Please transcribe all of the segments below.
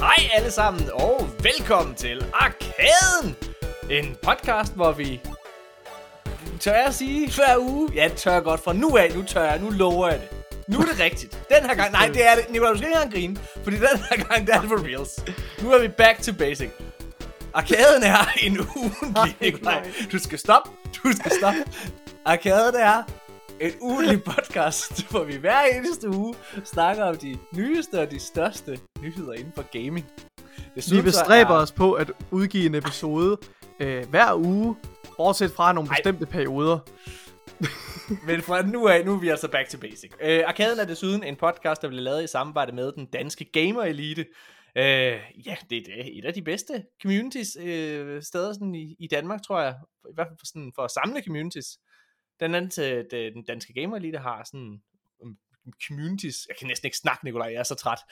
Hej alle sammen, og velkommen til Arkaden! En podcast, hvor vi tør jeg sige hver uge. Ja, det tør jeg godt fra nu af. Nu lover jeg det. Nu er det rigtigt. Den her gang, nej, det er det. Nicolaj, du skal ikke engang grine, fordi den her gang, det er det for reals. Nu er vi back to basic. Arkaden er en ugentlig, Nicolaj. Du skal stoppe. Arkaden er en ugentlig podcast, hvor vi hver eneste uge snakker om de nyeste og de største nyheder inden for gaming. Vi bestræber os på at udgive en episode hver uge, bortset fra nogle bestemte perioder. Men fra nu af, nu er vi altså back to basic. Arkaden er desuden en podcast, der bliver lavet i samarbejde med den danske gamer elite. Ja, det er et af de bedste communities steder sådan i Danmark, tror jeg. I hvert fald for at samle communities. Den danske gamer elite har sådan communities. Jeg kan næsten ikke snakke, Nicolaj, jeg er så træt.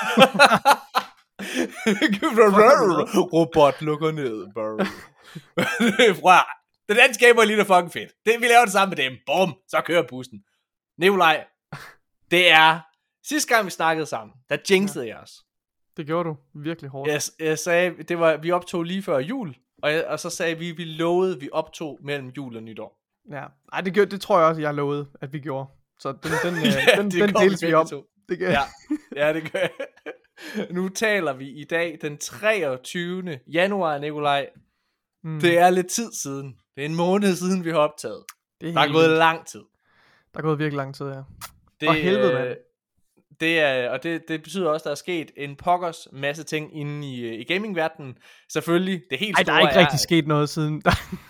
Robot lukker ned. Den danske gamer elite er fucking fedt. Vi laver det sammen med dem. Bum, så kører bussen. Nicolaj, det er sidste gang vi snakkede sammen, der jinxede jeg os. Det gjorde du virkelig hårdt. Jeg sagde, vi optog lige før jul, og så sagde vi lovede, vi optog mellem jul og nytår. Ja, ej, det tror jeg også, jeg lovede, at vi gjorde. Så den deles vi op. Det gør ja, det gør. Nu taler vi i dag den 23. januar, Nicolaj. Det er lidt tid siden. Det er en måned siden, vi har optaget. Der er gået lang tid. Der er gået virkelig lang tid, ja. For helvede, mand. Det betyder også, at der er sket en pokkers masse ting inde i gamingverdenen. Selvfølgelig, det helt store der er ikke rigtig sket noget siden.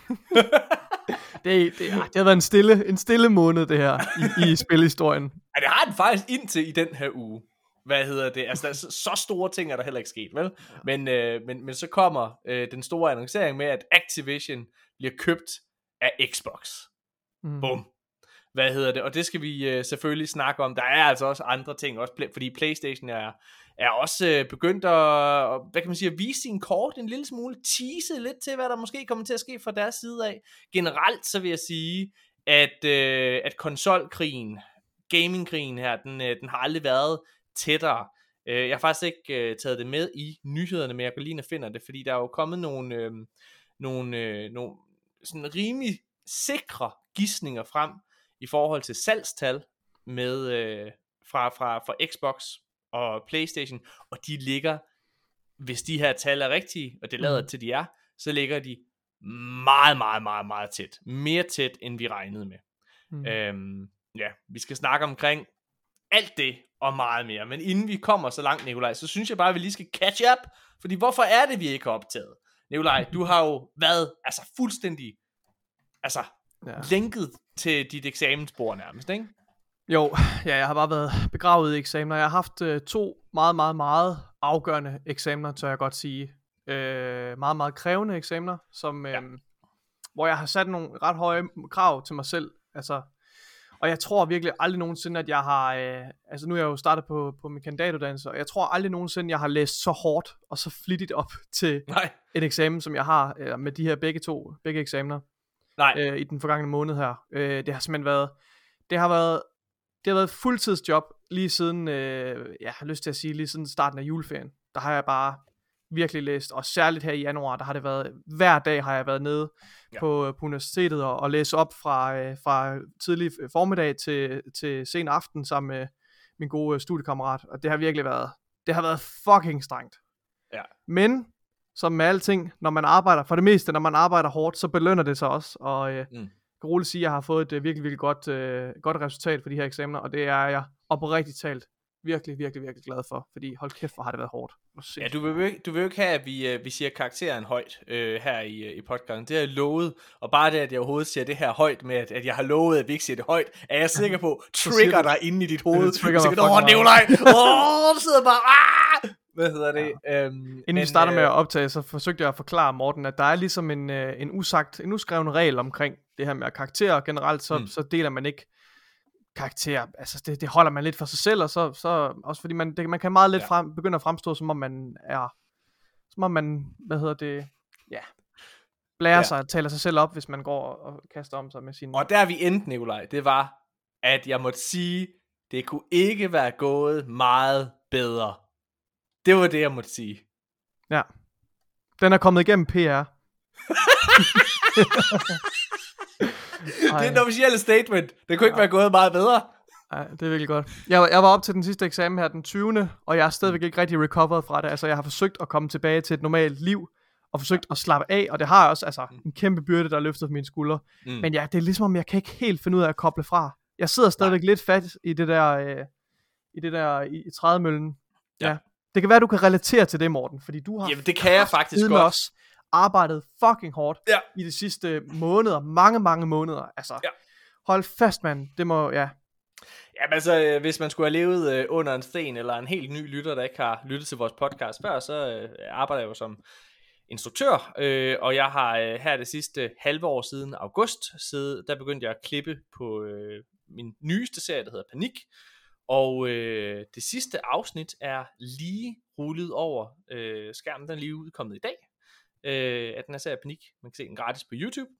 Det har været en stille måned, det her, i spilhistorien. Ja, det har den faktisk indtil i den her uge. Hvad hedder det? Altså, så store ting er der heller ikke sket, vel? Men så kommer den store annoncering med, at Activision bliver købt af Xbox. Bum. Hvad hedder det? Og det skal vi selvfølgelig snakke om. Der er altså også andre ting, også fordi PlayStation er også begyndt at, hvad kan man sige, at vise sin kort en lille smule, tease lidt til, hvad der måske kommer til at ske fra deres side af. Generelt så vil jeg sige, at konsolkrigen, gamingkrigen her, den har aldrig været tættere. Jeg har faktisk ikke taget det med i nyhederne, men jeg kan lige at finde det, fordi der er jo kommet nogle sådan rimelig sikre gidsninger frem i forhold til salgstal med fra Xbox og PlayStation, og de ligger, hvis de her tal er rigtige, og det lader til de er, så ligger de meget, meget, meget, meget tæt. Mere tæt, end vi regnede med. Ja, vi skal snakke omkring alt det og meget mere. Men inden vi kommer så langt, Nicolaj, så synes jeg bare, at vi lige skal catch up. Fordi hvorfor er det, vi ikke har optaget? Nicolaj, du har jo været fuldstændig lænket til dit eksamensbord nærmest, ikke? Jo, ja, jeg har bare været begravet i eksamener. Jeg har haft 2 meget, meget, meget afgørende eksamener, tør jeg godt sige. Meget, meget krævende eksamener, hvor jeg har sat nogle ret høje krav til mig selv. Altså, og jeg tror virkelig aldrig nogensinde, at jeg har... nu er jeg jo startet på min kandidatuddannelse, og jeg tror aldrig nogensinde, jeg har læst så hårdt og så flittigt op til en eksamen, som jeg har med de her begge eksamener. I den forgangne måned her. Det har simpelthen været... Det har været et fuldtidsjob lige siden, jeg har lyst til at sige, lige siden starten af juleferien. Der har jeg bare virkelig læst, og særligt her i januar, der har det været, hver dag har jeg været nede på universitetet og læse op fra tidlig formiddag til sen aften sammen med min gode studiekammerat, og det har virkelig været fucking strengt. Ja. Men, som med alting, når man arbejder hårdt, så belønner det sig også, og jeg kan roligt sige, at jeg har fået et virkelig, virkelig godt resultat for de her eksamener, og det er jeg oprigtigt talt virkelig, virkelig, virkelig glad for, fordi hold kæft, hvor har det været hårdt. Ja, du vil jo ikke have, at vi siger karakteren højt her i podcasten. Det har jeg lovet, og bare det, at jeg overhovedet siger det her højt med, at jeg har lovet, at vi ikke siger det højt, er jeg sikker på, trigger dig inde i dit hoved. Nicolaj! Du sidder bare, Hvad hedder det? Inden vi starter med at optage, så forsøgte jeg at forklare Morten, at der er ligesom en uskreven regel omkring det her med karakterer. Generelt så deler man ikke karakterer, altså det holder man lidt for sig selv, og så også fordi man kan meget let begynde at fremstå, som om man blærer sig og taler sig selv op, hvis man går og kaster om sig med sine... Og der vi endte, Nicolaj, det var, at jeg måtte sige, det kunne ikke være gået meget bedre. Det var det, jeg måtte sige. Ja. Den er kommet igennem PR. Det er et officielt statement. Det kunne ikke være gået meget bedre. Nej, det er virkelig godt. Jeg var op til den sidste eksamen her den 20. Og jeg er stadigvæk ikke rigtig recovered fra det. Altså jeg har forsøgt at komme tilbage til et normalt liv. Og forsøgt at slappe af. Og det har jeg også, altså en kæmpe byrde, der er løftet på mine skuldre. Men ja, det er ligesom om jeg kan ikke helt finde ud af at koble fra. Jeg sidder stadigvæk lidt fast i det der, i trædemøllen. Ja. Det kan være, du kan relatere til det, Morten. Fordi du har Jamen, det kan jeg faktisk godt. Også arbejdet fucking hårdt i de sidste måneder. Mange måneder. Altså, hold fast, mand. Det må, ja. Jamen altså, hvis man skulle have levet under en sten, eller en helt ny lytter, der ikke har lyttet til vores podcast før, så arbejder jeg jo som instruktør, og jeg har her det sidste halve år siden august, der begyndte jeg at klippe på min nyeste serie, der hedder Panik, og det sidste afsnit er lige rullet over skærmen. Den er lige udkommet i dag, at den her serie Panik. Man kan se den gratis på YouTube,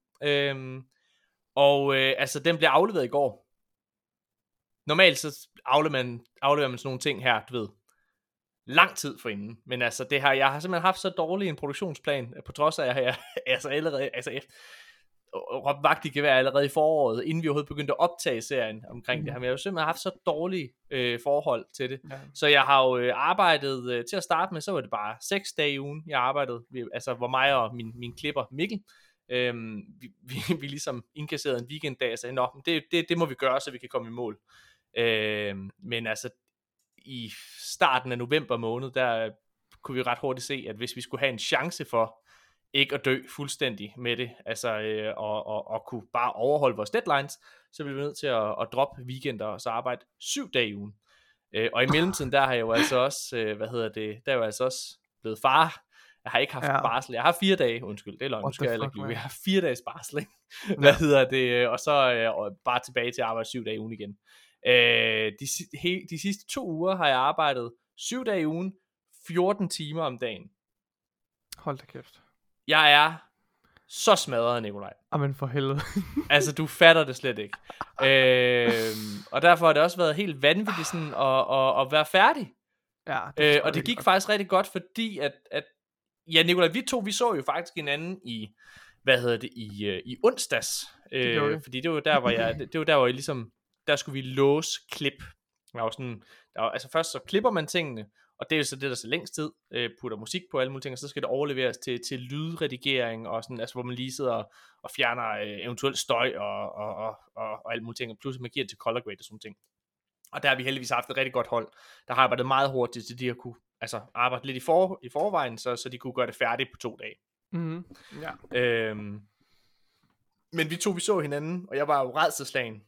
og altså den blev afleveret i går. Normalt så afleverer man sådan nogle ting her, du ved, lang tid forinden, men altså det her, jeg har simpelthen haft så dårlig en produktionsplan, på trods af, at jeg altså allerede, råbte vagt i gevær allerede i foråret, inden vi overhovedet begyndte at optage serien omkring det her, men jeg har jo simpelthen haft så dårlige forhold til det, så jeg har jo arbejdet, til at starte med, så var det bare 6 dage i ugen, jeg arbejdede, altså hvor mig og min klipper Mikkel, vi ligesom indkasserede en weekenddag og sagde, nå, det må vi gøre, så vi kan komme i mål, men altså i starten af november måned, der kunne vi ret hurtigt se, at hvis vi skulle have en chance for ikke at dø fuldstændig med det, altså og kunne bare overholde vores deadlines, så blev vi nødt til at droppe weekender og så arbejde 7 dage i ugen. Og i mellemtiden, der har jeg jo altså også, der er jo altså også blevet far. Jeg har ikke haft barsel. Jeg har 4 dage, undskyld, det er løgn, nu skal jeg ikke lyve. Jeg har 4 dages barsel, ikke? Og så bare tilbage til at arbejde 7 dage i ugen igen. De sidste 2 uger har jeg arbejdet 7 dage i ugen, 14 timer om dagen. Hold da kæft. Jeg er så smadret, Nikolaj. Amen for helvede. Altså du fatter det slet ikke. Og derfor har det også været helt vanvittigt sådan at være færdig. Ja, og det gik faktisk rigtig godt, fordi at ja, Nikolaj, vi så jo faktisk hinanden i i onsdags. Fordi det var der, hvor jeg ligesom, der skulle vi låse klip. Altså først så klipper man tingene, og det er jo så det, der så længst tid, putter musik på alle mulige ting, og så skal det overleveres til lydredigering, og sådan, altså hvor man lige sidder og fjerner eventuelt støj og alle mulige ting, og pludselig man giver det til color grade og sådan ting. Og der har vi heldigvis haft et rigtig godt hold, der har arbejdet meget hurtigt til de at kunne arbejde lidt i forvejen, så de kunne gøre det færdigt på 2 dage. Mm-hmm. Ja. Men vi så hinanden, og jeg var jo rædselsslagen,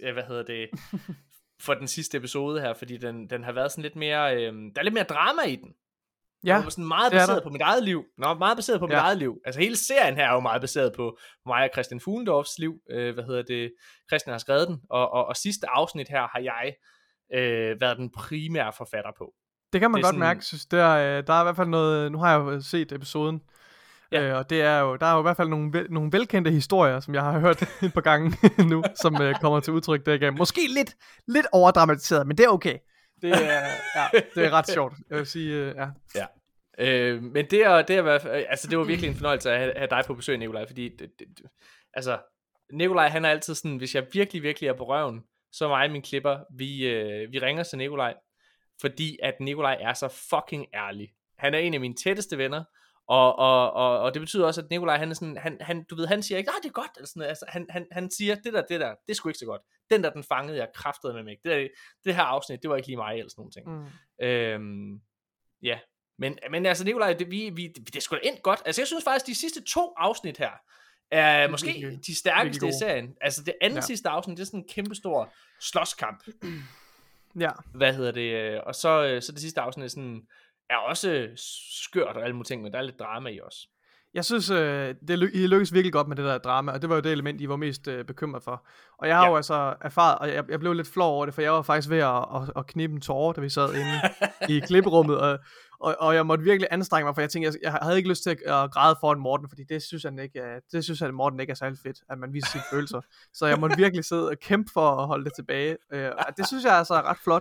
for den sidste episode her, fordi den har været sådan lidt mere, der er lidt mere drama i den. Ja, det var sådan meget baseret på mit eget liv. Meget baseret på mit eget liv. Altså hele serien her er jo meget baseret på mig og Christian Fuglendorfs liv. Christian har skrevet den, og sidste afsnit her har jeg været den primære forfatter på. Det kan man godt mærke. Synes, der er i hvert fald noget, nu har jeg jo set episoden, og det er jo, der er jo i hvert fald nogle velkendte historier, som jeg har hørt et par gange nu, som kommer til udtryk derigennem. Måske lidt overdramatiseret, men det er okay. Det er ret sjovt. Jeg vil sige, men det var virkelig en fornøjelse at have dig på besøg, Nikolaj, fordi altså Nikolaj, han er altid sådan, hvis jeg virkelig er på røven, så mig og min klipper, vi ringer til Nikolaj, fordi at Nikolaj er så fucking ærlig. Han er en af mine tætteste venner, og det betyder også, at Nikolaj, han er sådan, du ved, han siger ikke, det er godt, eller sådan, altså, han siger, det der, det er sgu ikke så godt. Den der, den fangede jeg kraftede med mig. Det her afsnit, det var ikke lige mig, eller sådan nogle ting. Ja, men altså Nikolaj, det er sgu da endt godt. Altså jeg synes faktisk, de sidste 2 afsnit her, er måske de stærkeste i serien. Altså det andet sidste afsnit, det er sådan en kæmpestor slåskamp. Ja. Og så det sidste afsnit sådan, er også skørt og alle mulige ting, men der er lidt drama i også. Jeg synes, I lykkes virkelig godt med det der drama, og det var jo det element, I var mest bekymret for. Og jeg har jo altså erfaret, og jeg blev lidt flov over det, for jeg var faktisk ved at knibe en tåre, da vi sad inde i klipperummet, og jeg måtte virkelig anstrenge mig, for jeg tænkte, jeg havde ikke lyst til at græde foran Morten, fordi det synes han Morten ikke er særlig fedt, at man viser sine følelser. Så jeg måtte virkelig sidde og kæmpe for at holde det tilbage. Og det synes jeg altså er ret flot.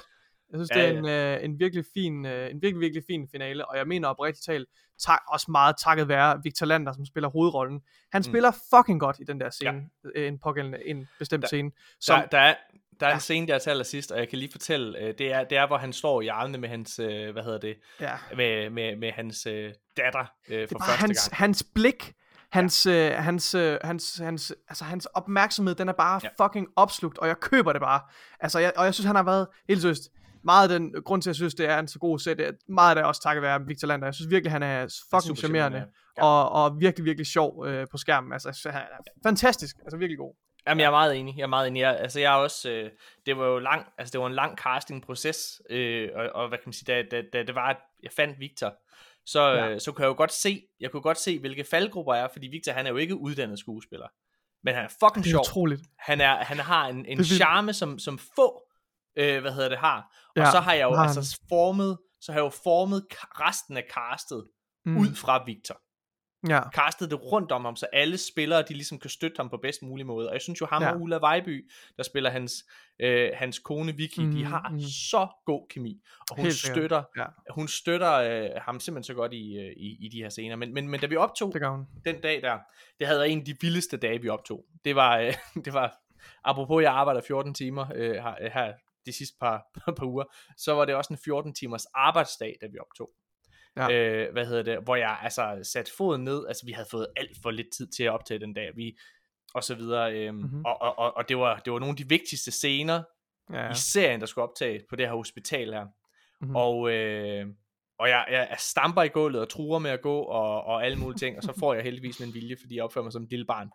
Jeg synes, det er en virkelig fin, virkelig fin finale, og jeg mener oprigtigt talt, også meget takket være Victor Lander, som spiller hovedrollen. Han spiller fucking godt i den der scene, en bestemt scene. Som, der er en scene der til allersidst, og jeg kan lige fortælle, det er hvor han står i armene med hans, med hans datter for første gang. Hans blik, hans opmærksomhed, den er bare fucking opslugt, og jeg køber det bare. Altså, jeg synes, han har været helt seriøst. Meget af den grund til, at jeg synes, det er en så god sæt, meget af det også takket være Victor Lander. Jeg synes virkelig, han er fucking charmerende, og virkelig, virkelig sjov på skærmen. Altså, han er fantastisk, altså virkelig god. Jamen, jeg er meget enig. Jeg er også, det var jo det var en lang casting-proces, og hvad kan man sige, da det var, at jeg fandt Victor, så kunne jeg godt se, hvilke faldgrupper er, fordi Victor, han er jo ikke uddannet skuespiller, men han er fucking sjov. Utroligt. Han har en charme, som få, har, og så har jeg jo formet resten af castet ud fra Victor. Ja. Castet det rundt om ham, så alle spillere, de ligesom kan støtte ham på bedst mulig måde. Og jeg synes jo, ham og Ulla Vejby, der spiller hans kone Vicky, de har så god kemi. Og hun støtter ham simpelthen så godt i de her scener. Men da vi optog den dag der, det havde været en af de vildeste dage, vi optog. Det var apropos, jeg arbejder 14 timer her de sidste par uger, så var det også en 14 timers arbejdsdag, da vi optog. Hvor jeg altså satte foden ned. Altså vi havde fået alt for lidt tid til at optage den dag, og så videre, og det var nogle af de vigtigste scener i serien, der skulle optage på det her hospital her. Og jeg stamper i gulvet og truer med at gå og alle mulige ting, og så får jeg heldigvis min vilje, fordi jeg opfører mig som et lille barn.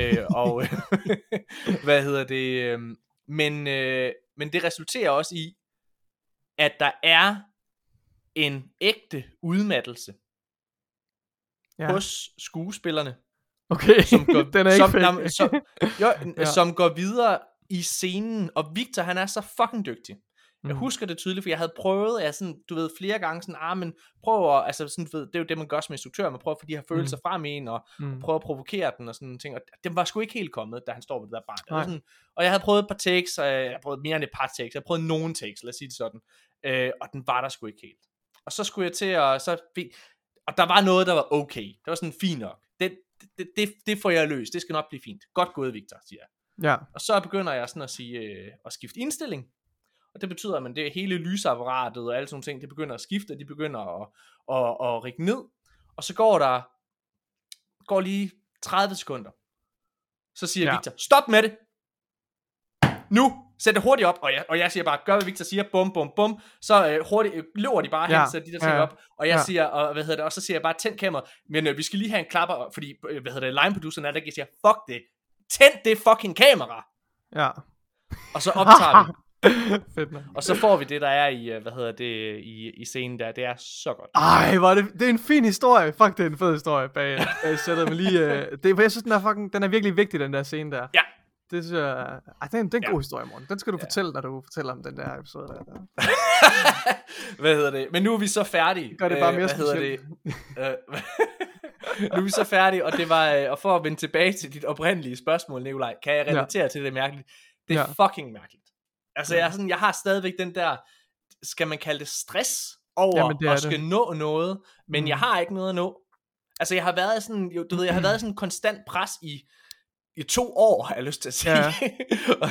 Men det resulterer også i, at der er en ægte udmattelse hos skuespillerne, som går, den er ikke som går videre i scenen. Og Victor, han er så fucking dygtig. Jeg husker det tydeligt, for jeg havde prøvet, flere gange sådan, men prøv at, det er jo det, man gør som instruktør, man prøver at få de her følelser frem i en, og prøve at provokere den, og sådan ting, og den var sgu ikke helt kommet, da han står ved det der barn. Og jeg havde prøvet et par takes, og jeg havde prøvet mere end et par takes, jeg havde prøvet nogen takes, lad os sige det sådan, og den var der sgu ikke helt. Og så skulle jeg til at, og der var noget, der var okay, det var sådan fint nok, det får jeg løst, det skal nok blive fint, godt gået Victor, siger jeg. Ja. Og så begynder jeg sådan at sige, at skifte indstilling. Og det betyder, at det hele lysapparatet og alle sådan ting, det begynder at skifte, de begynder at rikke ned. Og så går lige 30 sekunder. Så siger Victor, stop med det! Nu! Sæt det hurtigt op! Og jeg siger bare, gør hvad Victor siger, bum, bum, bum. Så hurtigt løber de bare hen, sætter de der ting op. Og jeg siger, og så siger jeg bare, tænd kameraet. Men vi skal lige have en klapper, fordi, line-produceren er der, jeg siger, fuck det! Tænd det fucking kamera! Ja. Og så optager vi. Fedt, man. Og så får vi det, der er i scenen der. Det er så godt. Ej, det er en fin historie. Fuck, det er en fed historie bag sættet mig lige. Jeg synes, den er virkelig vigtig, den der scene der. Ja. Det synes jeg, det er en god historie, Morten. Den skal du fortælle, når du fortæller om den der episode der. Men nu er vi så færdige. Gør det bare mere specielt. Nu er vi så færdige, og det var, og for at vende tilbage til dit oprindelige spørgsmål, Nikolaj, kan jeg relatere til det mærkeligt? Det er fucking mærkeligt. Altså jeg har stadigvæk den der, skal man kalde det stress over at skal nå noget, men jeg har ikke noget at nå. Altså jeg har været sådan, jeg har været sådan en konstant pres i 2 år, har jeg lyst til at sige. Ja. Og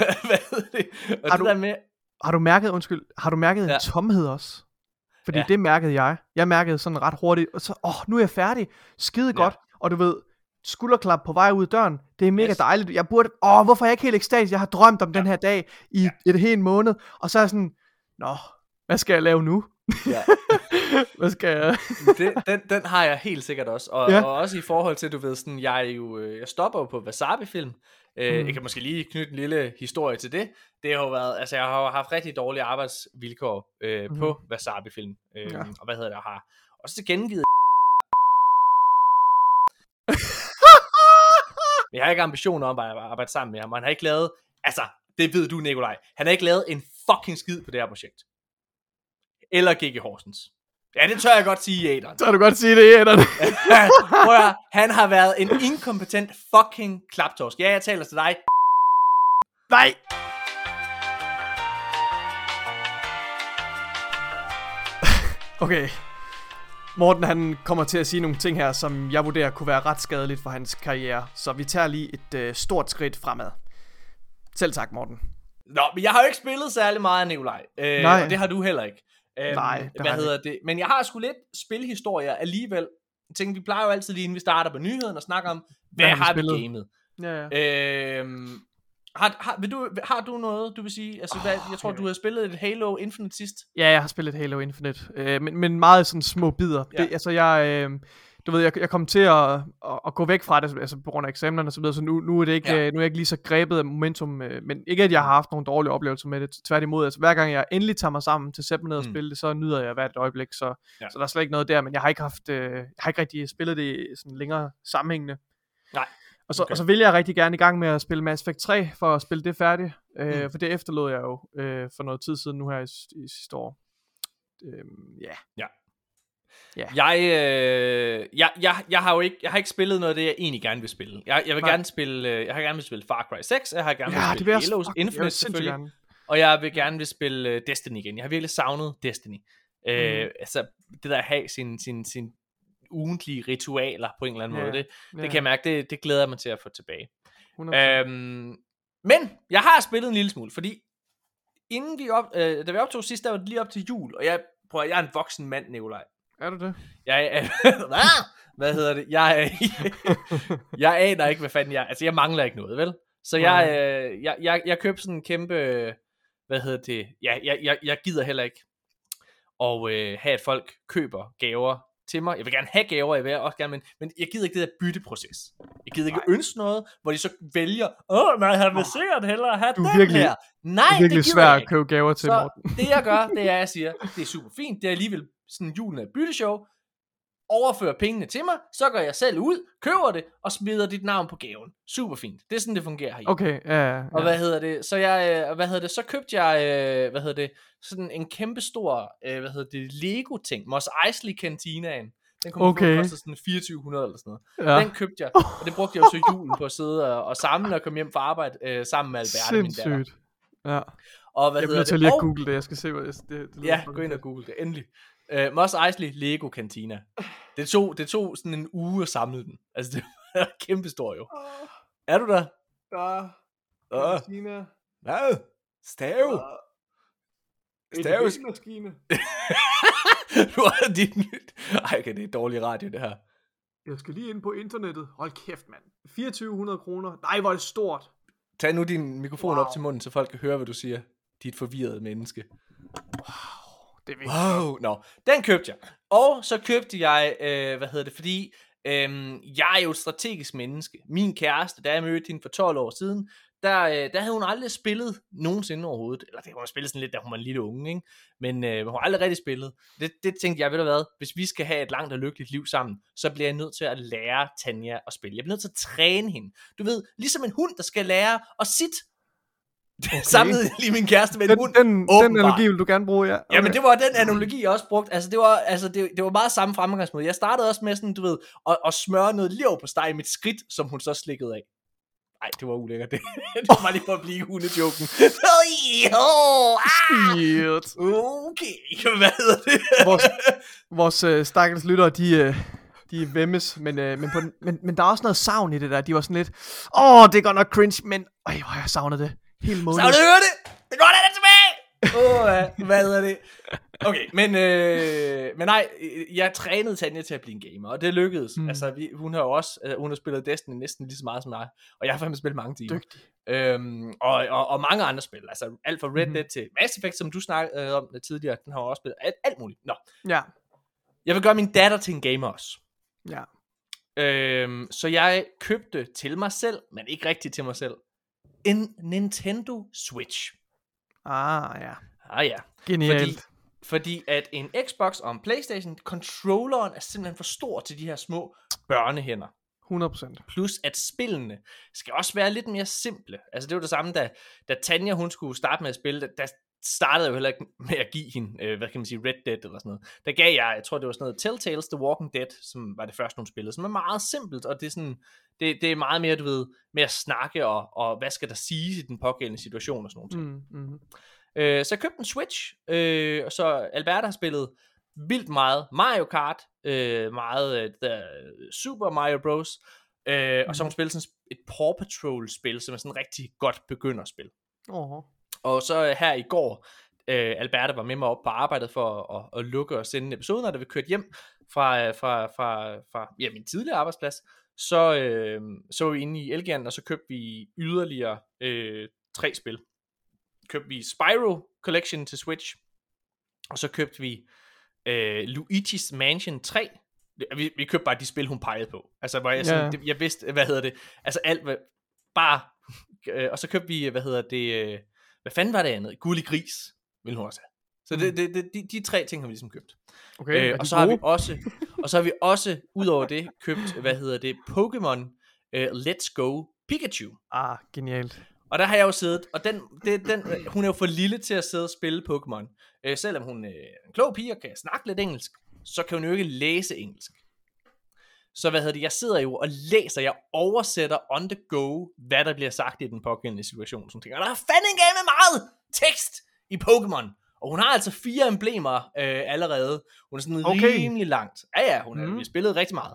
har du mærket en tomhed også? Fordi det mærkede jeg. Jeg mærkede sådan ret hurtigt, og så, nu er jeg færdig, skide godt, og du ved, skulderklap på vej ud af døren, det er mega dejligt, jeg burde, hvorfor er jeg ikke helt ekstatisk, jeg har drømt om den her dag i et helt måned, og så er jeg sådan, hvad skal jeg lave nu? Ja. Hvad skal jeg? den har jeg helt sikkert også, og også i forhold til, du ved, sådan, jeg stopper jo på Wasabi-film. Jeg kan måske lige knytte en lille historie til det. Det har jo været, altså jeg har haft rigtig dårlige arbejdsvilkår på Wasabi-film, og har også til gengivet. Jeg har ikke ambitioner om at arbejde sammen med ham. Han har ikke lavet, det ved du, Nikolaj, han har ikke lavet en fucking skid på det her projekt. Eller G.G. Horsens. Ja, det tør jeg godt sige i æderen. Tør du godt sige det i æderen? Han har været en inkompetent fucking klaptorsk. Ja, jeg taler til dig. Nej! Okay. Morten, han kommer til at sige nogle ting her, som jeg vurderer kunne være ret skadeligt for hans karriere. Så vi tager lige et stort skridt fremad. Selv tak, Morten. Nå, men jeg har jo ikke spillet særlig meget af Nikolaj. Og det har du heller ikke. Nej, hvad hedder det? Men jeg har sgu lidt spilhistorier alligevel. Jeg tænker, vi plejer jo altid lige, inden vi starter på nyheden, og snakke om, hvad har vi gamet? Ja. Har du noget, du vil sige? Altså, jeg tror, du har spillet et Halo Infinite sidst. Ja, jeg har spillet Halo Infinite, men meget sådan små bidder. Ja. Det, altså, jeg kom til at gå væk fra det, altså på grund af eksamenerne og så videre, så nu er det ikke, nu er jeg ikke lige så grebet af momentum, men ikke at jeg har haft nogle dårlige oplevelser med det, tværtimod, altså hver gang jeg endelig tager mig sammen til at sætte mig ned og spille det, så nyder jeg hvert et øjeblik, så der er slet ikke noget der, men jeg har ikke rigtig spillet det sådan længere sammenhængende. Nej. Og så vil jeg rigtig gerne i gang med at spille Mass Effect 3, for at spille det færdigt, for det efterlod jeg jo for noget tid siden nu her i sidste år. Ja. Jeg har ikke spillet noget af det jeg egentlig gerne vil spille. Jeg vil gerne spille Far Cry 6, jeg har gerne vil spille Halo Infinite selvfølgelig, og jeg vil gerne vil spille Destiny igen. Jeg har virkelig savnet Destiny. Altså det der at have sin ugentlige ritualer på en eller anden måde, det kan jeg mærke, det glæder jeg mig til at få tilbage. Men jeg har spillet en lille smule, fordi inden da vi optog sidst, der var det lige op til jul, og jeg er en voksen mand, Nikolaj. Er du det? Hvad hedder det? Jeg aner ikke, hvad fanden jeg mangler ikke noget, vel? Så jeg købte sådan en kæmpe, jeg gider heller ikke og have, at folk køber gaver til mig. Jeg vil gerne have gaver, jeg vil også gerne, men jeg gider ikke det der bytteproces. Jeg gider ikke ønske noget, hvor de så vælger, nej, han vil sikkert hellere have den her. Nej, det er virkelig svært at købe gaver til, Morten. Så det jeg gør, det er, jeg siger, det er super fint, det er alligevel sådan julen af et bytteshow, overfører pengene til mig, så går jeg selv ud, køber det, og smider dit navn på gaven. Super fint. Det er sådan, det fungerer her. Okay, ja. Og så købte jeg, sådan en kæmpe stor, Lego-ting, Mos Eisley Cantinaen. Den kunne koste sådan 2400 eller sådan noget. Ja. Den købte jeg, og det brugte jeg jo så julen på at sidde og samle og komme hjem fra arbejde sammen med Alberte, min datter. Ja. Og jeg bliver til lige at google det, jeg skal se, hvad det gå ind og google det, endelig. Mos Eisley Lego Cantina. Det tog sådan en uge at samle den. Altså det var kæmpe stor jo. Er du der? Ja. Cantina. Hvad? Stav. Stavemaskine. Du har dit nyt. Ej, okay, det er dårlig radio det her. Jeg skal lige ind på internettet. Hold kæft, mand. 2400 kroner. Nej, hvor er det stort. Tag nu din mikrofon op til munden, så folk kan høre, hvad du siger. Dit forvirrede menneske. Det er wow. Nå, den købte jeg. Og så købte jeg, fordi jeg er jo et strategisk menneske. Min kæreste, da jeg mødte hende for 12 år siden, der havde hun aldrig spillet nogensinde overhovedet. Eller det var spillet sådan lidt, da hun var en lille unge, ikke? Men hun har aldrig rigtig spillet. Det tænkte jeg, ved du hvad, hvis vi skal have et langt og lykkeligt liv sammen, så bliver jeg nødt til at lære Tanja at spille. Jeg bliver nødt til at træne hende. Du ved, ligesom en hund, der skal lære at sitte. Okay. Samlede lige min kæreste med en hund. Den analogi vil du gerne bruge, ja. Okay. Jamen det var den analogi jeg også brugt. Altså det var meget samme fremgangsmåde. Jeg startede også med sådan, du ved, at smøre noget lever på steg i mit skridt, som hun så slikkede af. Ej, det var ulækkert. Det var bare lige for at blive hundejoken. Okay, hvad hedder det? Vores stakkels lyttere, de vemmes, men der er også noget savn i det der. De var sådan lidt, det er godt nok cringe, men hvor jeg savner det. Helt måned. Så du hører det? Det går da tilbage! Hvad hedder det? Okay, men nej, jeg trænede Tanja til at blive en gamer, og det lykkedes. Altså, hun har jo også, hun har spillet Destiny næsten lige så meget som mig, og jeg har fandme spillet mange timer. Og mange andre spil, altså alt fra Red Dead til Mass Effect, som du snakkede om tidligere, den har også spillet alt muligt. Nå. Ja. Jeg vil gøre min datter til en gamer også. Ja. Så jeg købte til mig selv, men ikke rigtig til mig selv, en Nintendo Switch. Ja. Genialt. Fordi at en Xbox og en PlayStation, controlleren er simpelthen for stor til de her små børnehænder. 100%. Plus at spillene skal også være lidt mere simple. Altså det var det samme, da Tanja hun skulle starte med at spille, der startede jeg jo heller ikke med at give hende, hvad kan man sige, Red Dead eller sådan noget. Der gav jeg tror det var sådan noget Telltales The Walking Dead, som var det første hun spillede, som er meget simpelt, og det er sådan, det er meget mere, du ved, med at snakke, og hvad skal der siges i den pågældende situation og sådan noget. Så jeg købte en Switch, og så Alberte har spillet vildt meget Mario Kart, meget Super Mario Bros. Og så har hun spillet sådan et Paw Patrol spil, som er sådan et rigtig godt begynderspil. Og så her i går, Alberte var med mig op på arbejdet for at lukke og sende episoden, og da vi kørte hjem fra min tidligere arbejdsplads, så var vi inde i Elgiganten, og så købte vi yderligere 3 spil. Købte vi Spyro Collection til Switch, og så købte vi Luigi's Mansion 3. Vi købte bare de spil, hun pegede på. Altså, hvor jeg, sådan, jeg vidste, altså alt, bare, og så købte vi, hvad fanden var det andet? Gullig Gris, ville hun også have. Så de 3 ting har vi ligesom købt. Okay, og så har vi også, udover det, købt, Pokémon Let's Go Pikachu. Genialt. Og der har jeg jo siddet, og hun er jo for lille til at sidde og spille Pokémon. Selvom hun er en klog pige og kan snakke lidt engelsk, så kan hun jo ikke læse engelsk. Så jeg sidder jo og læser, jeg oversætter on the go, hvad der bliver sagt i den pågældende situation. Så tænker, der er fandme med meget tekst i Pokémon. Og hun har altså 4 emblemer allerede. Hun er sådan rimelig langt. Ja, hun har spillet rigtig meget.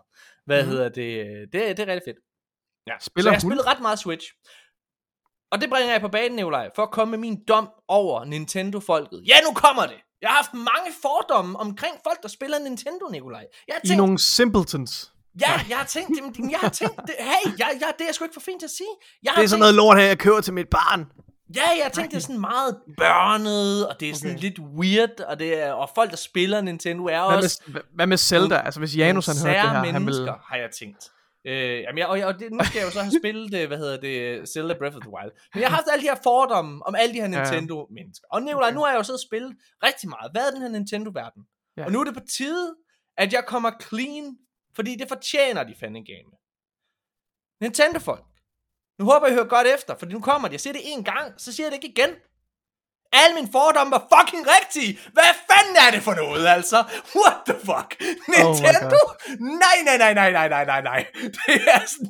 Det er rigtig fedt. Ja. Så jeg har spillet ret meget Switch. Og det bringer jeg på banen, Nikolaj, for at komme med min dom over Nintendo-folket. Ja, nu kommer det! Jeg har haft mange fordomme omkring folk, der spiller Nintendo, Nikolaj. I nogle simpletons. Ja, jeg har tænkt, hey, det er sgu ikke for fint at sige. Det er sådan noget lort her, jeg køber til mit barn. Ja, jeg tænkte, det er sådan meget børnet, og det er sådan lidt weird, og folk, der spiller Nintendo, er også... Hvad med Zelda? Altså, hvis Janus han hørte det her, han vil... har jeg tænkt. Nu skal jeg jo så have spillet Zelda Breath of the Wild. Men jeg har haft alle de her fordomme om alle de her Nintendo-mennesker. Og Nikolaj, nu har jeg jo så spillet rigtig meget. Hvad er den her Nintendo-verden? Ja. Og nu er det på tide, at jeg kommer clean, fordi det fortjener de fandme game. Nintendo-folk. Nu håber jeg, I hører godt efter, fordi nu kommer det. Jeg siger det en gang, så siger jeg det ikke igen. Alle mine fordomme var fucking rigtige. Hvad fanden er det for noget, altså? What the fuck? Nintendo? Nej. Det er sådan...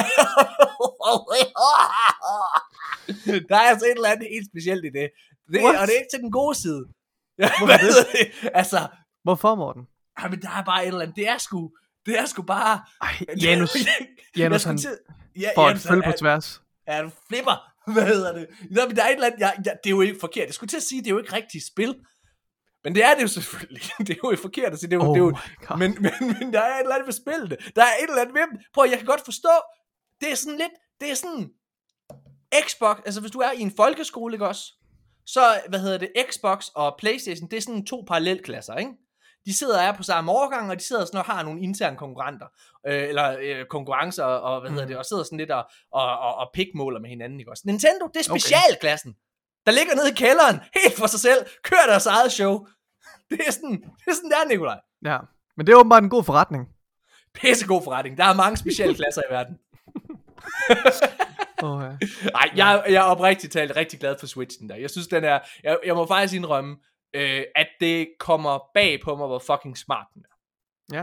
Der er altså et eller andet helt specielt i det. Og det er ikke til den gode side. Hvorfor det? Altså... Hvorfor, Morten? Men der er bare et eller andet. Det er sgu bare... Janus han får et følge på tværs. Ja, du flipper. Hvad hedder det? Nå, men der er et eller andet, det er jo ikke forkert. Jeg skulle til at sige, det er jo ikke rigtigt spil. Men det er det jo selvfølgelig. Det er jo ikke forkert at sige. Men der er et eller andet ved spillet. Der er et eller andet ved dem. Prøv, jeg kan godt forstå. Det er sådan lidt, det er sådan Xbox, altså hvis du er i en folkeskole, ikke også? Så, Xbox og PlayStation, det er sådan 2 parallelklasser, ikke? De sidder og er på samme årgang, og de sidder sådan og har nogle interne konkurrenter, konkurrencer, og og sidder sådan lidt og pikmåler med hinanden, ikke også? Nintendo, det er specialklassen, der ligger nede i kælderen, helt for sig selv, kører deres eget show. Det er sådan der, Nikolaj. Ja, men det er åbenbart en god forretning. Pissegod forretning, der er mange specialklasser i verden. Ej, jeg er oprigtigt talt rigtig glad for Switchen der. Jeg synes, den er, jeg må faktisk indrømme, at det kommer bag på mig, hvor fucking smart den er. Ja.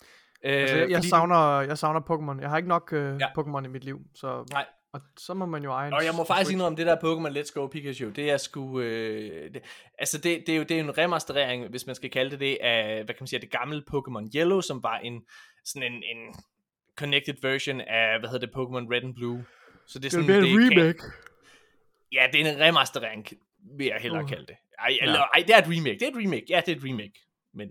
Jeg savner Pokémon. Jeg har ikke nok Pokémon i mit liv, så nej. Og så må man jo eje. Og jeg må faktisk indrømme, det der Pokémon Let's Go Pikachu, det er sgu det er jo en remasterering, hvis man skal kalde det af, hvad kan man sige, det gamle Pokémon Yellow, som var en connected version af, Pokémon Red and Blue. Så det er sådan en remake. Ja, det er en remasterering, vil jeg hellere kalde det. Ej, det er et remake. Det er et remake. Ja, det er et remake. Men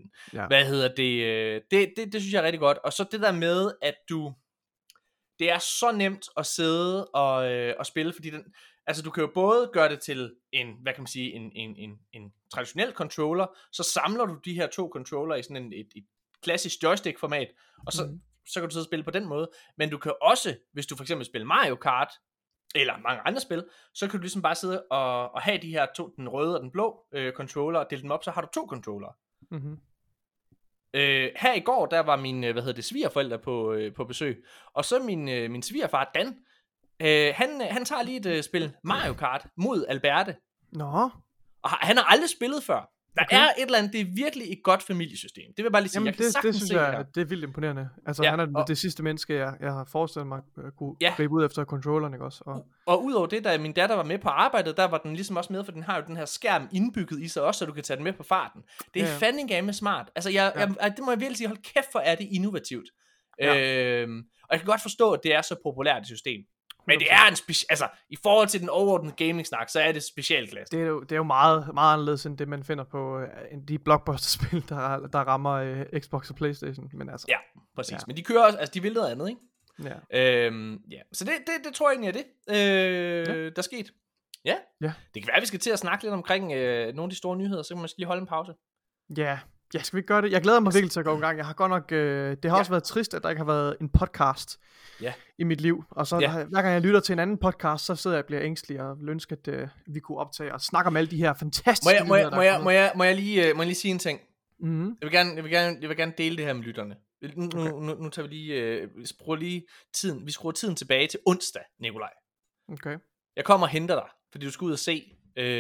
det synes jeg er rigtig godt. Og så det der med, at det er så nemt at sidde og spille, fordi du kan jo både gøre det til en, hvad kan man sige, en traditionel controller, så samler du de her 2 controller i sådan et klassisk joystick format, og så kan du sidde og spille på den måde. Men du kan også, hvis du for eksempel spiller Mario Kart, eller mange andre spil, så kan du ligesom bare sidde og have de her 2, den røde og den blå controller, og dele dem op, så har du 2 controller. Mm-hmm. Her i går, der var mine, svigerforældre på besøg, og så min svigerfar Dan, han tager lige et spil Mario Kart mod Alberte. Nå. Og han har aldrig spillet før. Der er et eller andet, det er virkelig et godt familiesystem. Det vil jeg bare lige sige. Jamen, Jeg kan det synes se jeg, det er vildt imponerende. Altså, han er det sidste menneske, jeg har forestillet mig kunne gribe ud efter controlleren, ikke også? Og udover det, da min datter var med på arbejdet, der var den ligesom også med, for den har jo den her skærm indbygget i sig også, så du kan tage den med på farten. Det er fandme smart. Altså, det må jeg virkelig sige, hold kæft, for er det innovativt. Og jeg kan godt forstå, at det er så populært et system. Men det er altså, i forhold til den overordnede gaming-snak, så er det specialklasse. Det er jo meget, meget anderledes, end det man finder på de blockbuster-spil, der rammer Xbox og Playstation. Men altså, ja, præcis. Ja. Men de kører også, altså de vil noget andet, ikke? Ja. Så det tror jeg egentlig er det, der er sket. Ja. Det kan være, at vi skal til at snakke lidt omkring nogle af de store nyheder, så kan man måske lige holde en pause. Ja, skal vi gøre det? Jeg glæder mig virkelig til at gå i gang. Jeg har godt nok, det har også været trist, at der ikke har været en podcast i mit liv. Og så hver gang jeg lytter til en anden podcast, så sidder jeg og bliver ængstelig og vil ønske, at vi kunne optage og snakke om alle de her fantastiske nyheder. Må jeg lige sige en ting? Mm-hmm. Jeg vil gerne dele det her med lytterne. Nu tager vi lige, vi skruer tiden tilbage til onsdag, Nikolaj. Okay. Jeg kommer og henter dig, fordi du skal ud og se,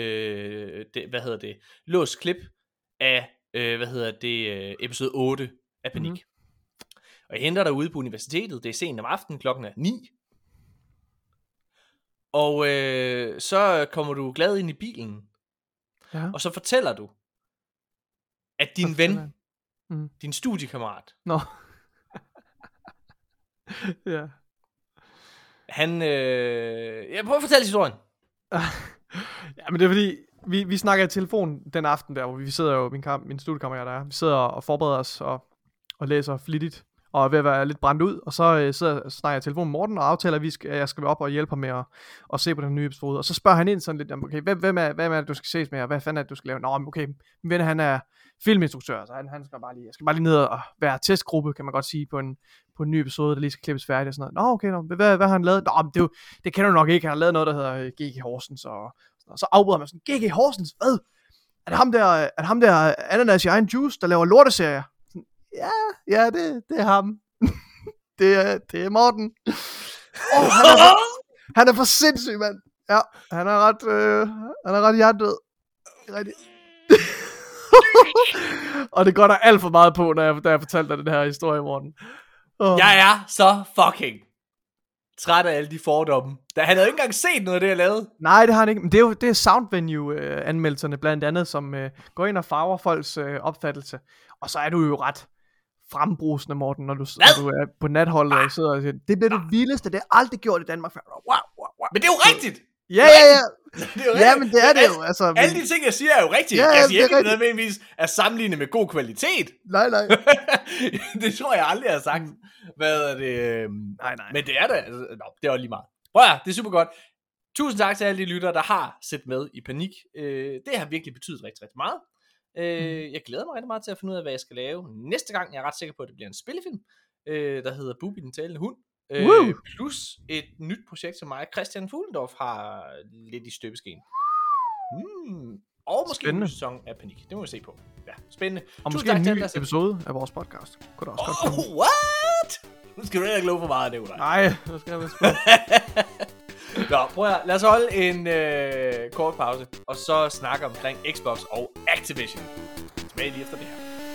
låst klip af, episode 8 af Panik. Mm-hmm. Og jeg henter dig ude på universitetet, det er sent om aftenen, klokken er 9. Og så kommer du glad ind i bilen, og så fortæller du, at din ven, din studiekammerat, han, jeg prøver at fortælle historien. Ja, men det er fordi, vi snakker i telefon den aften der, hvor vi sidder jo, min studiekammerat der, vi sidder og forbereder os og læser flittigt, og er ved at være lidt brændt ud, og så snakker jeg i telefon med Morten, og aftaler, at jeg skal være op og hjælpe ham med at se på den nye episode, og så spørger han ind sådan lidt, okay, hvem er det, du skal ses med, og hvad fanden er det, du skal lave? Nå, okay, min ven, han er filminstruktør, så han skal bare lige ned og være testgruppe, kan man godt sige, på en ny episode, der lige skal klippes færdigt og sådan noget. Nå, okay, hvad har han lavet? Nå, det kender du nok ikke, han har lavet noget, der hedder G.G. Horsens, og så afbryder man sådan, G.G. Horsens, hvad? Er det ham der ananas i egen juice, der laver lorteserier? Ja, det er ham. det er Morten. Han er for sindssyg, mand. Ja, han er ret hjertedød. Rigtig. Og det går der alt for meget på, da jeg fortalte dig den her historie, Morten. Jeg er så fucking træt af alle de fordomme. Han havde ikke engang set noget af det, jeg lavede. Nej, det har han ikke. Men det er Soundvenue-anmeldelserne blandt andet, som går ind og farver folks opfattelse. Og så er du jo ret frembrusende, Morten, når du er på natholdet og sidder og siger, det bliver det vildeste, det har aldrig gjort i Danmark før. Wow. Men det er jo rigtigt! Ja. Ja, men det er det jo. Altså, alle de ting, jeg siger, er jo rigtigt. Jeg siger ikke nødvendigvis at sammenligne med god kvalitet. Nej. Det tror jeg aldrig, jeg har sagt. Hvad er det? Nej. Men det er det. Altså, det er jo lige meget. Prøv at, det er super godt. Tusind tak til alle de lyttere, der har set med i Panik. Det har virkelig betydet rigtig, rigtig meget. Jeg glæder mig rigtig meget til at finde ud af, hvad jeg skal lave næste gang. Jeg er ret sikker på, at det bliver en spillefilm, der hedder Bubi den talende hund. Plus et nyt projekt, som mig og Christian Fuglendorf har lidt i støbeskeen. Og måske en ny sæson af Panik. Det må vi se på. Ja, spændende. Og måske en ny episode af vores podcast. Kunne også godt komme. What? Nu skal du ikke love for meget af det, Nej, nu skal jeg være spændt. Nå, prøv at lad os holde en kort pause, og så snakke omkring Xbox og Activision. Tilbage lige efter det her.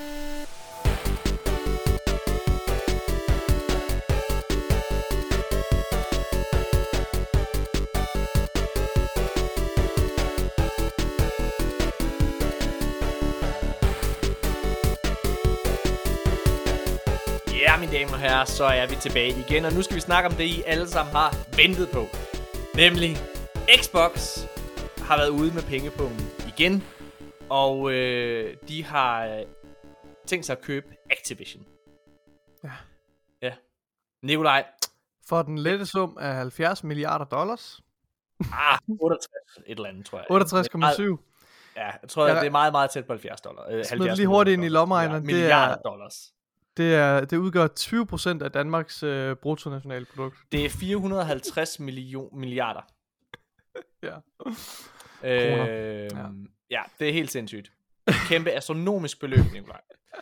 Ja, mine damer og herrer, så er vi tilbage igen, og nu skal vi snakke om det, I alle sammen har ventet på. Nemlig, Xbox har været ude med pengepungen igen, og de har tænkt sig at købe Activision. Ja. Nikolaj. For den lette sum af $70 milliarder. 68 et eller andet, tror jeg. 68,7. Ja, jeg tror, det er meget, meget tæt på $70. Smid lige hurtigt ind i lommeregneren. Milliarder dollars. Det udgør 20% af Danmarks bruttonationalprodukt. Det er 450 milliarder. Ja. Ja, det er helt sindssygt. Et kæmpe astronomisk beløb, Nikolaj.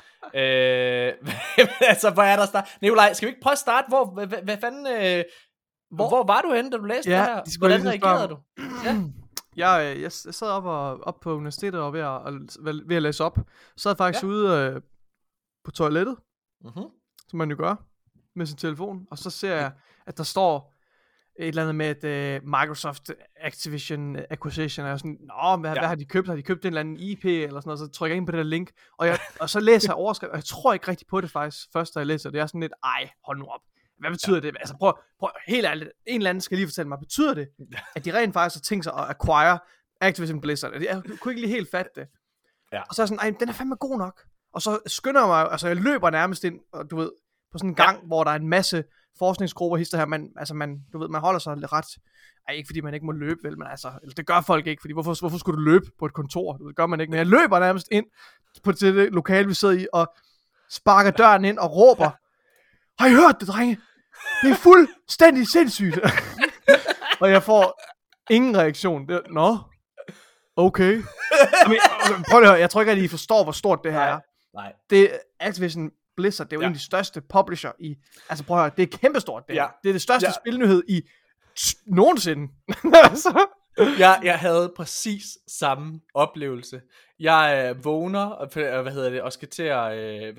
Altså, hvor er der start? Nikolaj, skal vi ikke prøve at starte? Hvad fanden... Hvor var du henne, da du læste det her? Hvordan reagerede du? Jeg sad op på universitetet og ved at læse op. Så sad faktisk ude på toilettet, som man jo gør med sin telefon, og så ser jeg, at der står et eller andet med et Microsoft Activision Acquisition, og jeg er sådan, hvad har de købt? Har de købt en eller anden IP eller sådan noget? Så trykker jeg ind på det der link, og så læser jeg overskrift, og jeg tror ikke rigtig på det faktisk, først da jeg læser det. Jeg er sådan lidt, hold nu op. Hvad betyder det? Altså prøv helt ærligt, en eller anden skal lige fortælle mig, betyder det, at de rent faktisk har tænkt sig at acquire Activision Blizzard? Jeg kunne ikke lige helt fatte det. Ja. Og så er jeg sådan, den er fandme god nok. Og så skynder jeg mig, altså jeg løber nærmest ind, og du ved, på sådan en gang, hvor der er en masse forskningsgrupper hister her, man holder sig ret, ikke fordi man ikke må løbe, vel, men altså, det gør folk ikke, fordi hvorfor skulle du løbe på et kontor? Det gør man ikke, men jeg løber nærmest ind på det lokale, vi sidder i, og sparker døren ind og råber, har I hørt det, drenge? Det er fuldstændig sindssygt. Og jeg får ingen reaktion. Okay. Prøv at høre, jeg tror ikke, at I forstår, hvor stort det her er. Nej. Det Activision Blizzard, det er jo en af de største publisher i, altså prøv at høre, det er kæmpestort det her. Det er det største spilnyhed i nogensinde. Jeg havde præcis samme oplevelse. Jeg vågner og skal til at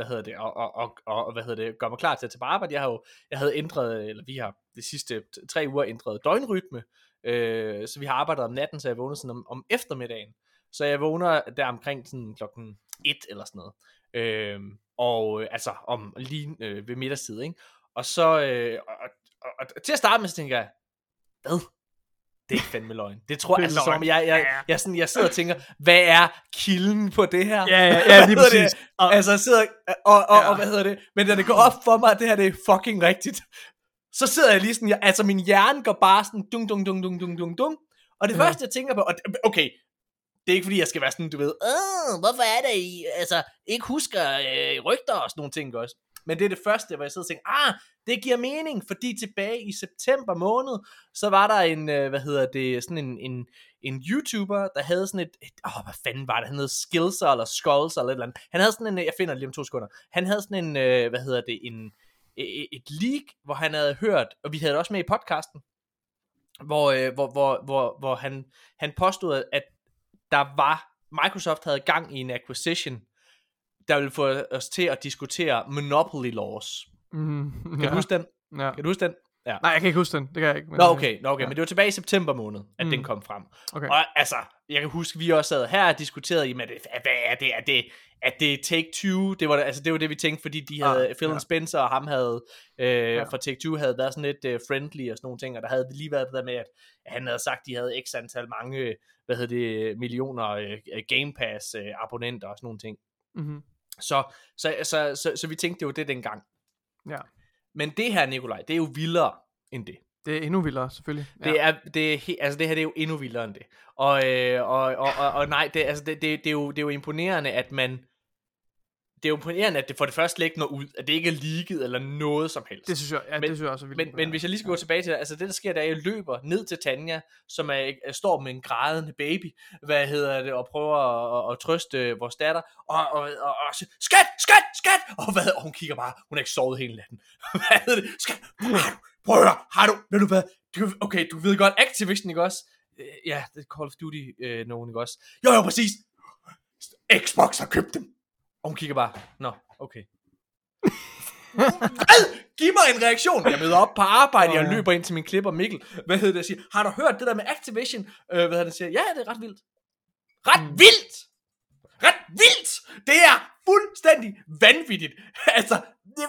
gøre mig klar til at tage på arbejde. Jeg havde ændret, eller vi har de sidste 3 uger ændret døgnrytme, så vi har arbejdet om natten, så jeg vågner sådan om eftermiddagen. Så jeg vågner der omkring sådan klokken 1 eller sådan noget. Altså om lige ved middagstid, ikke? Og så og til at starte med, så tænker jeg, hvad? Det er ikke fandme løgn. Det tror jeg, altså, som jeg sidder og tænker, hvad er kilden på det her? Ja, lige præcis. Altså, jeg sidder og hvad hedder det? Men da det går op for mig, at det her det er fucking rigtigt, så sidder jeg lige sådan, altså min hjerne går bare sådan, dung. Og det første, jeg tænker på, okay, det er ikke fordi, jeg skal være sådan, du ved, hvorfor er det, I altså, ikke husker rygter og sådan nogle ting også. Men det er det første, hvor jeg sidder og tænker, det giver mening, fordi tilbage i september måned, så var der en YouTuber, der havde sådan hvad fanden var det, han hed Skills eller Skulls eller et eller andet. Han havde sådan en, jeg finder det lige om 2 sekunder, han havde sådan en, et leak, hvor han havde hørt, og vi havde det også med i podcasten, hvor han påstod, at Microsoft havde gang i en acquisition, der ville få os til at diskutere monopoly laws. Kan du huske den? Ja. Kan du huske den? Ja. Nej, jeg kan ikke huske den. Det kan jeg ikke. Men, okay. Men det var tilbage i september måned, at den kom frem. Okay. Og altså, jeg kan huske, vi også sad her og diskuterede, hvad er det Take-Two? Det var det, vi tænkte, fordi de havde, Phil Spencer og ham havde, fra Take-Two havde været sådan lidt friendly og sådan nogle ting, og der havde lige været det der med, at han havde sagt, de havde x antal mange, millioner Game Pass abonnenter og sådan nogle ting. Mm-hmm. Så vi tænkte, det var det dengang. Ja. Men det her, Nikolaj, det er jo vildere end det. Det er endnu vildere, selvfølgelig. Ja. Det her det er jo endnu vildere end det. Og nej, det er jo imponerende, at man... Det er jo imponerende, at det for det første slet ikke når ud, at det ikke er leaget eller noget som helst. Det synes jeg, det synes jeg også er vildt. Men hvis jeg lige skal gå tilbage til det, altså det der sker, der jeg løber ned til Tanja, som står med en grædende baby, og prøver at trøste vores datter, og skat, og hun kigger bare, hun har ikke sovet hele natten. Skat, prøv at høre, ved du hvad, okay, du ved godt, Activision, ikke også? Ja, det er Call of Duty, nogen, ikke også? Jo, præcis, Xbox har købt dem. Og hun kigger bare, okay. Giv mig en reaktion. Jeg møder op på arbejde, jeg løber ind til min klipper Mikkel. Jeg siger, har du hørt det der med Activision? Siger, ja, det er ret vildt. Ret vildt! Det er fuldstændig vanvittigt. Altså,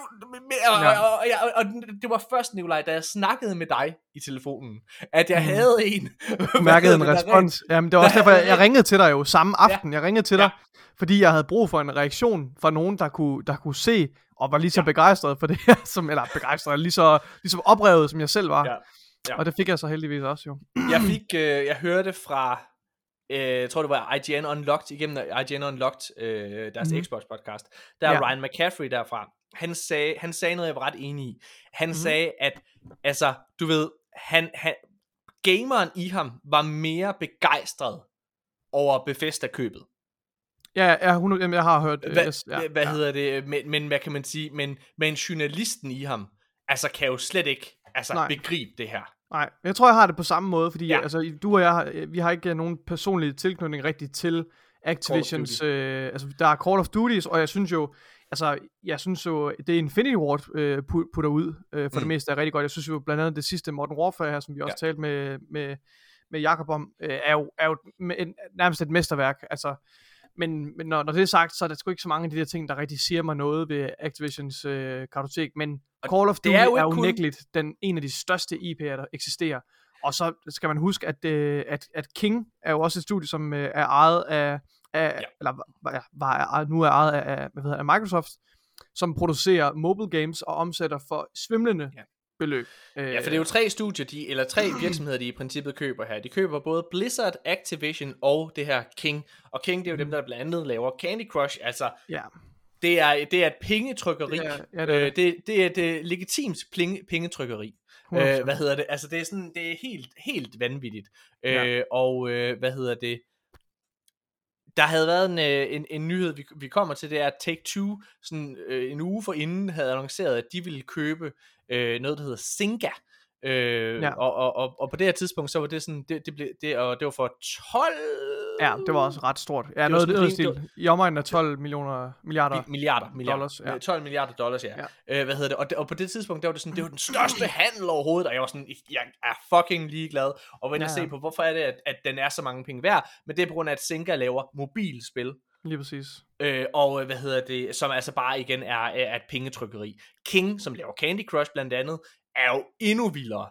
det var først, Nikolaj, da jeg snakkede med dig i telefonen, at jeg havde en... mærkede en respons. Jamen, det var også derfor, jeg ringede til dig jo samme aften. Jeg ringede til dig, fordi jeg havde brug for en reaktion fra nogen, der kunne se, og var lige så begejstret for det her, eller begejstret, lige så oprevet, som jeg selv var. Ja. Og det fik jeg så heldigvis også jo. Jeg hørte fra... jeg tror det var IGN Unlocked, igennem IGN Unlocked, deres Xbox podcast, der er Ryan McCaffrey derfra. Han sagde noget, jeg var ret enig i. Han sagde, at altså, du ved, gameren i ham var mere begejstret over Bethesda-købet. Ja, jeg har hørt det. Hvad hedder det? Men hvad kan man sige? Men journalisten i ham, altså kan jo slet ikke begribe det her. Nej, jeg tror, jeg har det på samme måde, fordi altså, du og jeg, vi har ikke nogen personlig tilknytning rigtig til Activisions, altså der er Call of Duty, og jeg synes jo, det Infinity Ward putter ud, for det meste er rigtig godt. Jeg synes jo blandt andet det sidste Modern Warfare her, som vi også talte med Jakob om, er jo nærmest et mesterværk, altså. Men når det er sagt, så er der sgu ikke så mange af de der ting, der rigtig siger mig noget ved Activisions kartotek, men Call of Duty er unægteligt en af de største IP'er, der eksisterer. Og så skal man huske, at King er jo også et studie, som er ejet af nu er ejet af Microsoft, som producerer mobile games og omsætter for svimlende beløb. Ja, for det er jo tre virksomheder, de i princippet køber her. De køber både Blizzard, Activision og det her King. Og King, det er jo dem, der blandt andet laver Candy Crush. Altså, det er et pengetrykkeri. Det er et legitimt pengetrykkeri. Altså, det er sådan, det er helt vanvittigt. Der havde været en nyhed, vi kommer til, det er, at Take-Two sådan, en uge forinden havde annonceret, at de ville købe noget, der hedder Zynga. Og på det her tidspunkt, så var det sådan, det var for 12... Ja, det var også ret stort. Ja, noget af det stil. I omegnen af 12 milliarder dollars. Ja. 12 milliarder dollars, og på det tidspunkt, der var det sådan, det var den største handel overhovedet, og jeg var sådan, jeg er fucking ligeglad, og var inde og se på, hvorfor er det, at den er så mange penge værd, men det er på grund af, at Zynga laver mobilspil. Lige præcis. Som altså bare igen er et pengetrykkeri. King, som laver Candy Crush blandt andet, er jo endnu vildere.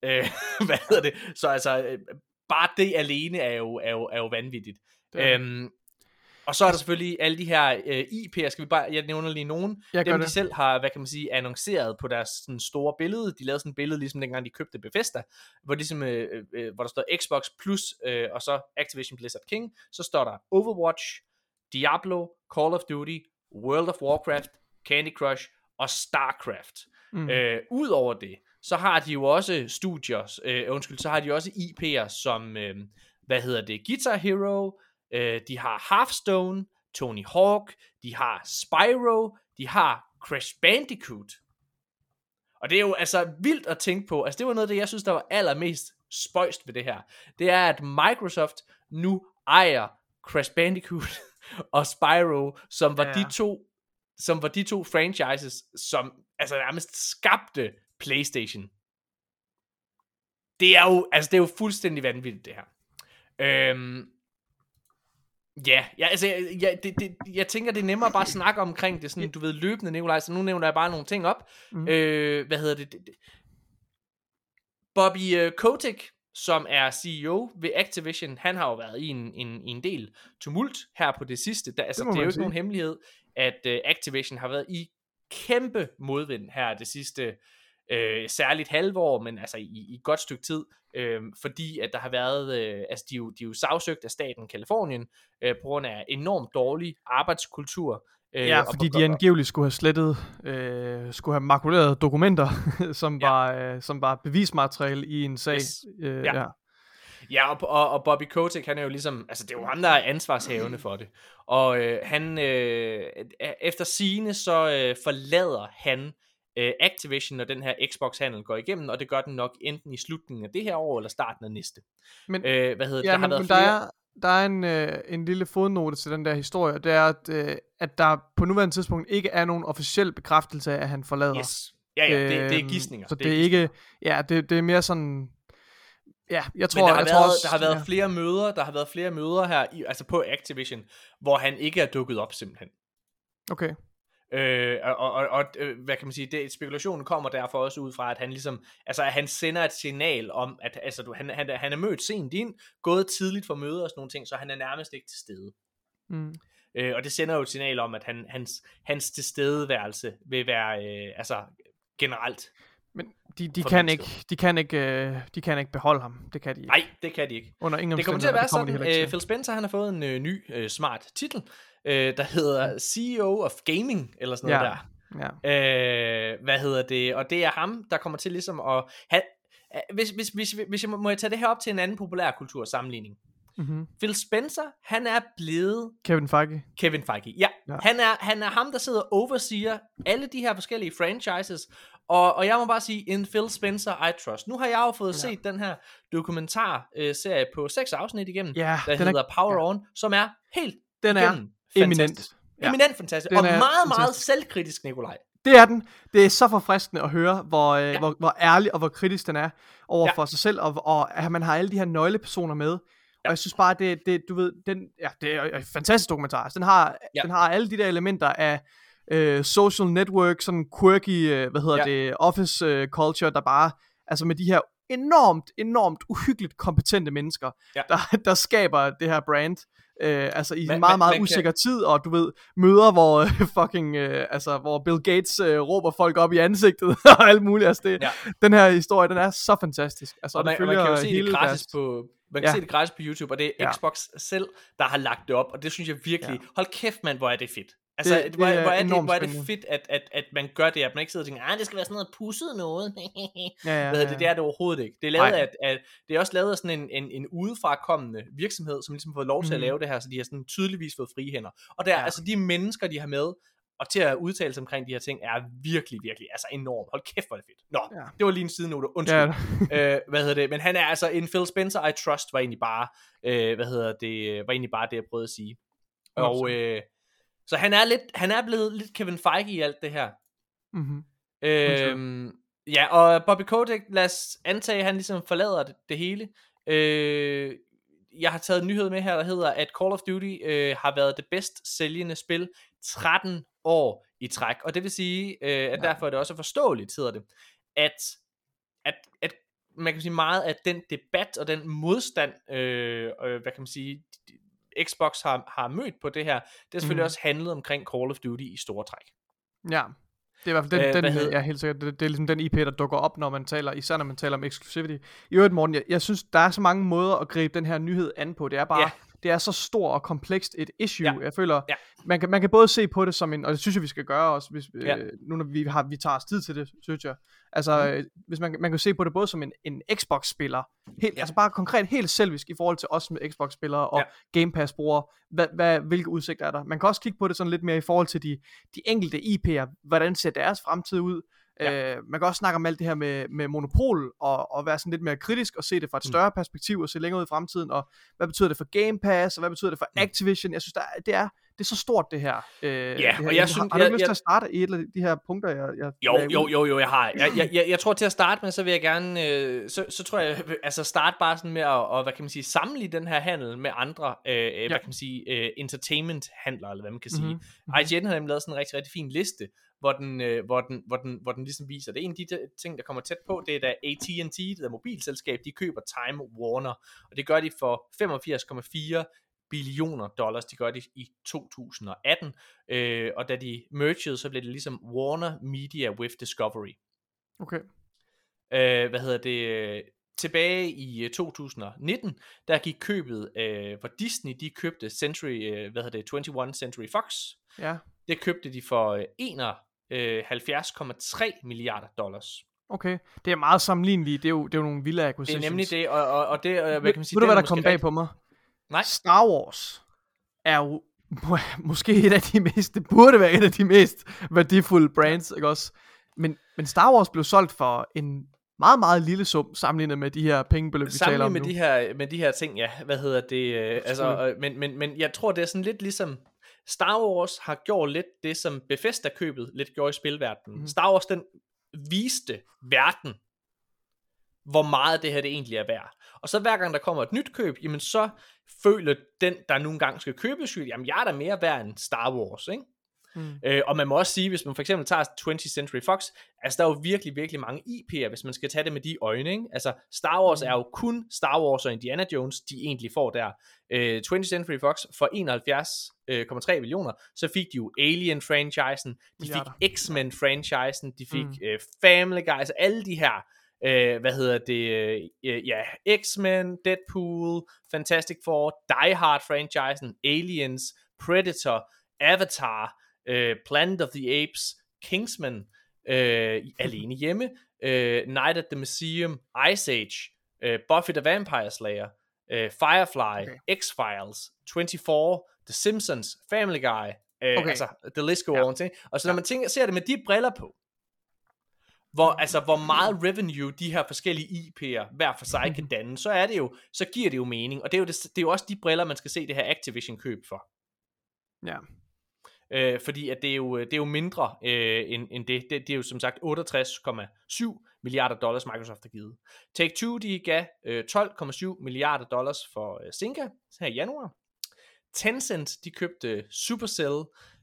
Så altså, bare det alene er jo vanvittigt. Og så er der selvfølgelig alle de her IP'er, jeg nævner lige nogen, de selv har, hvad kan man sige, annonceret på deres sådan, store billede. De lavede sådan et billede, ligesom dengang de købte Bethesda, hvor der står Xbox Plus, og så Activision Blizzard King, så står der Overwatch, Diablo, Call of Duty, World of Warcraft, Candy Crush og StarCraft. Udover det, så har de jo også så har de også IP'er som, Guitar Hero, de har Hearthstone, Tony Hawk, de har Spyro, de har Crash Bandicoot. Og det er jo altså vildt at tænke på. Altså det var noget af det, jeg synes, der var allermest spøjst ved det her. Det er, at Microsoft nu ejer Crash Bandicoot og Spyro, som var de to franchises, som altså nærmest skabte PlayStation. Det er jo fuldstændig vanvittigt, det her. Jeg tænker, det er nemmere bare at snakke omkring det, sådan, du ved, løbende, Nikolaj, så nu nævner jeg bare nogle ting op. Bobby Kotick, som er CEO ved Activision, han har jo været i en del tumult her på det sidste. Det er jo ikke nogen hemmelighed, at Activision har været i kæmpe modvind her det sidste særligt halve år, men altså i et godt stykke tid, fordi at der har været, de er jo sagsøgt af staten Kalifornien på grund af enormt dårlig arbejdskultur. Fordi de angiveligt skulle have slettet, skulle have makuleret dokumenter, som var bevismateriale i en sag. Og Bobby Kotick, han er jo ligesom, altså det er jo ham, der er ansvarshavende for det. Og han, efter sigende, så forlader han Activision, når den her Xbox-handel går igennem, og det gør den nok enten i slutningen af det her år, eller starten af næste. Men, der er en lille fodnote til den der historie, det er, at der på nuværende tidspunkt ikke er nogen officiel bekræftelse af, at han forlader. Yes. Det er gidsninger. Så det er ikke, det er mere sådan, jeg tror, der har været flere møder her, altså på Activision, hvor han ikke er dukket op simpelthen. Okay. Hvad kan man sige, spekulationen kommer derfor også ud fra, at han ligesom, altså at han sender et signal om, at altså, han er mødt sent ind, gået tidligt for møder og sådan nogle ting, så han er nærmest ikke til stede. Og det sender jo et signal om, at hans tilstedeværelse vil være, altså generelt. Men de kan ikke beholde ham. Det kan de ikke. Nej, det kan de ikke. Under ingen det kommer til at være sådan, Phil Spencer, han har fået en ny smart titel, der hedder CEO of Gaming, eller sådan noget der. Og det er ham, der kommer til ligesom at... Hvis jeg må tage det her op til en anden populærkultur sammenligning. Phil Spencer, han er blevet... Kevin Feige. Ja. Han er ham, der sidder og overseer alle de her forskellige franchises, Og jeg må bare sige, in Phil Spencer, I trust. Nu har jeg jo fået set den her dokumentar-serie på 6 afsnit igennem, der hedder Power On, som er helt igennem fantastisk. Eminent fantastisk. Og meget, meget selvkritisk, Nikolaj. Det er den. Det er så forfriskende at høre, hvor ærlig og hvor kritisk den er over for sig selv, og at man har alle de her nøglepersoner med. Og jeg synes bare, det du ved, det er en fantastisk dokumentar. Altså, den har alle de der elementer af social network, sådan quirky, office culture, der bare, altså med de her enormt uhyggeligt kompetente mennesker, der skaber det her brand. Altså i en meget usikker tid, og du ved, møder, hvor hvor Bill Gates råber folk op i ansigtet, og alt muligt. Altså den her historie, den er så fantastisk. Altså, og man kan jo se det gratis se det gratis på YouTube, og det er Xbox selv, der har lagt det op, og det synes jeg virkelig, hold kæft mand, hvor er det fedt. Altså, hvor er det fedt, at man gør det, at man ikke sidder og tænker, det skal være sådan noget pusset noget. Det er det overhovedet ikke. Det er lavet det er også lavet af sådan en udefrakommende virksomhed, som ligesom har fået lov til at lave det her, så de har sådan tydeligvis fået frie hænder. Og altså de mennesker, de har med, og til at udtale sig omkring de her ting, er virkelig, virkelig, altså enormt. Hold kæft, hvor er det fedt. Nå, det var lige en sidenote, undskyld. Men han er altså en Phil Spencer, I trust, var egentlig bare, det jeg prøvede at sige. Og så han er blevet lidt Kevin Feige i alt det her. Og Bobby Kotick, lad os antage, at han ligesom forlader det hele. Jeg har taget en nyhed med her, der hedder, at Call of Duty har været det bedst sælgende spil 13 år i træk. Og det vil sige, at derfor er det også forståeligt, hedder det, at man kan sige meget, at den debat og den modstand, hvad kan man sige, Xbox har mødt på det her, det har selvfølgelig også handlet omkring Call of Duty i store træk. Ja, det er i hvert fald den helt sikkert, det er ligesom den IP, der dukker op, især når man taler om exclusivity. I øvrigt, Morten, jeg synes, der er så mange måder at gribe den her nyhed an på. Det er bare, det er så stor og komplekst et issue. Jeg føler, man kan både se på det som og det synes jeg, vi skal gøre også, hvis, nu når vi tager os tid til det, synes jeg. Altså, hvis man kan se på det både som en Xbox-spiller, altså bare konkret helt selvisk i forhold til os med Xbox-spillere og Game Pass-brugere, hvilke udsigter er der. Man kan også kigge på det sådan lidt mere i forhold til de enkelte IP'er, hvordan ser deres fremtid ud. Man kan også snakke om alt det her med monopol og være sådan lidt mere kritisk og se det fra et større perspektiv og se længere ud i fremtiden, og hvad betyder det for Game Pass, og hvad betyder det for Activision. Jeg synes, det er så stort det her. Og jeg synes, har du lyst til at starte i et af de her punkter? Jeg har. Jeg tror til at starte med, så vil jeg gerne, så tror jeg, altså starte bare sådan med at hvad kan man sige, sammenligne den her handel med andre, hvad kan man sige, entertainment handler, eller hvad man kan sige. IGN har nemlig lavet sådan en rigtig, rigtig fin liste, hvor den ligesom viser, det er en af de ting, der kommer tæt på, det er da AT&T, det der mobilselskab, de køber Time Warner, og det gør de for $85,4 billioner. De gør det i 2018, og da de mergede, så blev det ligesom Warner Media with Discovery. Okay. Tilbage i 2019, der gik købet, hvor Disney, de købte 21 Century Fox. Ja. Det købte de for 71,3 milliarder dollars. Okay, det er meget sammenligneligt. Det er jo nogle vilde acquisitions. Det er nemlig det, og det, hvad kan man sige, ved du, hvad der kom bag på mig? Nej. Star Wars er jo måske et af de mest, det burde være et af de mest værdifulde brands, ikke også? Men Star Wars blev solgt for en meget, meget lille sum sammenlignet med de her pengebeløb, vi taler om nu. Med de her ting, men jeg tror, det er sådan lidt ligesom, Star Wars har gjort lidt det, som Bethesda-købet lidt gjorde i spilverdenen. Star Wars, den viste verden, hvor meget det her det egentlig er værd. Og så hver gang der kommer et nyt køb, jamen så føler den, der nogle gange skal købes, jamen jeg er da mere værd end Star Wars, ikke? Og man må også sige, hvis man for eksempel tager 20th Century Fox, altså der er jo virkelig, virkelig mange IP'er, hvis man skal tage det med de øjne, ikke? Altså Star Wars er jo kun Star Wars og Indiana Jones, de egentlig får der. 20th Century Fox for 71,3 millioner, så fik de jo Alien-franchisen, de fik X-Men-franchisen, de fik Family Guy, altså alle de her, X-Men, Deadpool, Fantastic Four, Die Hard-franchisen, Aliens, Predator, Avatar, Planet of the Apes, Kingsman, Alene Hjemme, Night at the Museum, Ice Age, Buffy the Vampire Slayer, Firefly, X-Files, 24, The Simpsons, Family Guy, altså the list goes on. Og så når man ser det med de briller på, hvor meget revenue de her forskellige IP'er hver for sig kan danne, så giver det jo mening, og det er jo også de briller, man skal se det her Activision køb for. Ja. Fordi at det er jo mindre end det. Det er jo som sagt 68,7 milliarder dollars Microsoft har givet. Take-Two, de gav 12,7 milliarder dollars for Zynga her i januar. Tencent, de købte Supercell,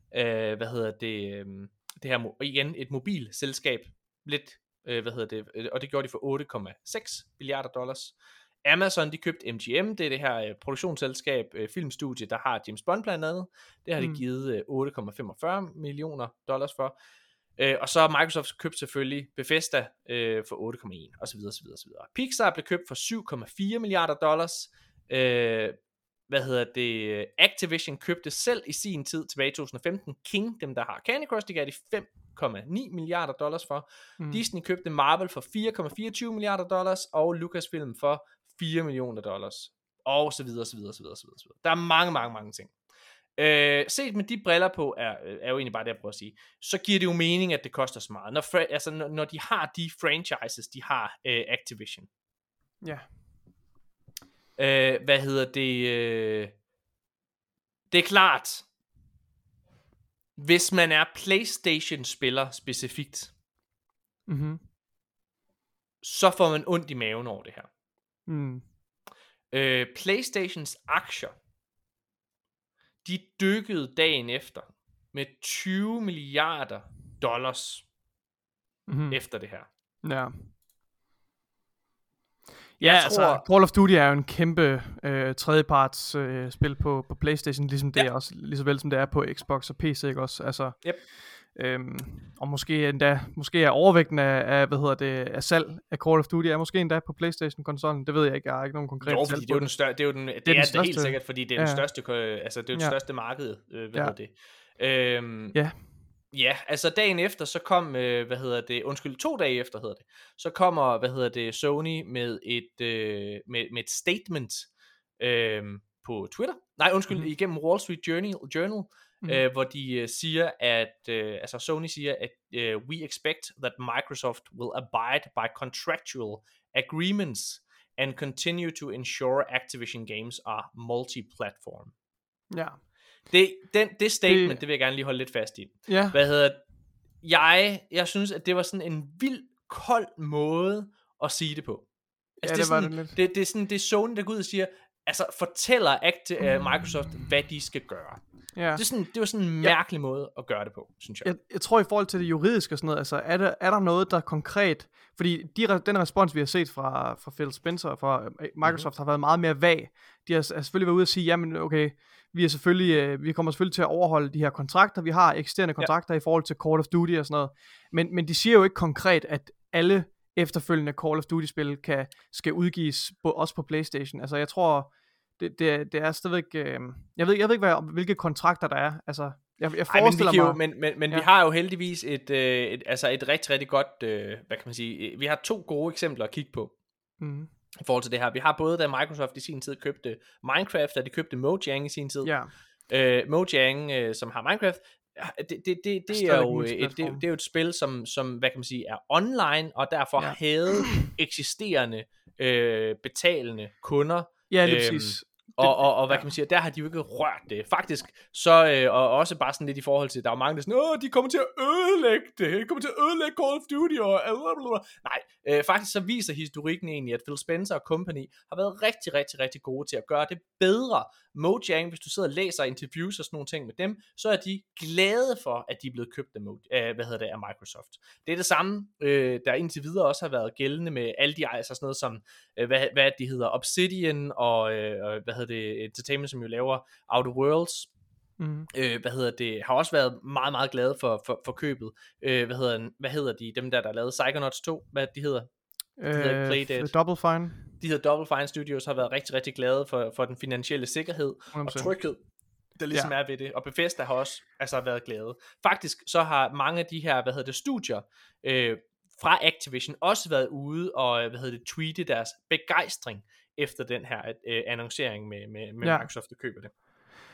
det her igen et mobilselskab, lidt, og det gjorde de for 8,6 milliarder dollars. Amazon, de købte MGM, det er det her produktionsselskab, filmstudie, der har James Bond blandt andet. Det har de givet 8,45 millioner dollars for. Og så har Microsoft købt selvfølgelig Bethesda for 8,1 osv. Pixar blev købt for 7,4 milliarder dollars. Activision købte selv i sin tid tilbage i 2015 King, dem der har Candy Crush, de gav de 5,9 milliarder dollars for. Disney købte Marvel for 4,24 milliarder dollars, og Lucasfilm for 4 millioner dollars, og så videre. Der er mange ting. Set med de briller på, er jo egentlig bare det, jeg prøver at sige, så giver det jo mening, at det koster så meget, når de har de franchises, de har Activision. Ja. Det er klart, hvis man er PlayStation-spiller specifikt, så får man ondt i maven over det her. PlayStations aktier, de dykkede dagen efter med 20 milliarder dollars efter det her. Ja. Call of Duty er jo en kæmpe tredjeparts spil på PlayStation, ligesom det er også, lige så vel som det er på Xbox og PC, ikke også? Altså, og måske er overvægten af salg af Call of Duty er måske endda på PlayStation-konsollen. Det ved jeg ikke, jeg har ikke nogen konkret tal på det. Det er helt sikkert, fordi det er den største, altså det er det største marked, Ja, altså dagen efter, så kom, 2 dage efter, så kommer, Sony med et statement på Twitter. Igennem Wall Street Journal, hvor de siger, at, Sony siger, at we expect that Microsoft will abide by contractual agreements and continue to ensure Activision games are multi-platform. Ja. Det statement, det vil jeg gerne lige holde lidt fast i. Ja. Jeg synes, at det var sådan en vild, kold måde at sige det på. Altså, det er Sony, der går ud og siger, altså fortæller Microsoft, hvad de skal gøre. Ja. Det var sådan en mærkelig måde at gøre det på, synes jeg. Jeg tror i forhold til det juridiske og sådan noget, altså er der noget, der konkret, fordi den respons, vi har set fra Phil Spencer og fra Microsoft, har været meget mere vag. De har selvfølgelig været ude og sige, jamen okay, vi kommer selvfølgelig til at overholde de her kontrakter, vi har eksisterende kontrakter i forhold til Call of Duty og sådan noget, men de siger jo ikke konkret, at alle efterfølgende Call of Duty-spil skal udgives også på PlayStation. Altså jeg tror, det er stadigvæk, jeg ved ikke, hvilke kontrakter der er. Altså, jeg forestiller mig... Men vi har jo heldigvis et rigtig, rigtig godt, hvad kan man sige, vi har 2 gode eksempler at kigge på. I forhold til det her. Vi har både, da Microsoft i sin tid købte Minecraft, da de købte Mojang i sin tid. Mojang, som har Minecraft, det er jo et spil, som hvad kan man sige, er online, og derfor havde eksisterende betalende kunder. Ja, det er præcis. Og hvad kan man sige, der har de jo ikke rørt det. Faktisk, så, og også bare sådan lidt i forhold til, der er mange, der sådan, de kommer til at ødelægge det. De kommer til at ødelægge Call of Duty. Nej, faktisk så viser historikken egentlig, at Phil Spencer og company har været rigtig, rigtig, rigtig gode til at gøre det bedre. Mojang, hvis du sidder og læser interviews og sådan nogle ting med dem, så er de glade for, at de er blevet købt af Microsoft. Det er det samme, der indtil videre også har været gældende med alle de, altså sådan noget som, hvad de hedder, Obsidian og Entertainment, som jo laver Outer Worlds. Har også været meget, meget glade for købet. Hvad hedder de, dem der lavede Psychonauts 2, hvad de hedder? Double Fine. De hedder Double Fine Studios, har været rigtig, rigtig glade for den finansielle sikkerhed 100%. Og tryghed, der ligesom er ved det. Og Bethesda har også været glade. Faktisk så har mange af de her, studier fra Activision også været ude og, tweete deres begejstring efter den her annoncering med Microsoft, der køber det.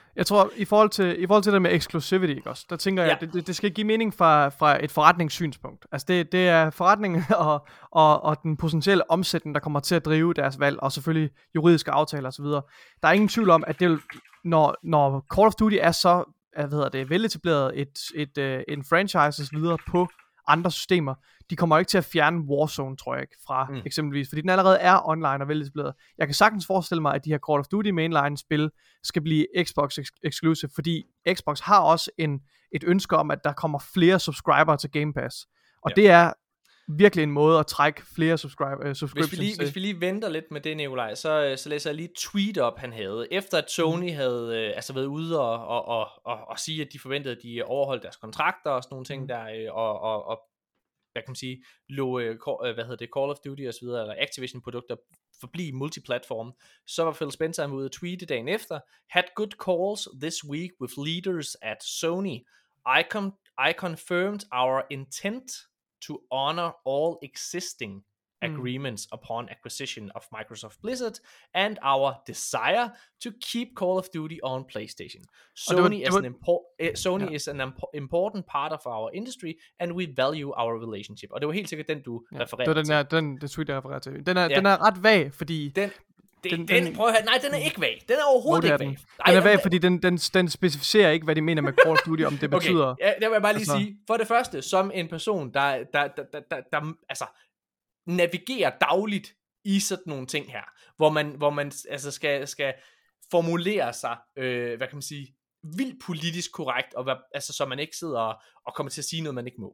Jeg tror, i forhold til det med exclusivity, ikke også, der tænker jeg, det skal give mening fra et forretningssynspunkt. Altså det er forretningen og den potentielle omsætning, der kommer til at drive deres valg, og selvfølgelig juridiske aftaler osv. Der er ingen tvivl om, at det vil, når Call of Duty er så veletableret en franchise videre på andre systemer, de kommer ikke til at fjerne Warzone, tror jeg ikke, fra eksempelvis, fordi den allerede er online og veletableret. Jeg kan sagtens forestille mig, at de her Call of Duty mainline spil skal blive Xbox exclusive, fordi Xbox har også et ønske om, at der kommer flere subscriber til Game Pass. Og det er virkelig en måde at trække flere subscriptions. Hvis vi lige venter lidt med det, Nikolaj, så læser jeg lige et tweet op, han havde. Efter at Sony havde været ude og sige, at de forventede, at de overholdt deres kontrakter og sådan nogle ting der, og hvad kan man sige, Call of Duty og så videre, eller Activision produkter forblive multiplatform, så var Phil Spencer ude at tweete dagen efter, had good calls this week with leaders at Sony. I confirmed our intent to honor all existing agreements upon acquisition of Microsoft Blizzard and our desire to keep Call of Duty on PlayStation. Sony is an important part of our industry, and we value our relationship. Og det var helt sikkert den, du refererede til. Det tweet, jeg refererer til. Den er ret vag, fordi... Den er ikke vag. Den er overhovedet ikke vag. Den er vag, fordi den specificerer ikke, hvad de mener med Call of Duty, om det betyder... Okay, det vil jeg bare lige sige. For det første, som en person, der altså navigerer dagligt i sådan nogle ting her, hvor man altså skal formulere sig, hvad kan man sige, vildt politisk korrekt, og så man ikke sidder og kommer til at sige noget, man ikke må.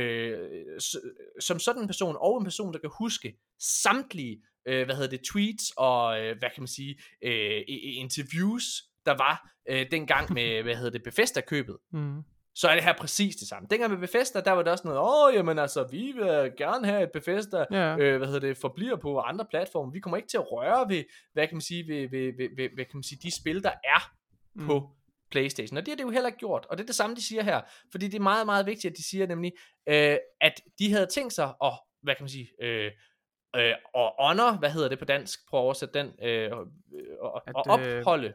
Som sådan en person, og en person, der kan huske samtlige tweets og hvad kan man sige, interviews, der var dengang med Bethesda-købet, så er det her præcis det samme. Dengang med Bethesda, der var det også noget, jamen altså, vi vil gerne have et Bethesda, forbliver på andre platforme. Vi kommer ikke til at røre ved, hvad kan man sige, hvad kan man sige, de spil, der er på PlayStation. Og det har det jo heller ikke gjort. Og det er det samme, de siger her. Fordi det er meget, meget vigtigt, at de siger nemlig, at de havde tænkt sig at, hvad kan man sige, og honor, hvad hedder det på dansk? Prøv at oversætte den. Og opholde.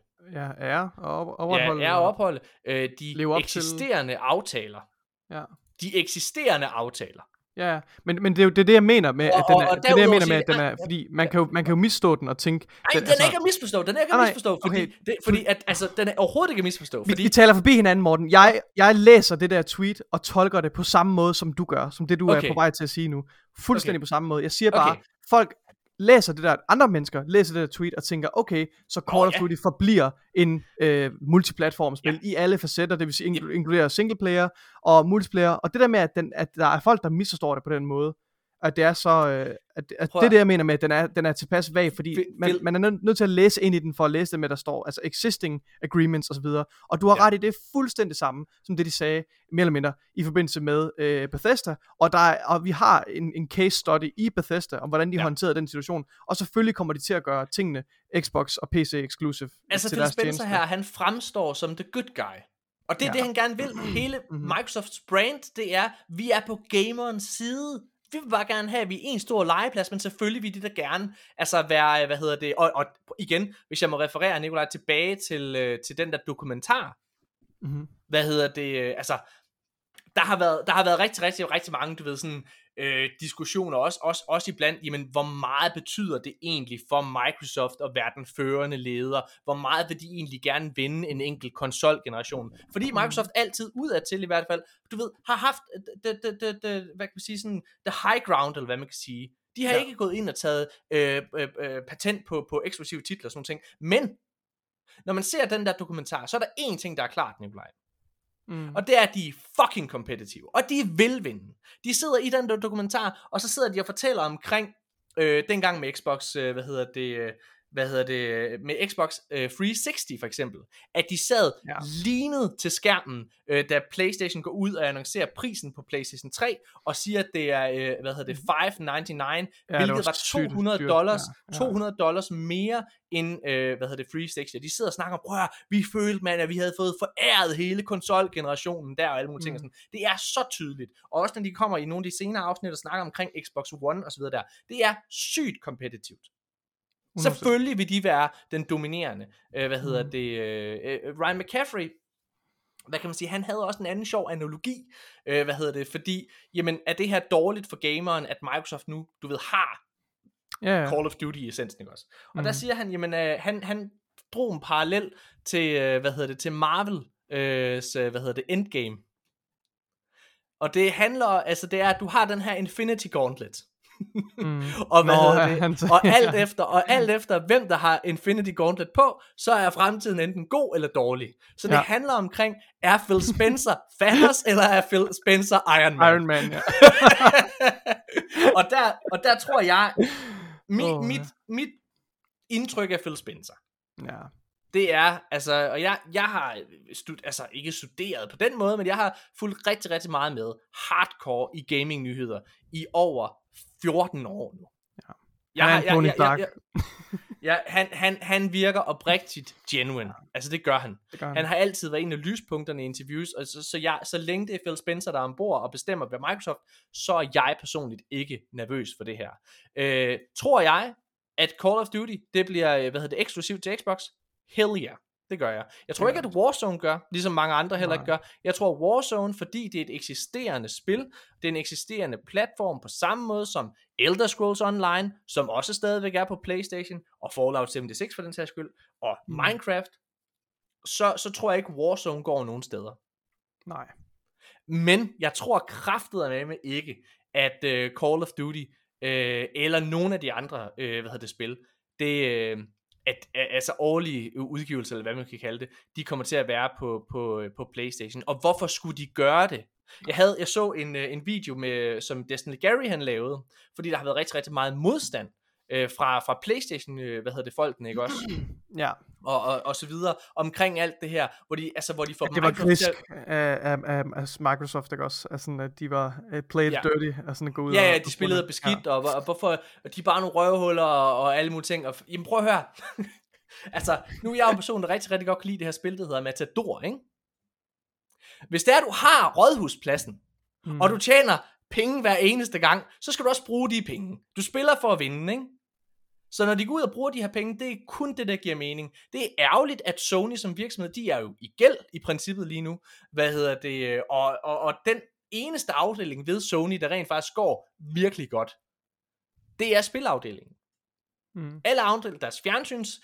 Opholde de eksisterende aftaler. Ja. De eksisterende aftaler. Ja, men det er jo det, jeg mener med, at den er, det er det, jeg mener med, at den er, fordi man kan jo misstå den og tænke... Nej, den er ikke at misforstå, fordi at, altså, den er overhovedet ikke at misforstå. Vi taler forbi hinanden, Morten. Jeg læser det der tweet og tolker det på samme måde, som du gør, som det du er på vej til at sige nu. Fuldstændig på samme måde. Jeg siger bare, folk læser det der, andre mennesker læser det der tweet og tænker, okay, så Call of Duty forbliver en multiplatform spil i alle facetter, det vil sige inkluderer singleplayer og multiplayer, og det der med, at der er folk, der misforstår det på den måde, at det er så, at det er det, jeg mener med, at den er tilpas vag, fordi man er nødt til at læse ind i den, for at læse det med, der står, altså existing agreements osv., og du har ret i, det er fuldstændig samme, som det de sagde, mere eller mindre, i forbindelse med Bethesda, og vi har en case study i Bethesda, om hvordan de håndterede den situation, og selvfølgelig kommer de til at gøre tingene Xbox og PC exclusive altså til deres tjeneste. Her, han fremstår som the good guy, og det er det, han gerne vil. Hele Microsofts brand, det er, vi er på gamerens side. Vi vil bare gerne have, at vi er en stor legeplads, men selvfølgelig vil de der gerne, altså være, og igen, hvis jeg må referere, Nikolaj, tilbage til den der dokumentar, altså, der har været rigtig mange, du ved, sådan, diskussioner, også iblandt, jamen, hvor meget betyder det egentlig for Microsoft at være den førende leder, hvor meget vil de egentlig gerne vinde en enkelt konsolgeneration, fordi Microsoft altid udadtil i hvert fald, du ved, har haft hvad kan man sige, sådan, the high ground, eller hvad man kan sige. De har ikke gået ind og taget patent på eksklusive titler og sådan ting, men når man ser den der dokumentar, så er der én ting, der er klart, Nikolaj. Og det er, at de er fucking competitive, og de vil vinde. De sidder i den der dokumentar, og så sidder de og fortæller omkring dengang med Xbox, med Xbox 360 for eksempel, at de sad lignet til skærmen, da PlayStation går ud og annoncerer prisen på PlayStation 3, og siger, at det er, $599, hvilket var $200 mere end, $360. De sidder og snakker om, prøv at vi følte, man, at vi havde fået foræret hele konsolgenerationen der, og alle mulige ting og sådan. Det er så tydeligt, og også når de kommer i nogle af de senere afsnit og snakker omkring Xbox One og så videre der, det er sygt kompetitivt. Selvfølgelig vil de være den dominerende. Ryan McCaffrey, hvad kan man sige, han havde også en anden sjov analogi, fordi, jamen, er det her dårligt for gameren, at Microsoft nu, du ved, har Call of Duty i essensen, ikke også? Og der siger han, jamen, han drog en parallel til, til Marvel, Endgame. Og det handler, altså det er, at du har den her Infinity Gauntlet. Og alt efter hvem der har Infinity Gauntlet på, så er fremtiden enten god eller dårlig. Så det handler omkring, er Phil Spencer Thanos, eller er Phil Spencer Iron Man, ja. og der tror jeg, mit indtryk af Phil Spencer, det er, altså, og jeg har ikke studeret på den måde, men jeg har fulgt rigtig, rigtig meget med hardcore i gaming-nyheder i over 14 år nu. Han virker oprigtigt genuine. Altså det gør han. Han har altid været en af lyspunkterne i interviews, og så længe det er Phil Spencer, der er ombord og bestemmer ved Microsoft, så er jeg personligt ikke nervøs for det her. Tror jeg, at Call of Duty, det bliver, eksklusivt til Xbox? Hell yeah. Det gør jeg. Jeg tror ikke, at Warzone gør, ligesom mange andre heller ikke gør. Jeg tror Warzone, fordi det er et eksisterende spil, det er en eksisterende platform på samme måde som Elder Scrolls Online, som også stadigvæk er på PlayStation, og Fallout 76 for den sags skyld, og Minecraft, så tror jeg ikke, Warzone går nogen steder. Nej. Men jeg tror kraftedeme ikke, at Call of Duty, eller nogen af de andre, spil, altså årlige udgivelser, eller hvad man kan kalde det, de kommer til at være på PlayStation. Og hvorfor skulle de gøre det? Jeg så en video som Destiny Gary han lavede, fordi der har været rigtig, rigtig meget modstand fra PlayStation, folkene, ikke også? Ja. Og så videre, omkring alt det her, hvor de får det var grisk af Microsoft, ikke også? Altså, at de var played dirty, og sådan at gå ud og de spillede beskidt, og hvorfor, og de er bare nogle røvhuller, og alle mulige ting, og jamen prøv at høre, altså, nu er jeg jo en person, der rigtig, rigtig godt kan lide det her spil, der hedder Matador, ikke? Hvis det er, du har rådhuspladsen, og du tjener penge hver eneste gang, så skal du også bruge de penge. Du spiller for at vinde, ikke? Så når de går ud og bruger de her penge, det er kun det, der giver mening. Det er ærgerligt, at Sony som virksomhed, de er jo i gæld i princippet lige nu. Og den eneste afdeling ved Sony, der rent faktisk går virkelig godt, det er spilafdelingen. Alle afdelinger, deres fjernsyns,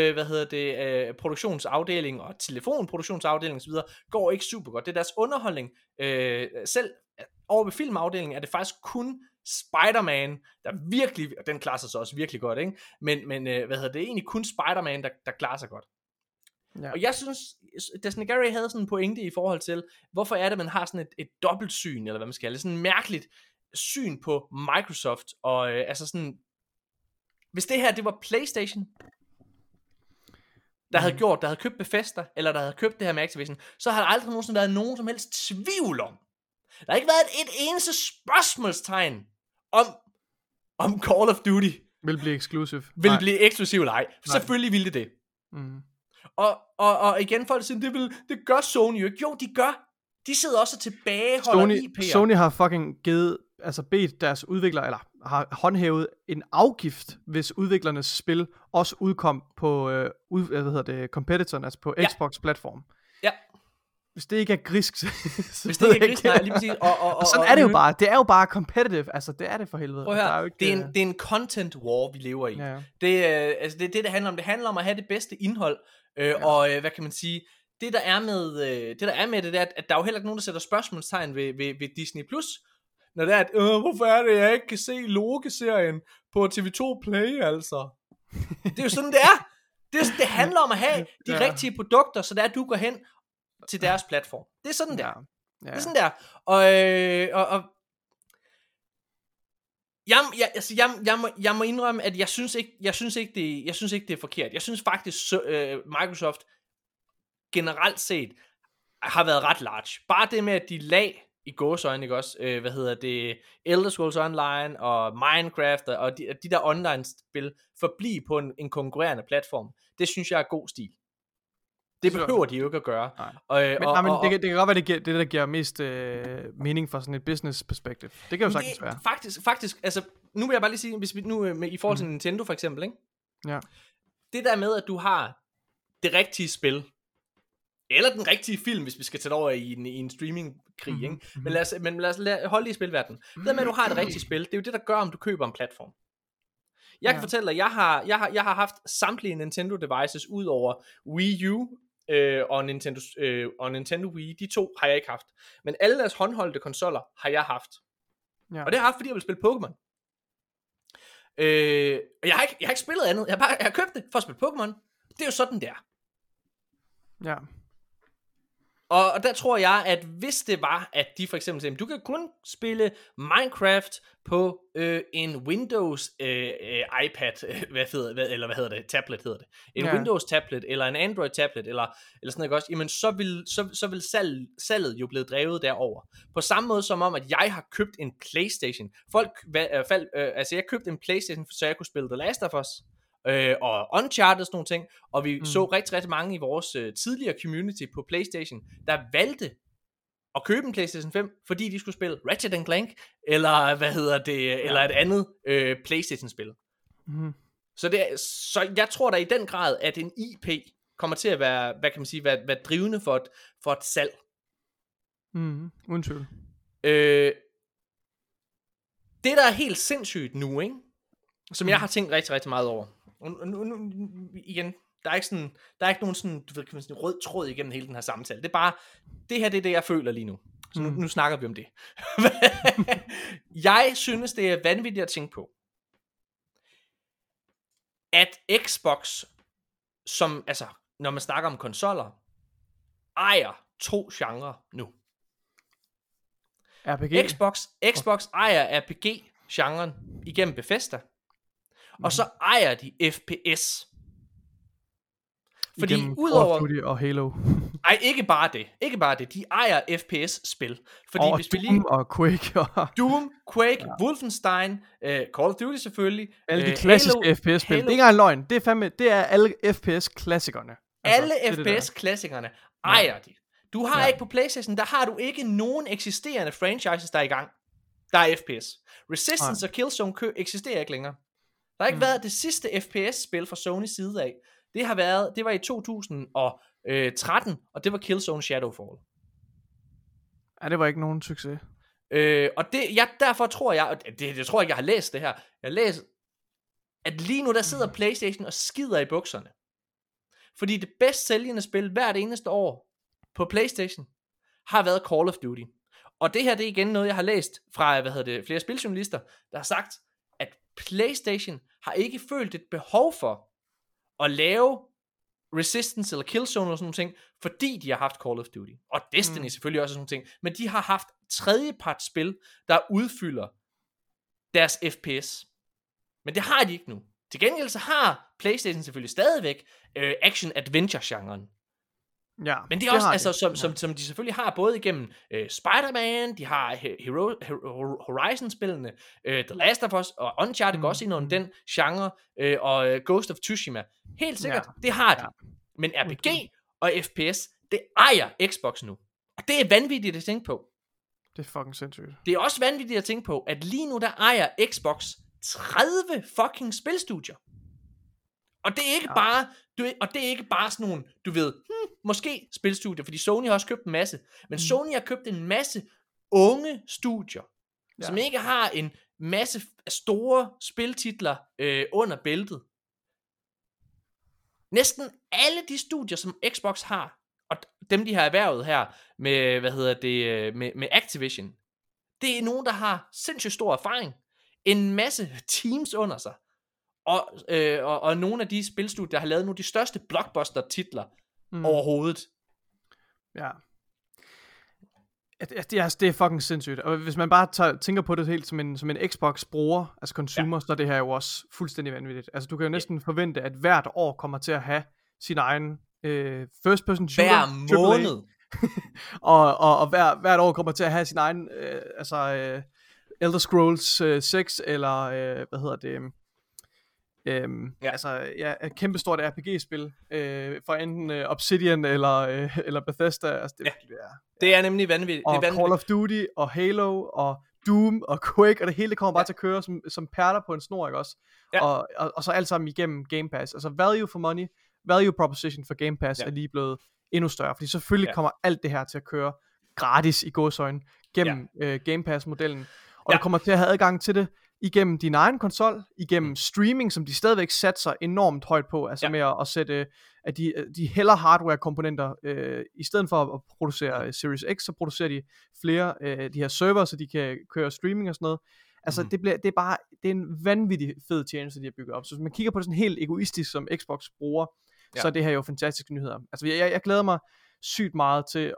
produktionsafdeling og telefonproduktionsafdeling osv., går ikke super godt. Det er deres underholdning. Selv over ved filmafdelingen er det faktisk kun Spider-Man, der virkelig, og den klarer sig så også virkelig godt, ikke? Men det er egentlig kun Spider-Man, der klarer sig godt. Ja. Og jeg synes, Destiny Gary havde sådan en pointe i forhold til, hvorfor er det, man har sådan et dobbeltsyn, eller hvad man skal kalde det, sådan et mærkeligt syn på Microsoft, og altså sådan, hvis det her, det var PlayStation, der havde købt Bethesda, eller der havde købt det her med Activision, så har der aldrig nogensinde været nogen som helst tvivl om. Der har ikke været et eneste spørgsmålstegn om Call of Duty vil blive eksklusiv. Blive eksklusiv eller ej. Selvfølgelig ville det. Og igen, folk siger, det gør Sony jo ikke. Jo, de gør. De sidder også tilbage, holder IP'er. Sony har fucking bedt deres udviklere, eller har håndhævet en afgift, hvis udviklernes spil også udkom på competitoren, altså på Xbox-platform. Ja. Hvis det ikke er grisk, hvis det ikke er grisk, nej, lige præcis. Og sådan er det jo bare. Det er jo bare competitive. Altså, det er det for helvede. Prøv at høre, det er en content war, vi lever i. Ja. Det handler om. Det handler om at have det bedste indhold. Og hvad kan man sige? Det der er med det, er, at der er jo heller ikke nogen, der sætter spørgsmålstegn ved Disney+. Når det er, at hvorfor er det, jeg ikke kan se Loke-serien på TV2 Play, altså? Det er jo sådan, det er. Det handler om at have de rigtige produkter, så der du går hen til deres platform. Det er sådan der. Det er sådan der. Og jeg må indrømme, at jeg synes ikke det er forkert. Jeg synes faktisk Microsoft generelt set har været ret large. Bare det med at de lag i gåseøjne, ikke også? Elder Scrolls Online og Minecraft og de der online spil forblive på en konkurrerende platform. Det synes jeg er god stil. Det behøver de jo ikke at gøre. Men det kan godt være, det der giver mest mening fra sådan et business perspektiv. Det kan jo sagtens være. Faktisk, altså, nu vil jeg bare lige sige, hvis vi nu i forhold til Nintendo for eksempel, ikke? Ja. Det der med, at du har det rigtige spil, eller den rigtige film, hvis vi skal tage det over i en streamingkrig, ikke? Men lad os holde i spilverdenen. Det der med, at du har det rigtige spil, det er jo det, der gør, om du køber en platform. Jeg kan fortælle dig, jeg har haft samtlige Nintendo devices ud over Wii U og Nintendo Wii. De to har jeg ikke haft. Men alle deres håndholdte konsoller har jeg haft. Ja. Og det har jeg haft, fordi jeg vil spille Pokémon. Jeg har ikke spillet andet. Jeg har købt det for at spille Pokémon. Det er jo sådan der. Ja. Og der tror jeg, at hvis det var, at de for eksempel sagde, du kan kun spille Minecraft på en Windows iPad, hvad hedder det, tablet hedder det, en Windows tablet, eller en Android tablet, eller sådan noget også, jamen så vil salget jo blive drevet derover. På samme måde som om, at jeg har købt en PlayStation. Jeg købte en PlayStation, så jeg kunne spille The Last of Us, og Uncharted, sådan nogle ting, og vi så rigtig, rigtig mange i vores tidligere community på PlayStation, der valgte at købe en PlayStation 5, fordi de skulle spille Ratchet & Clank, eller eller et andet PlayStation-spil. Så jeg tror da i den grad, at en IP kommer til at være, hvad kan man sige, være drivende for et salg. Uden tvivl. Det der er helt sindssygt nu, ikke? Som jeg har tænkt rigtig, rigtig meget over. Nu, igen, der er ikke nogen sådan, du ved, kan man sige, rød tråd igennem hele den her samtale. Det er bare, det her det er det, jeg føler lige nu. Så nu snakker vi om det. Jeg synes, det er vanvittigt at tænke på, at Xbox, som, altså, når man snakker om konsoller, ejer 2 genrer nu. RPG. Xbox ejer RPG-genren igennem Bethesda. Og så ejer de FPS. Fordi udover Call of Duty og Halo. Ej, ikke bare det. De ejer FPS-spil. Fordi og hvis Doom vi lige og Quake. Doom, Quake, Wolfenstein, Call of Duty selvfølgelig. Alle de klassiske FPS-spil. Det er ikke engang løgn. Det er alle FPS-klassikerne. Altså, alle FPS-klassikerne ejer de. Du har ikke på PlayStation, der har du ikke nogen eksisterende franchises, der er i gang. Der er FPS. Resistance og Killzone eksisterer ikke længere. Der har ikke været det sidste FPS-spil fra Sonys side af. Det var i 2013, og det var Killzone Shadowfall. Ja, det var ikke nogen succes. Og derfor tror jeg, og det tror jeg ikke, jeg har læst det her. Jeg har læst, at lige nu der sidder PlayStation og skider i bukserne. Fordi det bedst sælgende spil hvert eneste år på PlayStation har været Call of Duty. Og det her, det er igen noget, jeg har læst fra, flere spiljournalister, der har sagt, at PlayStation har ikke følt et behov for at lave Resistance eller Killzone eller sådan nogle ting, fordi de har haft Call of Duty. Og Destiny selvfølgelig også sådan nogle ting. Men de har haft tredjeparts spil, der udfylder deres FPS. Men det har de ikke nu. Til gengæld så har PlayStation selvfølgelig stadigvæk action-adventure-genren. Ja, men det er også, altså, som de selvfølgelig har både igennem Spider-Man, de har Horizon-spillene, The Last of Us, og Uncharted går også ind under den genre, og Ghost of Tsushima. Helt sikkert, det har de. Men RPG og FPS, det ejer Xbox nu. Og det er vanvittigt at tænke på. Det er fucking sindssygt. Det er også vanvittigt at tænke på, at lige nu der ejer Xbox 30 fucking spilstudier. Og det er ikke bare, det er ikke bare sådan nogle, du ved, måske spilstudier, fordi Sony har også købt en masse, men Sony har købt en masse unge studier, som ikke har en masse store spiltitler under bæltet. Næsten alle de studier, som Xbox har, og dem de har erhvervet her med, med Activision, det er nogen, der har sindssygt stor erfaring, en masse teams under sig, og nogle af de spilstudier, der har lavet nogle af de største blockbuster-titler overhovedet. Ja. Det er fucking sindssygt. Og hvis man bare tænker på det helt som en Xbox-bruger, altså consumer, så er det her jo også fuldstændig vanvittigt. Altså du kan jo næsten forvente, at hvert år kommer til at have sin egen first person shooter. Hver måned. og hvert år kommer til at have sin egen, Elder Scrolls 6, eller et kæmpestort RPG-spil for enten Obsidian eller Bethesda. Altså, det er nemlig vanvittigt. Og Call of Duty og Halo og Doom og Quake, og det hele kommer bare til at køre som perler på en snor, ikke også? Ja. Og så alt sammen igennem Game Pass. Altså value for money, value proposition for Game Pass er lige blevet endnu større, fordi selvfølgelig kommer alt det her til at køre gratis i gåseøjne gennem Game Pass-modellen, og du kommer til at have adgang til det igennem din egen konsol, igennem streaming, som de stadigvæk satser enormt højt på, altså med at sætte, at de hælder hardware-komponenter, i stedet for at producere Series X, så producerer de flere de her server, så de kan køre streaming og sådan noget. Altså det er en vanvittig fed tjeneste, de har bygget op. Så hvis man kigger på det sådan helt egoistisk, som Xbox bruger, så er det her jo fantastiske nyheder. Altså jeg glæder mig sygt meget til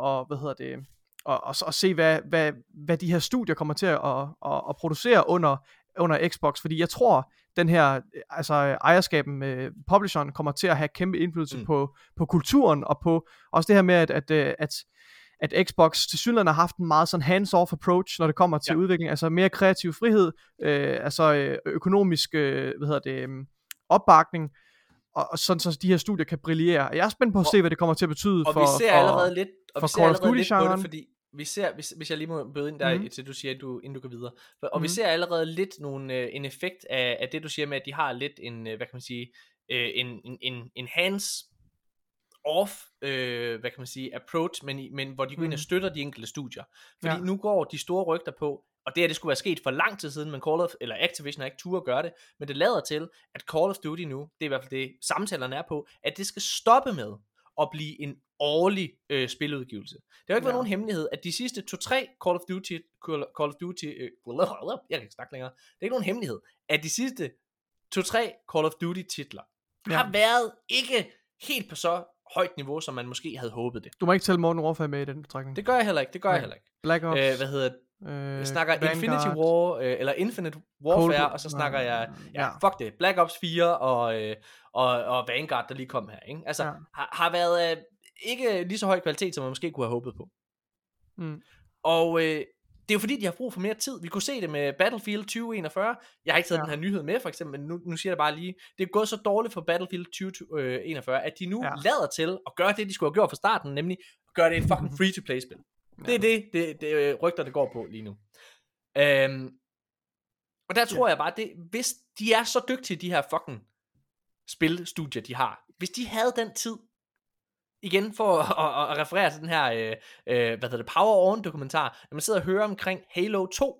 at se hvad de her studier kommer til at producere under Xbox, fordi jeg tror den her ejerskaben med publisheren kommer til at have kæmpe indflydelse på kulturen, og på også det her med at Xbox tilsyneladende har haft en meget sådan hands-off approach, når det kommer til udvikling, altså mere kreativ frihed, økonomisk opbakning, og sådan så de her studier kan brillere. Jeg er spændt på at se, hvad det kommer til at betyde for allerede lidt for Call of Duty genren, fordi vi ser, hvis jeg lige må bøde ind der, til du siger, inden du går videre, og vi ser allerede lidt en effekt af det, du siger med, at de har lidt en, hvad kan man sige, en hands off, hvad kan man sige, approach, men hvor de går ind og støtter de enkelte studier. Fordi nu går de store rygter på, og det skulle være sket for lang tid siden, men Activision har ikke turde at gøre det, men det lader til, at Call of Duty nu, det er i hvert fald det samtalerne er på, at det skal stoppe med at blive en årlig spiludgivelse. Det har ikke været nogen hemmelighed, at de sidste 2-3 Call of Duty, jeg kan ikke snakke længere, det er ikke nogen hemmelighed, at de sidste 2-3 Call of Duty titler har været ikke helt på så højt niveau, som man måske havde håbet det. Du må ikke tælle Modern Warfare med i den trækning. Det gør jeg heller ikke. Black Ops. Jeg snakker Vanguard. Infinity War, eller Infinite Warfare, og så snakker jeg, fuck det, Black Ops 4 og Vanguard, der lige kom her, ikke? Altså, har været ikke lige så høj kvalitet, som man måske kunne have håbet på. Og det er jo fordi, de har brug for mere tid. Vi kunne se det med Battlefield 2041. Jeg har ikke taget den her nyhed med, for eksempel, men nu siger jeg bare lige, det er gået så dårligt for Battlefield 2041, at de nu lader til at gøre det, de skulle have gjort fra starten, nemlig at gøre det et fucking free-to-play-spil. Det er det rygter, det går på lige nu. Og der tror jeg bare, hvis de er så dygtige, de her fucking spilstudier, de har, hvis de havde den tid, igen for at referere til den her Power On dokumentar, når man sidder og hører omkring Halo 2,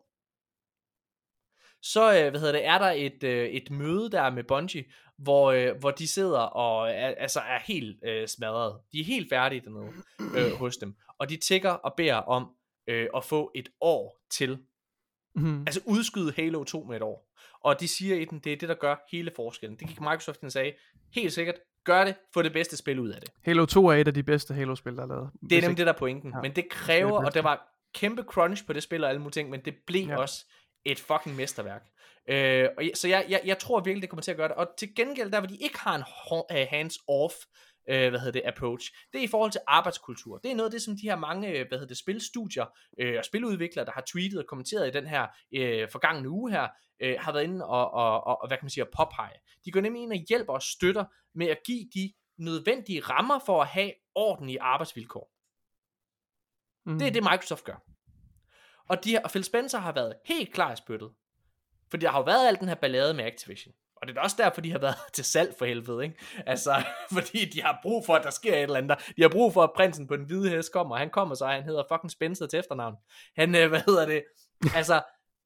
så er der et møde der med Bungie, hvor de sidder og er helt smadret. De er helt færdige dernede hos dem, og de tigger og beder om at få et år til, altså udskyde Halo 2 med et år. Og de siger i den, det er det, der gør hele forskellen. Det gik Microsoft, den sagde, helt sikkert, gør det, få det bedste spil ud af det. Halo 2 er et af de bedste Halo-spil, der er lavet. Det er nemlig det, der er pointen. Men det kræver, og der var kæmpe crunch på det spil og alle mulige ting, men det blev også et fucking mesterværk. Så jeg tror virkelig, det kommer til at gøre det. Og til gengæld, der hvor de ikke har en hands-off approach, det er i forhold til arbejdskultur. Det er noget af det, som de her mange spilstudier og spiludviklere, der har tweetet og kommenteret i den her forgangne uge her, har været inde og hvad kan man sige, at påpege. De går nemlig ind og hjælper og støtter med at give de nødvendige rammer for at have ordentlige arbejdsvilkår. Det er det, Microsoft gør. Og Phil Spencer har været helt klar i spyttet. For der har jo været al den her ballade med Activision. Og det er også derfor, de har været til salg for helvede, ikke? Altså, fordi de har brug for, at der sker et eller andet. De har brug for, at prinsen på den hvide hest kommer. Han kommer så, han hedder fucking Spencer til efternavn. Han, altså...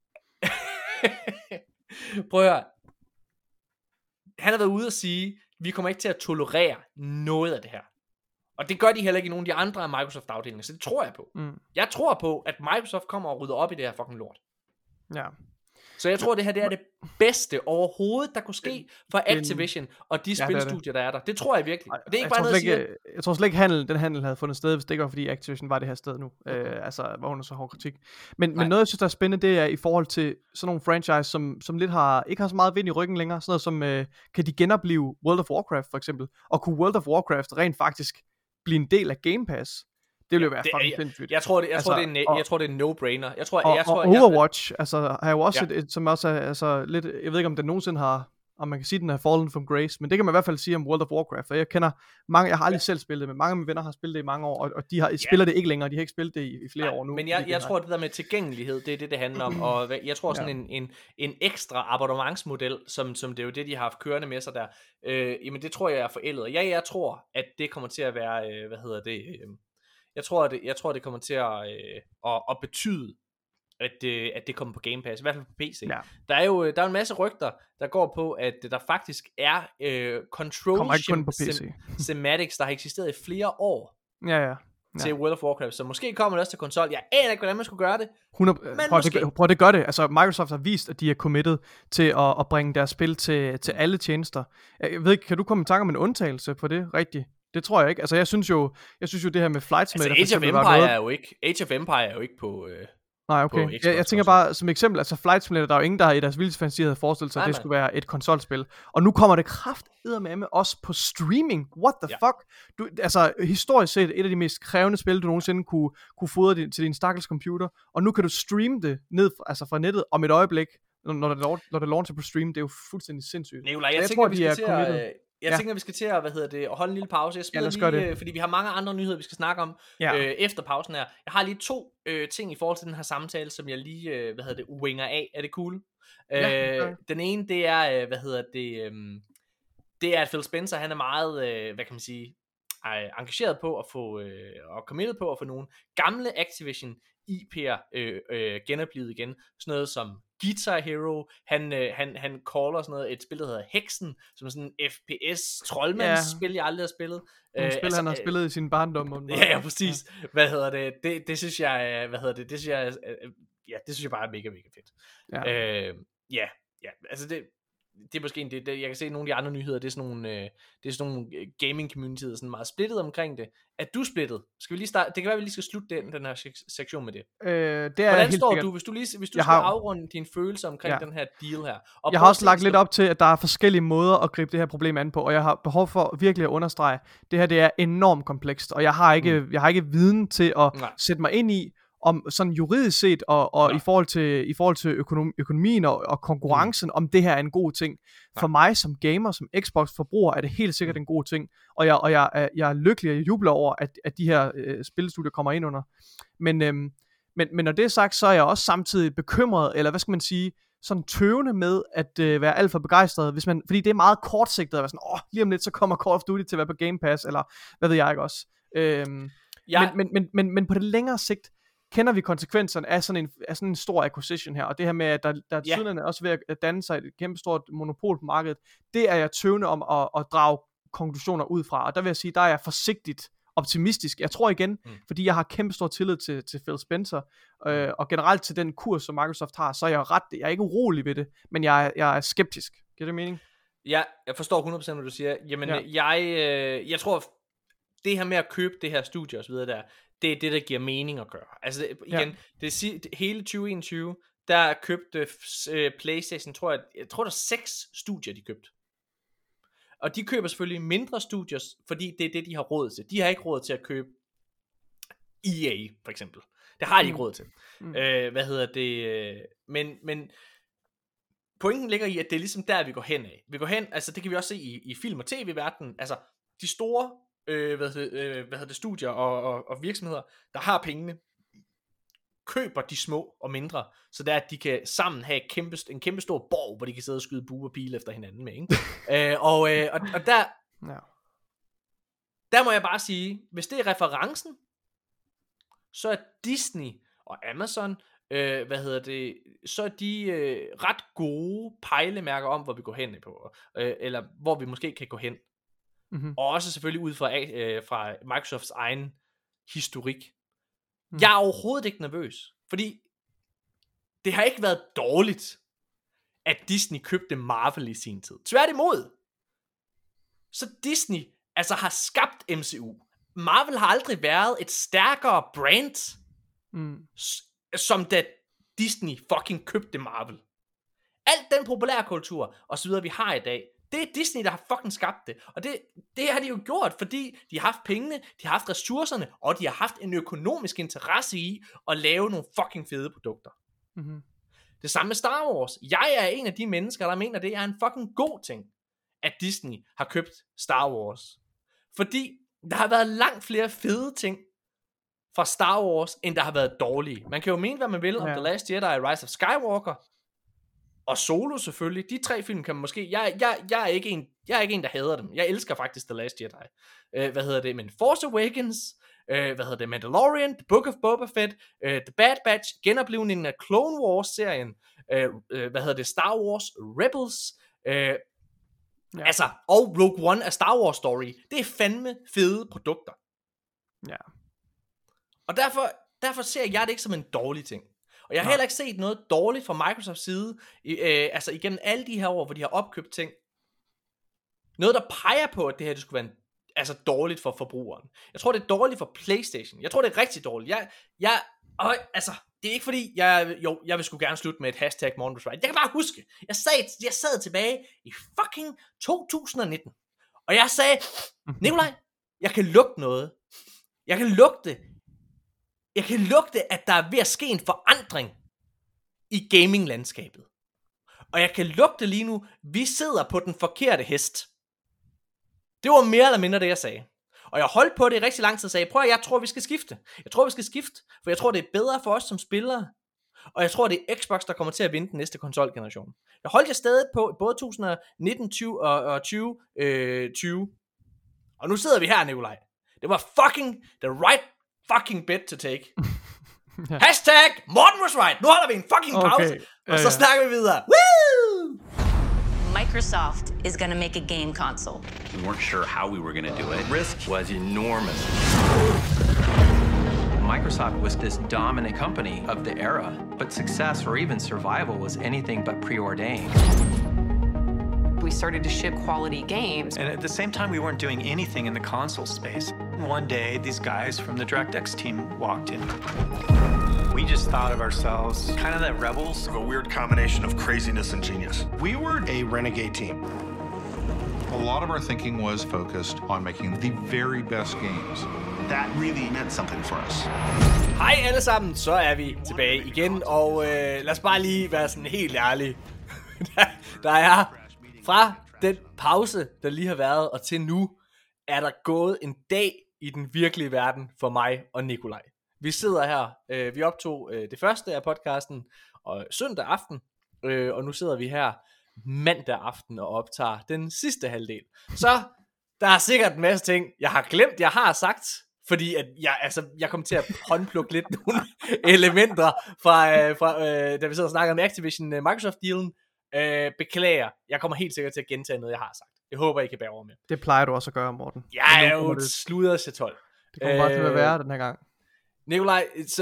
Prøv at høre. Han har været ude at sige, vi kommer ikke til at tolerere noget af det her. Og det gør de heller ikke i nogen af de andre af Microsoft-afdelinger, så det tror jeg på. Jeg tror på, at Microsoft kommer og rydder op i det her fucking lort. Ja. Så jeg tror, det her det er det bedste overhovedet, der kunne ske for Activision og de spilstudier, der er der. Det tror jeg virkelig. Og det er ikke bare noget, jeg siger. Jeg tror slet ikke, den handel havde fundet sted, hvis det ikke var, fordi Activision var det her sted nu. Var under så hård kritik. Men noget, jeg synes, der er spændende, det er i forhold til sådan nogle franchise, som lidt ikke har så meget vind i ryggen længere. Sådan noget som, kan de genopleve World of Warcraft for eksempel? Og kunne World of Warcraft rent faktisk blive en del af Game Pass? Det ville jo være fucking sindssygt. Jeg tror, det er en no-brainer. Og Overwatch, har jo også som også er lidt, jeg ved ikke om den nogensinde har om man kan sige, at den er fallen from grace, men det kan man i hvert fald sige om World of Warcraft, for jeg kender mange, jeg har aldrig selv spillet det, men mange af mine venner har spillet det i mange år, og de spiller det ikke længere, de har ikke spillet det i flere år nu. Men jeg tror, det der med tilgængelighed, det er det handler om, og jeg tror sådan en ekstra abonnementsmodel, som det er jo det, de har haft kørende med sig der, jamen det tror jeg er forældet, og jeg tror, at det kommer til at være, jeg tror, det kommer til at betyde, at det kommer på Game Pass, i hvert fald på PC. Ja. Der er en masse rygter, der går på, at der faktisk er control schematics, der har eksisteret i flere år. Ja. Til World of Warcraft, så måske kommer det også til konsol. Jeg aner ikke, hvordan man skulle gøre det. Prøv at det gør det. Altså Microsoft har vist, at de er committed til at bringe deres spil til alle tjenester. Jeg ved ikke, kan du komme i tanke om en undtagelse på det rigtigt? Det tror jeg ikke. Altså jeg synes jo det her med Flight Simulator, altså, Age of Empire er jo ikke på nej, okay. Jeg tænker bare som eksempel, altså Flight Simulator, der er jo ingen, der i deres vildeste fantasi havde forestillet sig, at det skulle være et konsolspil. Og nu kommer det krafteddermame også på streaming. What the fuck? Altså historisk set et af de mest krævende spil, du nogensinde kunne fodre til din stakkels computer. Og nu kan du streame det ned fra nettet om et øjeblik, når det launcher på stream. Det er jo fuldstændig sindssygt. Nikolaj, jeg tænker, vi skal til at, holde en lille pause. Jeg smider lige, fordi vi har mange andre nyheder, vi skal snakke om efter pausen her. Jeg har lige 2 ting i forhold til den her samtale, som jeg lige, winger af. Er det cool? Den ene, det er, det er, at Phil Spencer, han er meget, engageret på at få, og committed på at få nogle gamle Activision IP'er genoplivet igen. Sådan noget som Guitar Hero, han caller sådan noget, et spil, der hedder Hexen, som er sådan en FPS troldmandsspil, jeg aldrig har spillet. Spil, han har spillet i sin barndom. Ja, præcis. Det synes jeg, det synes jeg bare er mega, mega fedt. Altså det er måske det, jeg kan se nogle af de andre nyheder, det er sådan nogle gaming community'er sådan meget splittet omkring det. Er du splittet? Skal vi lige starte? Det kan være, vi lige skal slutte den her sektion med det. Hvordan står du, hvis du skal afrunde dine følelser omkring den her deal her? Og jeg har også lagt lidt op til, at der er forskellige måder at gribe det her problem an på, og jeg har behov for virkelig at understrege, det her det er enormt komplekst, og jeg har ikke viden til at sætte mig ind i, om sådan juridisk set og i forhold til økonomien og konkurrencen, om det her er en god ting. For mig som gamer, som Xbox forbruger, er det helt sikkert en god ting, og jeg er lykkelig og jubler over, at de her spillestudier kommer ind under. Men når det er sagt, så er jeg også samtidig bekymret, eller hvad skal man sige, sådan tøvende med at være alt for begejstret, fordi det er meget kortsigtet at være sådan, lige om lidt så kommer Call of Duty til at være på Game Pass, eller hvad ved jeg ikke også. Men på det længere sigt kender vi konsekvenserne af sådan en stor acquisition her, og det her med, at der tiderne også ved at danne sig et kæmpe stort monopol på markedet, det er jeg tøvende om at drage konklusioner ud fra, og der vil jeg sige, der er jeg forsigtigt optimistisk. Jeg tror igen, fordi jeg har kæmpe stor tillid til Phil Spencer, og generelt til den kurs, som Microsoft har, så er jeg er ikke urolig ved det, men jeg er skeptisk. Giver det mening? Ja, jeg forstår 100% hvad du siger. Jamen, jeg tror, det her med at købe det her studie og så videre der, det er det, der giver mening at gøre. Altså igen, hele 2021, der købte PlayStation, jeg tror der er 6 studier, de købte. Og de køber selvfølgelig mindre studier, fordi det er det, de har råd til. De har ikke råd til at købe EA, for eksempel. Det har de ikke råd til. Men pointen ligger i, at det er ligesom der, vi går hen af. Vi går hen, altså det kan vi også se i film- og tv-verdenen. Altså, de store studier og virksomheder, der har pengene, køber de små og mindre, så der at de kan sammen have en kæmpe stor borg, hvor de kan sidde og skyde bue og pile efter hinanden med, ikke? Og der må jeg bare sige, hvis det er referencen, så er Disney og Amazon, så er de ret gode pejlemærker om, hvor vi går hen på, eller hvor vi måske kan gå hen. Og også selvfølgelig ud fra Microsofts egen historik. Jeg er overhovedet ikke nervøs, fordi det har ikke været dårligt, at Disney købte Marvel i sin tid. Tværtimod. Så Disney har skabt MCU. Marvel har aldrig været et stærkere brand, som da Disney fucking købte Marvel. Alt den populærkultur og så videre, vi har i dag, det er Disney, der har fucking skabt det. Og det har de jo gjort, fordi de har haft pengene, de har haft ressourcerne, og de har haft en økonomisk interesse i at lave nogle fucking fede produkter. Det samme med Star Wars. Jeg er en af de mennesker, der mener, det er en fucking god ting, at Disney har købt Star Wars. Fordi der har været langt flere fede ting fra Star Wars, end der har været dårlige. Man kan jo mene, hvad man vil om The Last Jedi, Rise of Skywalker, og Solo selvfølgelig. De 3 film kan man måske... Jeg er ikke en, der hader dem. Jeg elsker faktisk The Last Jedi. Men Force Awakens, Mandalorian, The Book of Boba Fett, The Bad Batch, genoplivningen af Clone Wars-serien, Star Wars Rebels, og Rogue One af Star Wars Story. Det er fandme fede produkter. Ja. Og derfor ser jeg det ikke som en dårlig ting. Og jeg har heller ikke set noget dårligt fra Microsofts side, igennem alle de her år, hvor de har opkøbt ting. Noget, der peger på, at det her det skulle være dårligt for forbrugeren. Jeg tror, det er dårligt for PlayStation. Jeg tror, det er rigtig dårligt. Det er ikke fordi, jeg vil sgu gerne slutte med et hashtag Morten Right. Jeg kan bare huske, jeg sad tilbage i fucking 2019, og jeg sagde, Nikolaj, jeg kan lugte noget. Jeg kan lugte, at der er ved at ske en forandring i gaminglandskabet. Og jeg kan lugte lige nu, vi sidder på den forkerte hest. Det var mere eller mindre det, jeg sagde. Og jeg holdt på det i rigtig lang tid og sagde, jeg tror, vi skal skifte. For jeg tror, det er bedre for os som spillere. Og jeg tror, det er Xbox, der kommer til at vinde den næste konsolgeneration. Jeg holdt stadig på både 2019, 20 og 2020. Og nu sidder vi her, Nikolaj. Det var fucking the right fucking bet to take. Hashtag Morten was right. Nu holder vi en fucking pause. Og så snakker vi videre. Woo! Microsoft is going to make a game console. We weren't sure how we were going to do it. Risk was enormous. Microsoft was this dominant company of the era, but success or even survival was anything but preordained. We started to ship quality games. And at the same time, we weren't doing anything in the console space. One day, these guys from the DirectX team walked in. We just thought of ourselves kind of that rebels. A weird combination of craziness and genius. We were a renegade team. A lot of our thinking was focused on making the very best games. That really meant something for us. Hej alle sammen, så er vi tilbage igen, og lad os bare lige være sådan helt ærlige. Der er fra den pause, der lige har været, og til nu, er der gået en dag i den virkelige verden for mig og Nikolaj. Vi sidder her, vi optog det første af podcasten søndag aften, og nu sidder vi her mandag aften og optager den sidste halvdel. Så der er sikkert en masse ting, jeg har glemt, jeg har sagt, fordi at jeg kom til at håndplukke lidt nogle elementer fra da vi sidder og snakker om Activision Microsoft-dealen. Beklager, jeg kommer helt sikkert til at gentage noget, jeg har sagt. Jeg håber, I kan bære over med. Det plejer du også at gøre, Morten. Jeg er jo et sludder-chatol. Det kommer bare til at være den her gang. Nikolaj,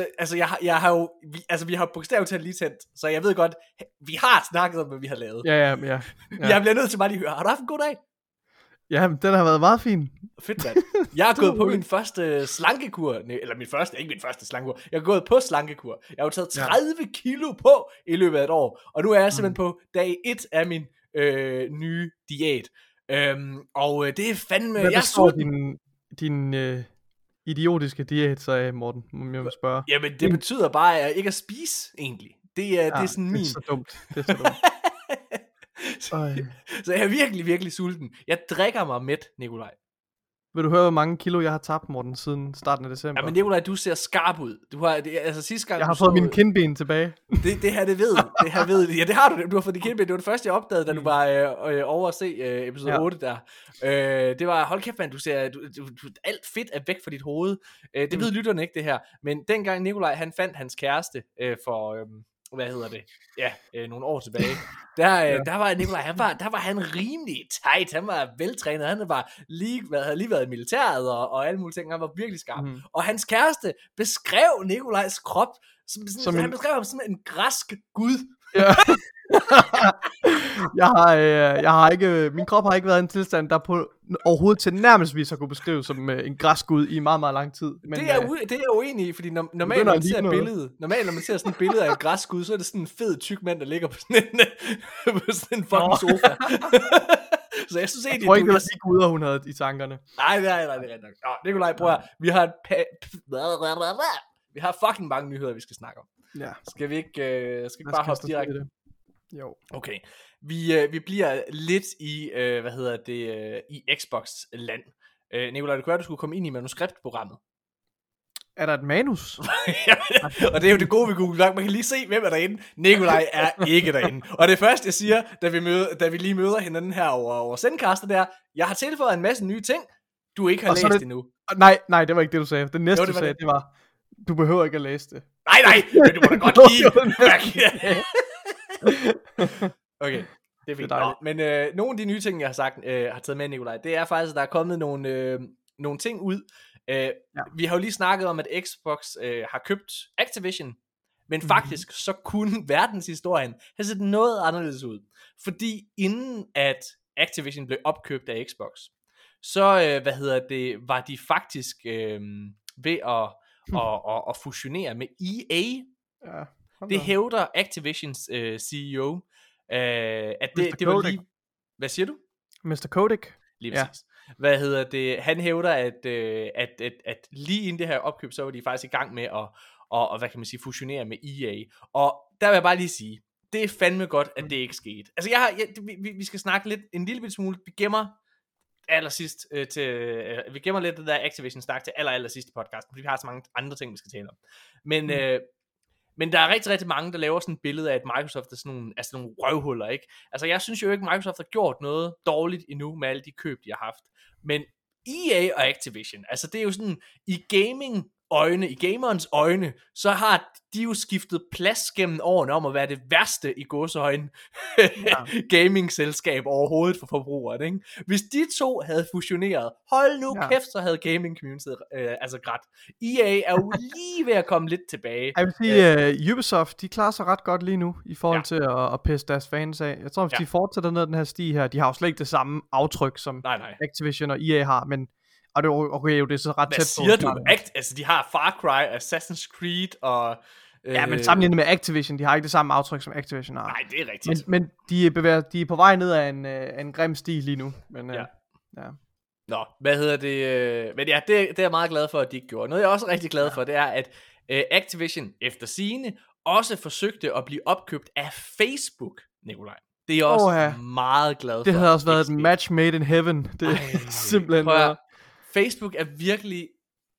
vi har bogstaveligt talt lige tændt, så jeg ved godt, vi har snakket om, hvad vi har lavet. Ja. Jeg bliver nødt til bare lige at høre, har du haft en god dag? Ja, den har været meget fin. Fedt, mand. Jeg har gået på min første slankekur, ikke min første slankekur, jeg har gået på slankekur. Jeg har jo taget 30 kilo på i løbet af et år, og nu er jeg simpelthen på dag 1 af min nye diæt. Og det er fandme... Hvad består din idiotiske diæt, så Morten, må jeg spørge? Jamen, det betyder bare, at jeg ikke at spise, egentlig. Det er sådan min... Det er så dumt. Så jeg er virkelig, virkelig sulten. Jeg drikker mig mæt, Nikolaj. Vil du høre, hvor mange kilo jeg har tabt, Morten, siden starten af december? Ja, men Nikolaj, du ser skarp ud. Du har, sidste gang, jeg har fået mine kindben tilbage. Det her ved. Ja, det har du. Du har fået de kindben. Det var det første, jeg opdagede, da du var over at se episode 8 der. Det var, hold kæft, man, du ser, alt fedt er væk fra dit hoved. Det ved lytterne ikke, det her. Men dengang Nikolaj, han fandt hans kæreste for... nogle år tilbage. Der var Nikolaj, der var han rimelig tight, han var veltrænet, han havde lige været i militæret og alle mulige ting, han var virkelig skarp. Og hans kæreste beskrev Nikolajs krop, han beskrev ham som en græsk gud. Ja. jeg har ikke, min krop har ikke været i en tilstand, der på overhovedet til nærmest har kunne beskrives som en græsgud i meget, meget lang tid. Men, det er jeg uenig i, fordi normalt når man ser når man ser sådan et billede af en græsgud, så er det sådan en fed tyk mand, der ligger på sådan en fucking sofa. Så jeg synes egentlig, jeg tror ikke, det var de guder, hun havde i tankerne. Nej, det er rigtig nok. Nikolaj, bror, vi har fucking mange nyheder, vi skal snakke om. Ja. Skal vi ikke bare hoppe direkte? Jo. Okay. Vi bliver lidt i, i Xbox-land. Nikolaj, det kunne være, du skulle komme ind i manuskriptprogrammet. Er der et manus? Og det er jo det gode ved Google Doc. Man kan lige se, hvem er derinde. Nikolaj er ikke derinde. Og det første, jeg siger, da vi lige møder hinanden her over Sendcaster, der, jeg har tilføjet en masse nye ting, du ikke har læst endnu. Nej, det var ikke det, du sagde. Det næste, du sagde, det var, du behøver ikke at læse det. Nej, men du må da godt lide. Okay, det er fint. Men nogle af de nye ting, jeg har sagt, har taget med, Nikolaj, det er faktisk, at der er kommet nogle ting ud. Vi har jo lige snakket om, at Xbox har købt Activision, men faktisk så kunne verdenshistorien have set noget anderledes ud. Fordi inden at Activision blev opkøbt af Xbox, så var de faktisk ved at fusionere med EA. Ja, det hævder Activisions CEO, at det var lige... Hvad siger du? Mr. Kotick. Lige præcis. Han hævder, at lige inden det her opkøb, så var de faktisk i gang med at hvad kan man sige, fusionere med EA. Og der vil jeg bare lige sige, det er fandme godt, at det ikke skete. Altså vi skal snakke lidt, en lille smule, vi gemmer allersidst vi gemmer lidt det der Activision snak til allersidst i podcasten, fordi vi har så mange andre ting, vi skal tale om. Men der er rigtig, rigtig mange, der laver sådan et billede af, at Microsoft er sådan nogle røvhuller, ikke? Altså, jeg synes jo ikke, Microsoft har gjort noget dårligt endnu med alle de køb, de har haft. Men EA og Activision, altså det er jo sådan, i gamerens øjne, så har de jo skiftet plads gennem årene om at være det værste i gåseøjne gaming-selskab overhovedet for forbrugerne, ikke? Hvis de to havde fusioneret, hold nu kæft, så havde gaming-communityet grædt. EA er jo lige ved at komme lidt tilbage. Jeg vil sige, Ubisoft, de klarer sig ret godt lige nu, i forhold til at pisse deres fans af. Jeg tror, hvis de fortsætter ned den her sti her, de har jo slet ikke det samme aftryk, som Activision og EA har, men og det er jo det er så ret tæt på. Hvad siger du? Altså, de har Far Cry, Assassin's Creed og... Ja, men sammenlignet med Activision, de har ikke det samme aftryk, som Activision har. Nej, det er rigtigt. Men de er på vej ned af en grim stil lige nu. Men, ja. Nå, men ja, det er jeg meget glad for, at de ikke gjorde. Noget, jeg er også rigtig glad for, det er, at Activision efter sigende også forsøgte at blive opkøbt af Facebook, Nikolaj. Det er jeg også meget glad for. Det havde også været et match made in heaven. Det er simpelthen... Facebook er virkelig...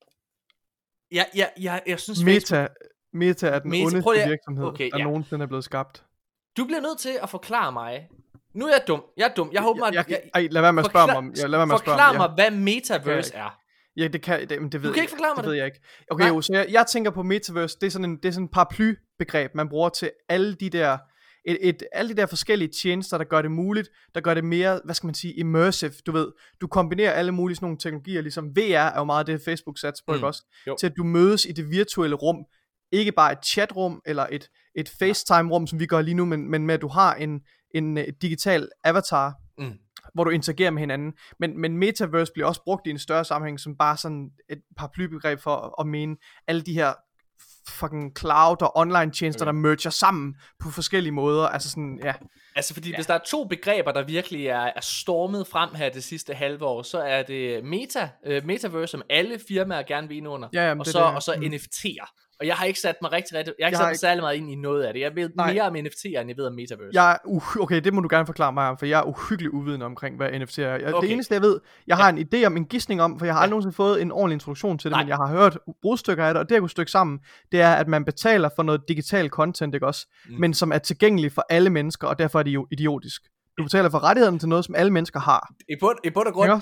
Jeg synes Meta er den ondeste virksomhed, der nogensinde er blevet skabt. Du bliver nødt til at forklare mig... Nu er jeg dum. Jeg håber, lad være med at spørge mig. Forklar mig, hvad Metaverse er. Ja, det ved du kan ikke forklare mig det. Ved jeg ikke. Okay, jo, så jeg tænker på Metaverse, det er sådan en paraplybegreb, man bruger til alle de der... alle de der forskellige tjenester, der gør det muligt, der gør det mere, hvad skal man sige, immersive, du ved, du kombinerer alle mulige sådan nogle teknologier, ligesom VR er jo meget det Facebook sats på, ikke også, til at du mødes i det virtuelle rum, ikke bare et chatrum, eller et FaceTime-rum, som vi gør lige nu, men med at du har en digital avatar, hvor du interagerer med hinanden, men Metaverse bliver også brugt i en større sammenhæng, som bare sådan et paraplybegreb for at mene alle de her fucking cloud og online tjenester, der merger sammen på forskellige måder, altså sådan, Altså fordi hvis der er to begreber, der virkelig er stormet frem her det sidste halve år, så er det Metaverse, som alle firmaer gerne vil ind under, og så NFT'er. Og jeg har ikke sat mig jeg har ikke sat mig særlig meget ind i noget af det. Jeg ved mere om NFT'er, end jeg ved om Metaverse. Okay, det må du gerne forklare mig om, for jeg er uhyggelig uvidende omkring, hvad NFT'er er. Det eneste, jeg ved, jeg har en idé om, en gisning om, for jeg har aldrig nogensinde fået en ordentlig introduktion til det, men jeg har hørt brudstykker af det, og det jeg kunne stykke sammen, det er, at man betaler for noget digital content, ikke også? Men som er tilgængelig for alle mennesker, og derfor er det jo idiotisk. Du betaler for rettighederne til noget, som alle mennesker har. I bund og grund,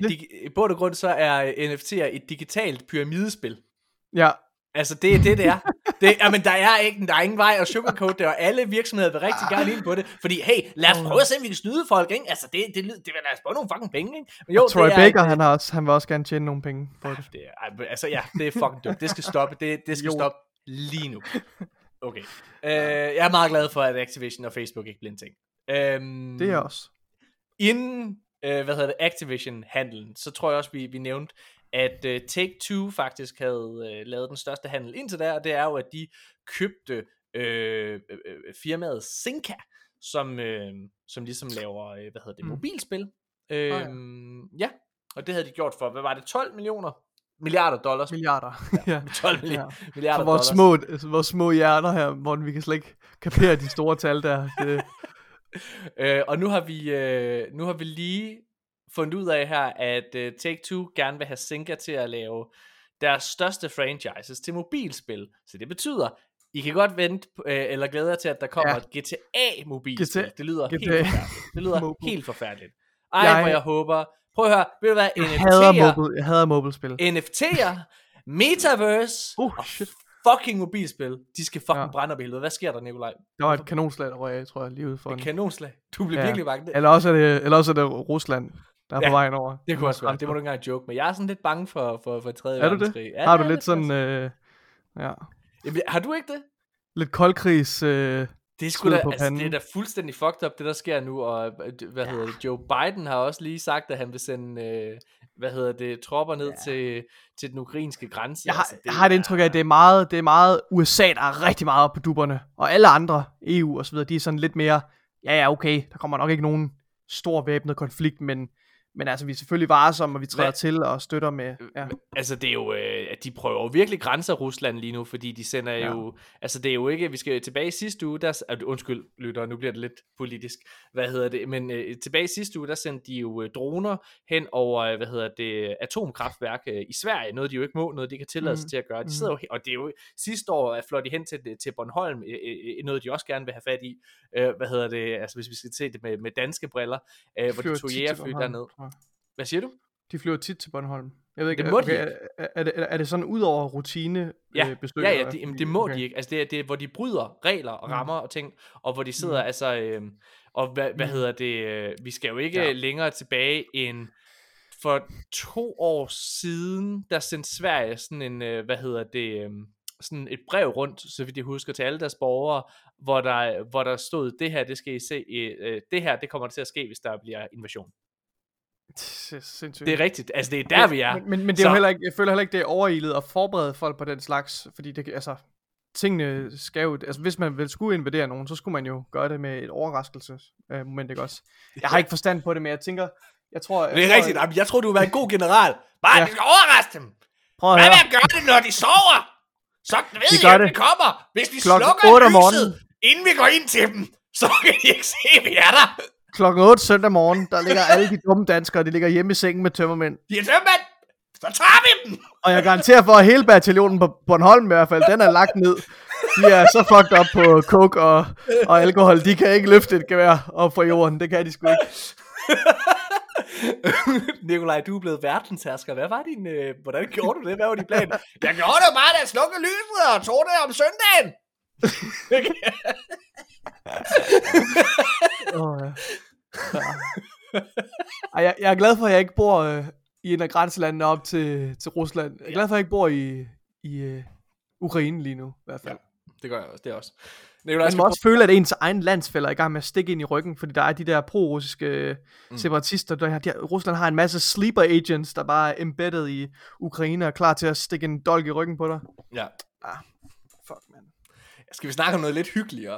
så er NFT'er et digitalt pyramidespil. Ja. Altså det er det er. Jamen der er ingen vej at sugarcoat det, og alle virksomheder vil rigtig gerne ind på det, fordi hey, lad os prøve at se, om vi kan snyde folk, ikke? Altså det vil lad os få nogle fucking penge, ikke? Men jo, Troy Baker, han vil også gerne tjene nogle penge på det. Det er fucking dumt. Det skal stoppe. Det skal stoppe lige nu. Okay. Jeg er meget glad for, at Activision og Facebook ikke bliver en ting. Det er også. Inden Activision-handlen, så tror jeg også, vi nævnte, at Take-Two faktisk havde lavet den største handel indtil der, og det er jo, at de købte firmaet Zynga, som ligesom laver, mobilspil. Ja, og det havde de gjort for, hvad var det, 12 millioner milliarder dollars. Milliarder. Ja. 12 milliarder For vores små hjerner her, hvor vi kan slet ikke kapere de store tal der. Og nu har vi lige fundet ud af her, at Take-Two gerne vil have Zynga til at lave deres største franchises til mobilspil. Så det betyder, I kan godt vente eller glæde jer til, at der kommer et GTA-mobilspil. Det lyder helt forfærdeligt. Det lyder helt forfærdeligt. Hvor jeg håber. Prøv at høre, ved du hvad? Jeg hader mobilspil. NFT'er, Metaverse og fucking mobilspil. De skal fucking brænde op i helvede. Hvad sker der, Nikolaj? Der var et kanonslag, der røg, tror jeg, lige ude for et kanonslag? Du blev virkelig bange. Eller også er det Rusland, der er på vejen over. Det kunne også være. Det må du ikke engang joke med. Jeg er sådan lidt bange for 3. verdenskrig. Er du det? Har du lidt sådan... ja. Jamen, har du ikke det? Lidt koldkrigs... det er sgu da, altså, det er da fuldstændig fucked up, det der sker nu, og Joe Biden har også lige sagt, at han vil sende, tropper ned til den ukrainske grænse. Jeg har et indtryk af, at det er meget USA, der er rigtig meget op på dupperne, og alle andre, EU og så videre, de er sådan lidt mere, okay, der kommer nok ikke nogen stor væbnet konflikt, men altså, vi er selvfølgelig varsomme, og vi træder til og støtter med... Ja. Altså, det er jo... de prøver jo virkelig grænser Rusland lige nu, fordi de sender jo... Altså, det er jo ikke... Vi skal tilbage i sidste uge, undskyld, lytter, nu bliver det lidt politisk. Men tilbage i sidste uge, der sendte de jo droner hen over, atomkraftværk i Sverige. Noget, de jo ikke må, noget, de kan tillade sig til at gøre. De sidder jo... Og det er jo... Sidste år fløj de hen til Bornholm, noget, de også gerne vil have fat i. Altså, hvis vi skal se det med danske briller, hvor de tog jægerfly derned. Hvad siger du? De flyver tit til Bornholm. Jeg ved ikke, det er det sådan ud over rutine besøg? Det må de ikke. Altså det er hvor de bryder regler og rammer og ting, og hvor de sidder vi skal jo ikke længere tilbage end for 2 år siden, der sendte Sverige sådan en sådan et brev rundt, så vidt jeg husker, til alle deres borgere, hvor der stod, det her, det skal I se, det her, det kommer til at ske, hvis der bliver invasion. Sindssygt. Det er rigtigt, altså det er der vi er. Men det er jo heller ikke, jeg føler heller ikke, det er overilet at forberede folk på den slags, fordi det, altså, tingene skal jo, altså hvis man vil skulle invadere nogen, så skulle man jo gøre det med et overraskelsesmoment, ikke også? Jeg har ikke forstand på det, men jeg tænker, jeg tror... Det er rigtigt, jeg tror du vil være en god general. Bare, vi skal overraske dem. Hvad vil jeg gøre det, når de sover? Så ved jeg, at vi kommer. Hvis vi slukker lyset, inden vi går ind til dem, så kan de ikke se, at vi er der. Klokken 8 søndag morgen, der ligger alle de dumme danskere, de ligger hjemme i sengen med tømmermænd. De er tømmermænd, så tager vi dem! Og jeg garanterer for, at hele bataljonen på Bornholm i hvert fald, den er lagt ned. De er så fucked up på coke og alkohol, de kan ikke løfte et gevær op fra jorden, det kan de sgu ikke. Nikolaj, du er blevet verdenshersker. Hvad var din... hvordan gjorde du det? Hvad var din plan? Jeg gjorde det bare, da jeg slukkede lyset og tog det om søndagen. Jeg er glad for, at jeg ikke bor i en af grænselandene op til Rusland. Jeg er glad for, at jeg ikke bor i Ukraine lige nu, i hvert fald. Ja, det gør jeg også. Det er også. Man må også føle, at ens egen landsfæller er i gang med at stikke ind i ryggen, fordi der er de der pro-russiske separatister. Rusland har en masse sleeper agents, der bare er embedded i Ukraine og er klar til at stikke en dolk i ryggen på dig. Ja. Fuck, man. Skal vi snakke om noget lidt hyggeligere?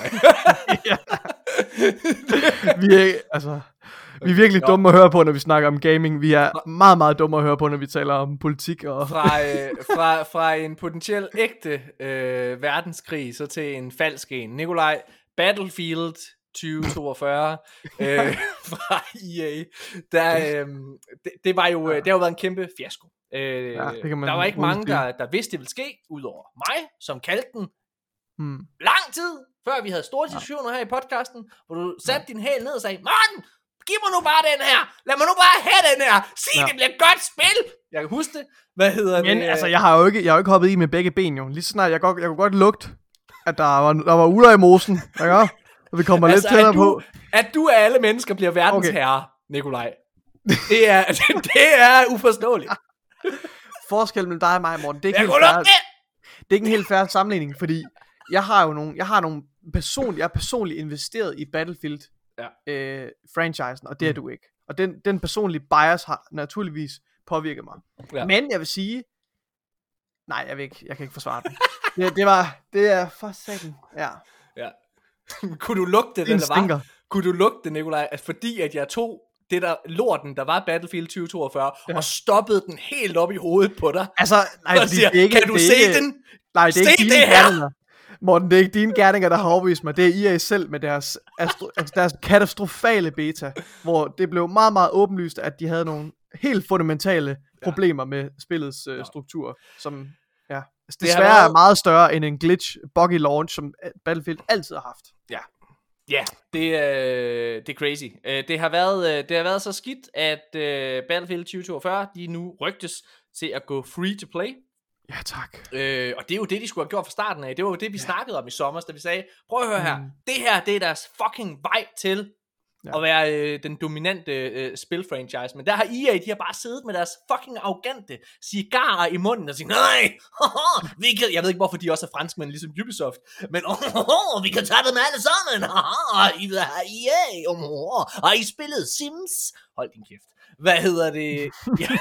Vi er virkelig dumme at høre på, når vi snakker om gaming. Vi er meget, meget dumme at høre på, når vi taler om politik. Og fra en potentiel ægte verdenskrig, så til en falsk en. Nikolaj, Battlefield 2042 fra EA. Det var jo, det har jo været en kæmpe fiasko. Der var ikke mange, der vidste, det ville ske, udover mig, som kaldte den lang tid, før vi havde store diskussioner her i podcasten, hvor du satte din hæl ned og sagde, Morten, giv mig nu bare den her, lad mig nu bare have den her, sig det bliver et godt spil. Jeg kan huske det. Men altså, jeg har jo ikke hoppet i med begge ben jo. Lige snart, jeg kunne godt lugte, at der var uler i mosen, ikke? Og vi kommer lidt tættere på. At du af alle mennesker bliver verdensherre, Nikolaj. Det er uforståeligt. Forskellen mellem dig og mig, Morten, det er ikke en helt fair sammenligning, fordi jeg har nogle personligt investeret i Battlefield franchisen, og det er du ikke. Og den personlige bias har naturligvis påvirket mig. Ja. Men jeg vil sige, nej, jeg kan ikke forsvare den. det er for satan. Ja. Kunne du lugte det, eller var? Kunne du lugte det, Nikolaj, at fordi at jeg tog det der lorten, der var Battlefield 2042, og stoppede den helt op i hovedet på dig. Altså, nej, og siger, kan du se den? Nej, det er ikke dine gerninger. Morten, det er ikke dine gerninger, der har overbevist mig. Det er EA selv med deres katastrofale beta, hvor det blev meget, meget åbenlyst, at de havde nogle helt fundamentale problemer med spillets struktur, som desværre er meget større end en glitch, buggy launch, som Battlefield altid har haft. Ja, det er crazy. Det har været så skidt, at Battlefield 2042, de nu rygtes til at gå free to play. Ja, tak. Og det er jo det, de skulle have gjort fra starten af. Det var jo det, vi snakkede om i sommer, da vi sagde, prøv at høre her, det er deres fucking vej til at være den dominante spilfranchise. Men der har EA, de har bare siddet med deres fucking arrogante cigarer i munden og sagt, nej, jeg ved ikke, hvorfor de også er franskmænd, ligesom Ubisoft, men vi kan tage dem alle sammen, I vil have EA, og I spillet Sims. Hold din kæft. Hvad hedder det?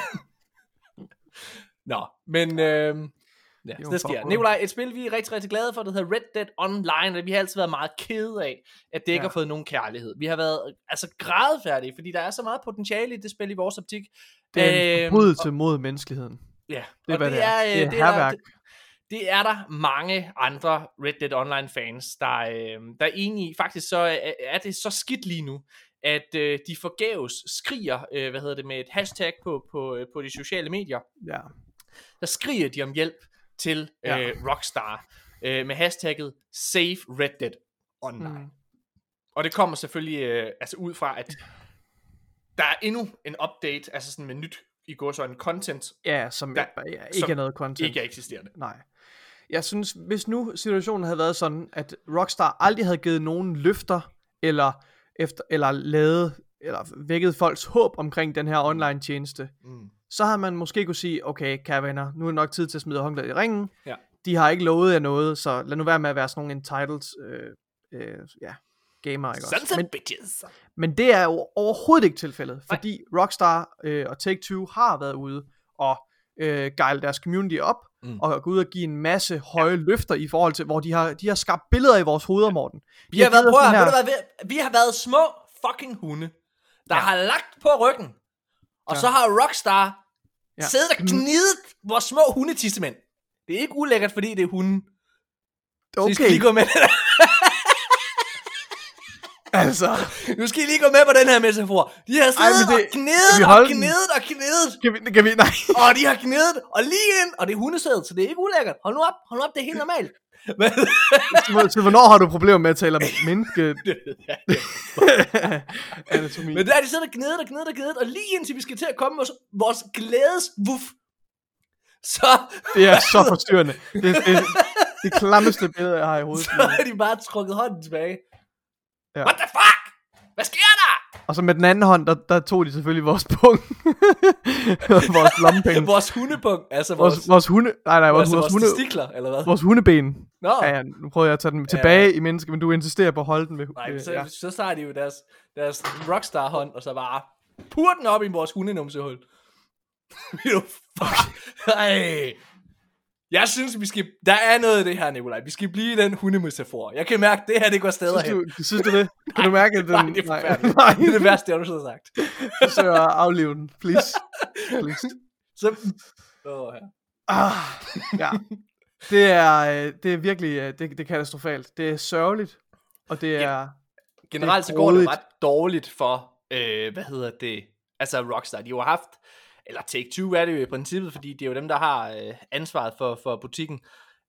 Nå, men det sker. Nikolaj, et spil, vi er rigtig, rigtig glade for, det hedder Red Dead Online, og vi har altid været meget kede af, at det ikke har fået nogen kærlighed. Vi har været grædefærdige, fordi der er så meget potentiale i det spil i vores optik. Det er en forbrydelse mod menneskeheden. Ja, det er, hvad det er. Det er hærværk. Det er der mange andre Red Dead Online fans, der er enige i. Faktisk så er det så skidt lige nu, at de forgæves skriger, med et hashtag på de sociale medier. Ja. Der skriger de om hjælp til Rockstar med hashtagget Save Red Dead Online. Og det kommer selvfølgelig ud fra, at der er endnu en update, altså sådan med nyt i går så en content. Ja, som ikke er noget content. Ikke er eksisterende. Nej. Jeg synes, hvis nu situationen havde været sådan, at Rockstar aldrig havde givet nogen løfter, eller vækket folks håb omkring den her online tjeneste, så havde man måske kunne sige, okay, kære venner, nu er det nok tid til at smide håndklædet i ringen. Ja. De har ikke lovet jer noget, så lad nu være med at være sådan nogle entitled gamer, ikke også? Men det er jo overhovedet ikke tilfældet, fordi Rockstar og Take-Two har været ude og gejle deres community op, og gå ud og give en masse høje løfter i forhold til, hvor de har skabt billeder i vores hoveder, Morten. Vi har været små fucking hunde, der har lagt på ryggen, og så har Rockstar siddet og gnidet vores små hundetissemænd. Det er ikke ulækkert, fordi det er hunden. Okay. Så I skal lige gå med. Altså, nu skal I lige gå med på den her metafor. De har siddet og gnedet. Kan vi, nej. Og de har gnedet, og lige ind, og det er hundesæd, så det er ikke ulækkert. Hold nu op, det er helt normalt. Så hvornår har du problemer med at tale om menneske? Anatomi. Men der er de siddet og gnedet, og lige indtil vi skal til at komme med vores glædesvuff. Så det er så forstyrrende. Det klammeste billede, jeg har i hovedet. Så er de bare trukket hånden tilbage. Ja. What the fuck? Hvad sker der? Og så med den anden hånd, der tog de selvfølgelig vores pung. Vores lommepenge. Vores hundepung. Altså vores hunde... Nej, vores hunde... testikler, eller hvad? Vores hundeben. Ja, nu prøver jeg at tage den tilbage i mennesket, men du insisterer på at holde den ved... Nej, så tager de jo deres Rockstar hånd, og så bare purer den op i vores hundenumsehul. Fuck. Ej. Jeg synes, der er noget af det her, Nikolaj. Vi skal blive den hundemetafor. Jeg kan mærke, det her, det går steder hen. Synes du det? Kan du mærke, at den... Nej, det er forfærdeligt. Nej, det er det værste, jeg har du sagt. Så jeg aflive den, please. Så... ja. Det er virkelig, det er katastrofalt. Det er sørgeligt, og det er... Generelt så går det ret dårligt for, altså Rockstar. De har haft... Eller Take-Two er det jo i princippet, fordi det er jo dem, der har ansvaret for butikken.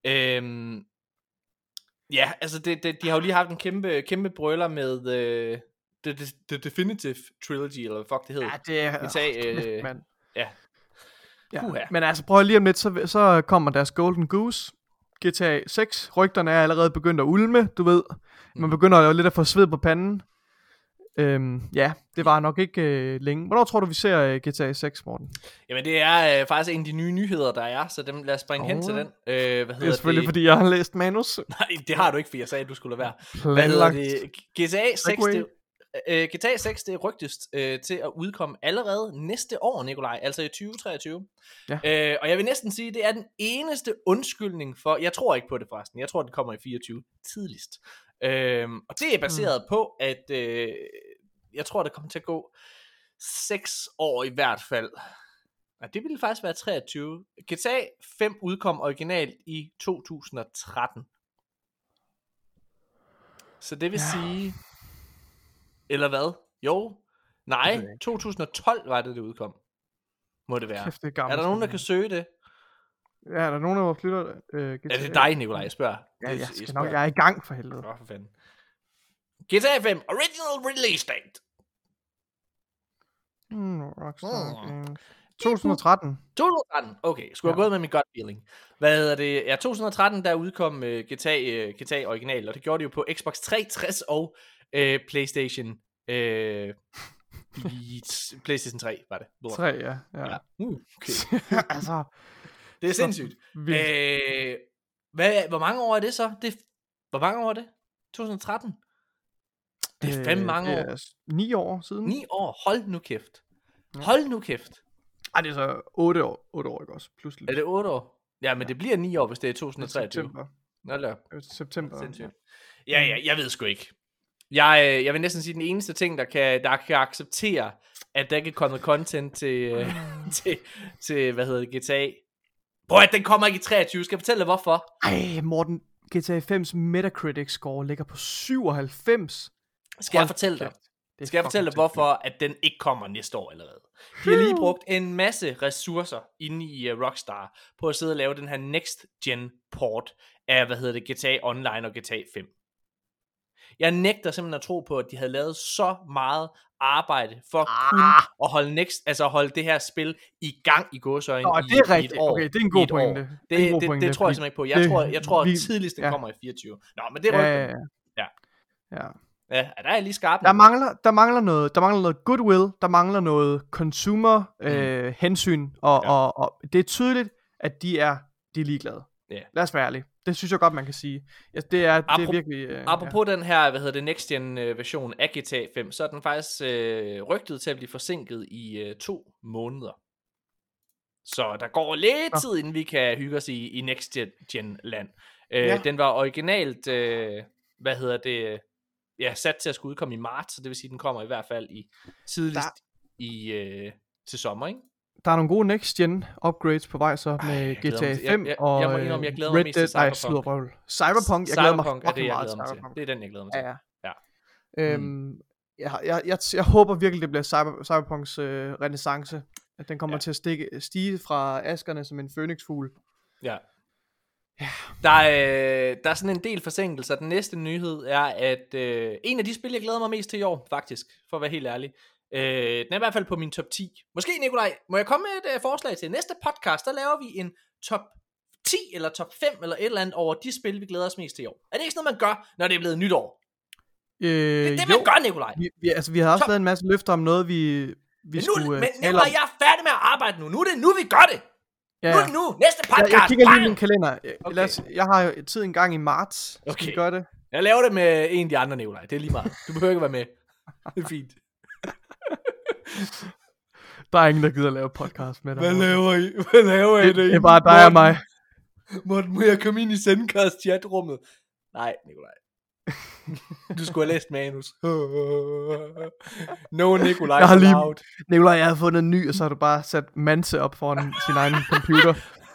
Ja, altså de har jo lige haft en kæmpe brøler med The Definitive Trilogy, eller hvad fuck det hedder. Ja, det er... Ja. Men altså, prøv lige om lidt, så kommer deres Golden Goose, GTA 6. Rygterne er allerede begyndt at ulme, du ved. Man begynder jo lidt at få sved på panden. Ja, det var nok ikke længe. Hvornår tror du, vi ser GTA 6, Morten? Jamen, det er faktisk en af de nye nyheder, der er, så lad os springe hen til den. Det er selvfølgelig, fordi jeg har læst manus. Nej, det har du ikke, for jeg sagde, at du skulle lade være. GTA 6, det er rygtes til at udkomme allerede næste år, Nikolaj, altså i 2023. Ja. Og jeg vil næsten sige, det er den eneste undskyldning for, jeg tror ikke på det forresten, jeg tror, det kommer i 24 tidligst. Og det er baseret på, at jeg tror, det kommer til at gå 6 år i hvert fald. Ja, det ville faktisk være 23. GTA 5 udkom originalt i 2013. Så det vil sige... Eller hvad? Jo. Nej, 2012 var det udkom. Må det være. Kæft, det er Er der nogen, der kan søge det? Ja, er der nogen af vores lytter? Er det dig, Nikolaj? Jeg spørger. Ja, jeg er i gang for helvede. Nå, for fanden. GTA 5, original release date. Rockstar Games. 2013. 2013, okay. Skulle have gået med min gut feeling. Hvad hedder det? Ja, 2013, der udkom GTA original, og det gjorde det jo på Xbox 360 og PlayStation... PlayStation 3 var det. 3, ja. Okay. Altså, det er sindssygt. Hvor mange år er det så? Hvor mange år er det? 2013? Det er fandme mange år. Det er 9 år siden. 9 år? Hold nu kæft. Hold nu kæft. Ej, det er så 8 år, ikke også? Pludselig. Er det 8 år? Ja, men det bliver 9 år, hvis det er 2023. September. September. Ja, jeg ved sgu ikke. Jeg vil næsten sige, den eneste ting, der kan acceptere, at der ikke er kommet content til hvad hedder det, GTA. Prøv at den kommer ikke i 23. Skal jeg fortælle dig, hvorfor? Ej, Morten, GTA 5's Metacritic score ligger på 97. Skal jeg fortælle dig, hvorfor at den ikke kommer næste år allerede? De har lige brugt en masse ressourcer inde i Rockstar på at sidde og lave den her next gen port af, GTA Online og GTA 5. Jeg nægter simpelthen at tro på, at de havde lavet så meget arbejde for kun at holde det her spil i gang i gåseøjne det er rigtigt. Et år. Okay, det er en god pointe. Det tror jeg simpelthen ikke på. Jeg tror at tidligst den kommer i 24. Nå, men det er rygten. Ja, der er lige skarpt. Der mangler noget goodwill, der mangler noget consumer hensyn, og det er tydeligt, at de er ligeglade. Yeah. Lad os være ærlige. Det synes jeg godt, man kan sige. Ja, det er virkelig... apropos den her, next gen version af GTA 5, så er den faktisk rygtet til at blive forsinket i 2 måneder. Så der går lidt tid, inden vi kan hygge os i next gen land. Den var originalt, sat til at skulle udkomme i marts, så det vil sige, at den kommer i hvert fald tidligst til sommer, ikke? Der er nogle gode next-gen upgrades på vej så med GTA 5 og jeg glæder mig mest til Cyberpunk. Cyberpunk, jeg glæder mig fucking meget til Cyberpunk. Det er den, jeg glæder mig til. Jeg håber virkelig, det bliver Cyberpunks renaissance. At den kommer til at stige fra askerne som en fønixfugl. Ja. Der er sådan en del forsinkelser. Den næste nyhed er, at en af de spil, jeg glæder mig mest til i år, faktisk, for at være helt ærlig, den er i hvert fald på min top 10. Måske, Nikolaj, må jeg komme med et forslag til næste podcast? Der laver vi en top 10 eller top 5 eller et eller andet over de spil, vi glæder os mest til i år. Er det ikke sådan noget, man gør, når det er blevet nytår? Det er det, man gør, Nikolaj. Vi har også lavet en masse løfter om noget, vi skulle... Men Nikolaj, jeg er færdig med at arbejde nu. Nu er det nu, vi gør det. Ja. Nu, næste podcast. Jeg kigger lige i min kalender. Okay. Jeg har jo tid en gang i marts. Okay. Vi gør det. Jeg laver det med en af de andre, Nikolaj. Det er lige meget. Du behøver ikke være med. Det er fint. Der er ingen, der gider at lave podcast med dig. Hvad laver I? Det er bare dig og mig. Morten, må jeg komme ind i Sendcast chatrummet? Nej, Nikolaj. Du skulle have læst manus. No, Nikolaj. Nikolaj, jeg har fundet en ny, og så har du bare sat Manse op foran sin egen computer.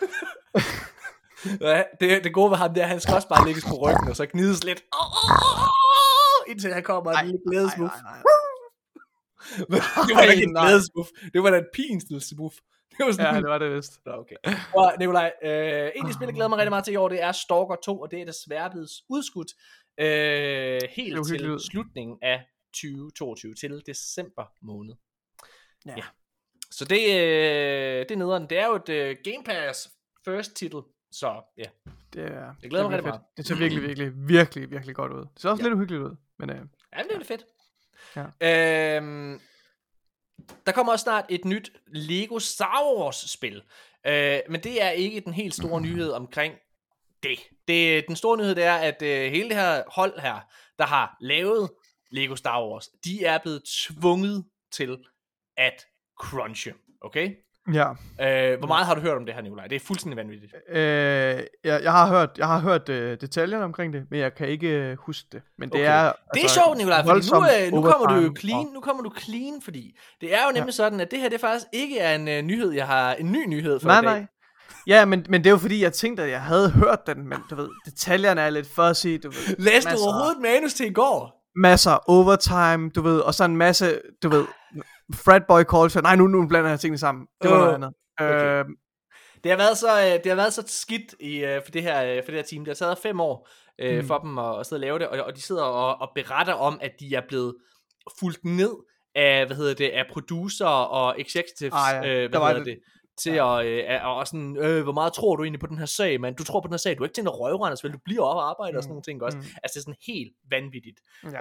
Ja, det gode ved ham, det er, han skal også bare lægges på ryggen, og så gnides lidt. Indtil han kommer en lille glædesmuff. Det var ikke en glædesmuff. Det var da et pinselsmuff. Det var det vist. Okay. Og Nikolaj, en af de spil, jeg glæder mig rigtig meget til i år, det er Stalker 2, og det er desværre blevet udskudt helt til slutningen af 2022, til december måned. Ja. Så det er nederen. Det er jo et Game Pass first titel, så ja. Jeg glæder mig rigtig meget. Det ser virkelig, virkelig godt ud. Det ser også lidt uhyggeligt ud. Men, ja, det er lidt fedt. Ja. Der kommer også snart et nyt Lego Star Wars spil, men det er ikke den helt store nyhed omkring det. Den store nyhed, det er, at hele det her hold her, der har lavet Lego Star Wars, de er blevet tvunget til at crunche, okay? Ja. Hvor meget har du hørt om det her, Nikolaj? Det er fuldstændig vanvittigt. Jeg har hørt detaljerne omkring det, men jeg kan ikke huske det. Men det Okay. er Det er sjovt, Nikolaj, fordi nu kommer du jo overtime, clean. Nu kommer du clean, fordi det er jo nemlig sådan, at det her det faktisk ikke er en nyhed. Jeg har en ny nyhed for i dag. Nej. Ja, men det er jo fordi, jeg tænkte, at jeg havde hørt den, men du ved, detaljerne er lidt fuzzy, du ved. Læste du overhovedet manus til i går? Masser overtime, du ved, og så en masse, du ved, fratboy culture. Nej, nu blander jeg tingene sammen. Det var noget andet. Okay. Det har været så skidt for det her team. Det har taget 5 år for dem at sidde og lave det, og de sidder og beretter om, at de er blevet fulgt ned af, af producer og executives, til at sådan, hvor meget tror du egentlig på den her sag, man? Du tror på den her sag, du er ikke tænkt at røvrende, så du bliver op og arbejde og sådan nogle ting også. Altså det er sådan helt vanvittigt.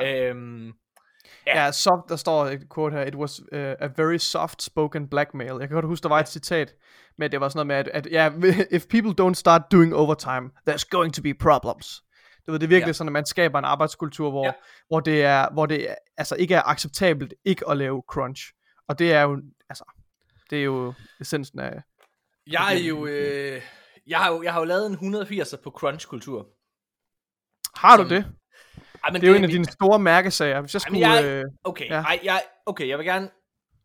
Ja, soft, der står et quote her, it was a very soft-spoken blackmail. Jeg kan godt huske, der var et citat, men det var sådan noget med, at if people don't start doing overtime, there's going to be problems. Du ved, det er virkelig sådan, at man skaber en arbejdskultur, hvor det altså ikke er acceptabelt ikke at lave crunch. Og det er jo, altså, det er jo essensen af... Jeg har jo lavet en 180'er på crunch-kultur. Har du det? Men det er jo en af dine store mærkesager. Hvis jeg skulle... Jeg vil gerne...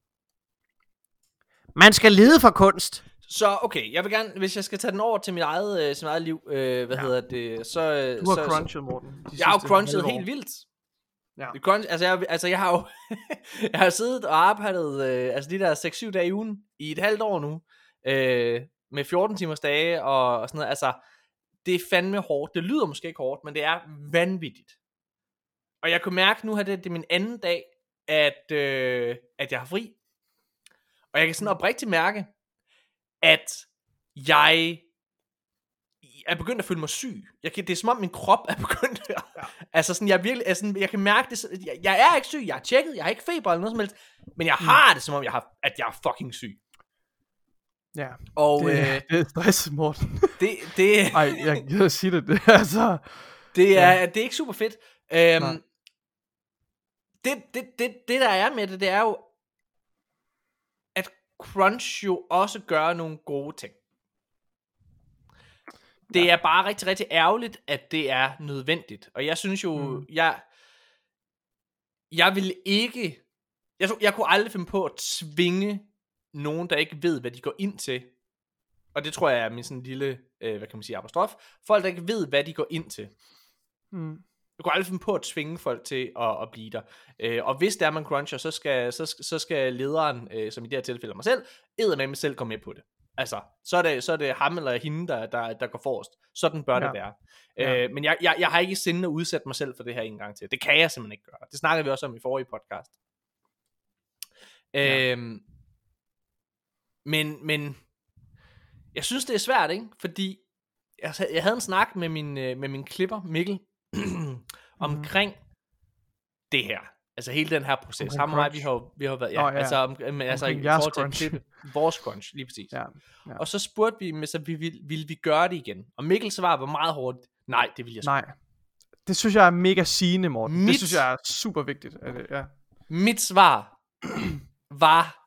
Man skal lide for kunst. Så okay, jeg vil gerne, hvis jeg skal tage den over til mit eget liv, hedder det, så... Du har crunchet, Morten. Jeg har jo crunchet helt vildt. Ja. Jeg har jo jeg har siddet og arbejdet de der 6-7 dage i ugen i et halvt år nu, med 14 timers dage og sådan noget. Altså, det er fandme hårdt. Det lyder måske ikke hårdt, men det er vanvittigt. Og jeg kunne mærke nu, at det er min anden dag, at jeg har fri. Og jeg kan sådan oprigtigt mærke, at jeg er begyndt at føle mig syg. Det er som om min krop er begyndt at... Altså sådan, jeg kan mærke det. Jeg er ikke syg, jeg har tjekket, jeg har ikke feber eller noget som helst. Men jeg har det som om, at jeg er fucking syg. Ja, og, det er stress, Morten. Det Ej, jeg kan sige det. Altså, det er ikke super fedt. Det der er med det er jo, at crunch jo også gør nogle gode ting. Det er bare rigtig, rigtig ærgerligt, at det er nødvendigt. Og jeg synes jo, jeg vil ikke... Jeg kunne aldrig finde på at tvinge nogen, der ikke ved, hvad de går ind til. Og det tror jeg er min sådan lille, hvad kan man sige, apostrof. Folk, der ikke ved, hvad de går ind til. Jeg kunne aldrig finde på at tvinge folk til at blive der. Og hvis der er man cruncher, så skal lederen, som i det her tilfælde mig selv, eddermame selv komme med på det. Altså, så er det ham eller hende, der går forrest. Sådan bør det være. Men jeg har ikke i sinde at udsætte mig selv for det her en gang til. Det kan jeg simpelthen ikke gøre. Det snakkede vi også om i forrige podcast. Men jeg synes, det er svært, ikke? Fordi jeg havde en snak med min klipper, Mikkel, omkring det her. Altså hele den her proces. Ham og mig, vi har været... Altså i forhold til at klippe vores crunch, lige præcis. Ja. Og så spurgte vi, så ville vi gøre det igen? Og Mikkel svar var meget hårdt. Nej, det vil jeg sgu. Nej. Det synes jeg er mega sigende, Morten. Det synes jeg er super vigtigt. Mit svar var...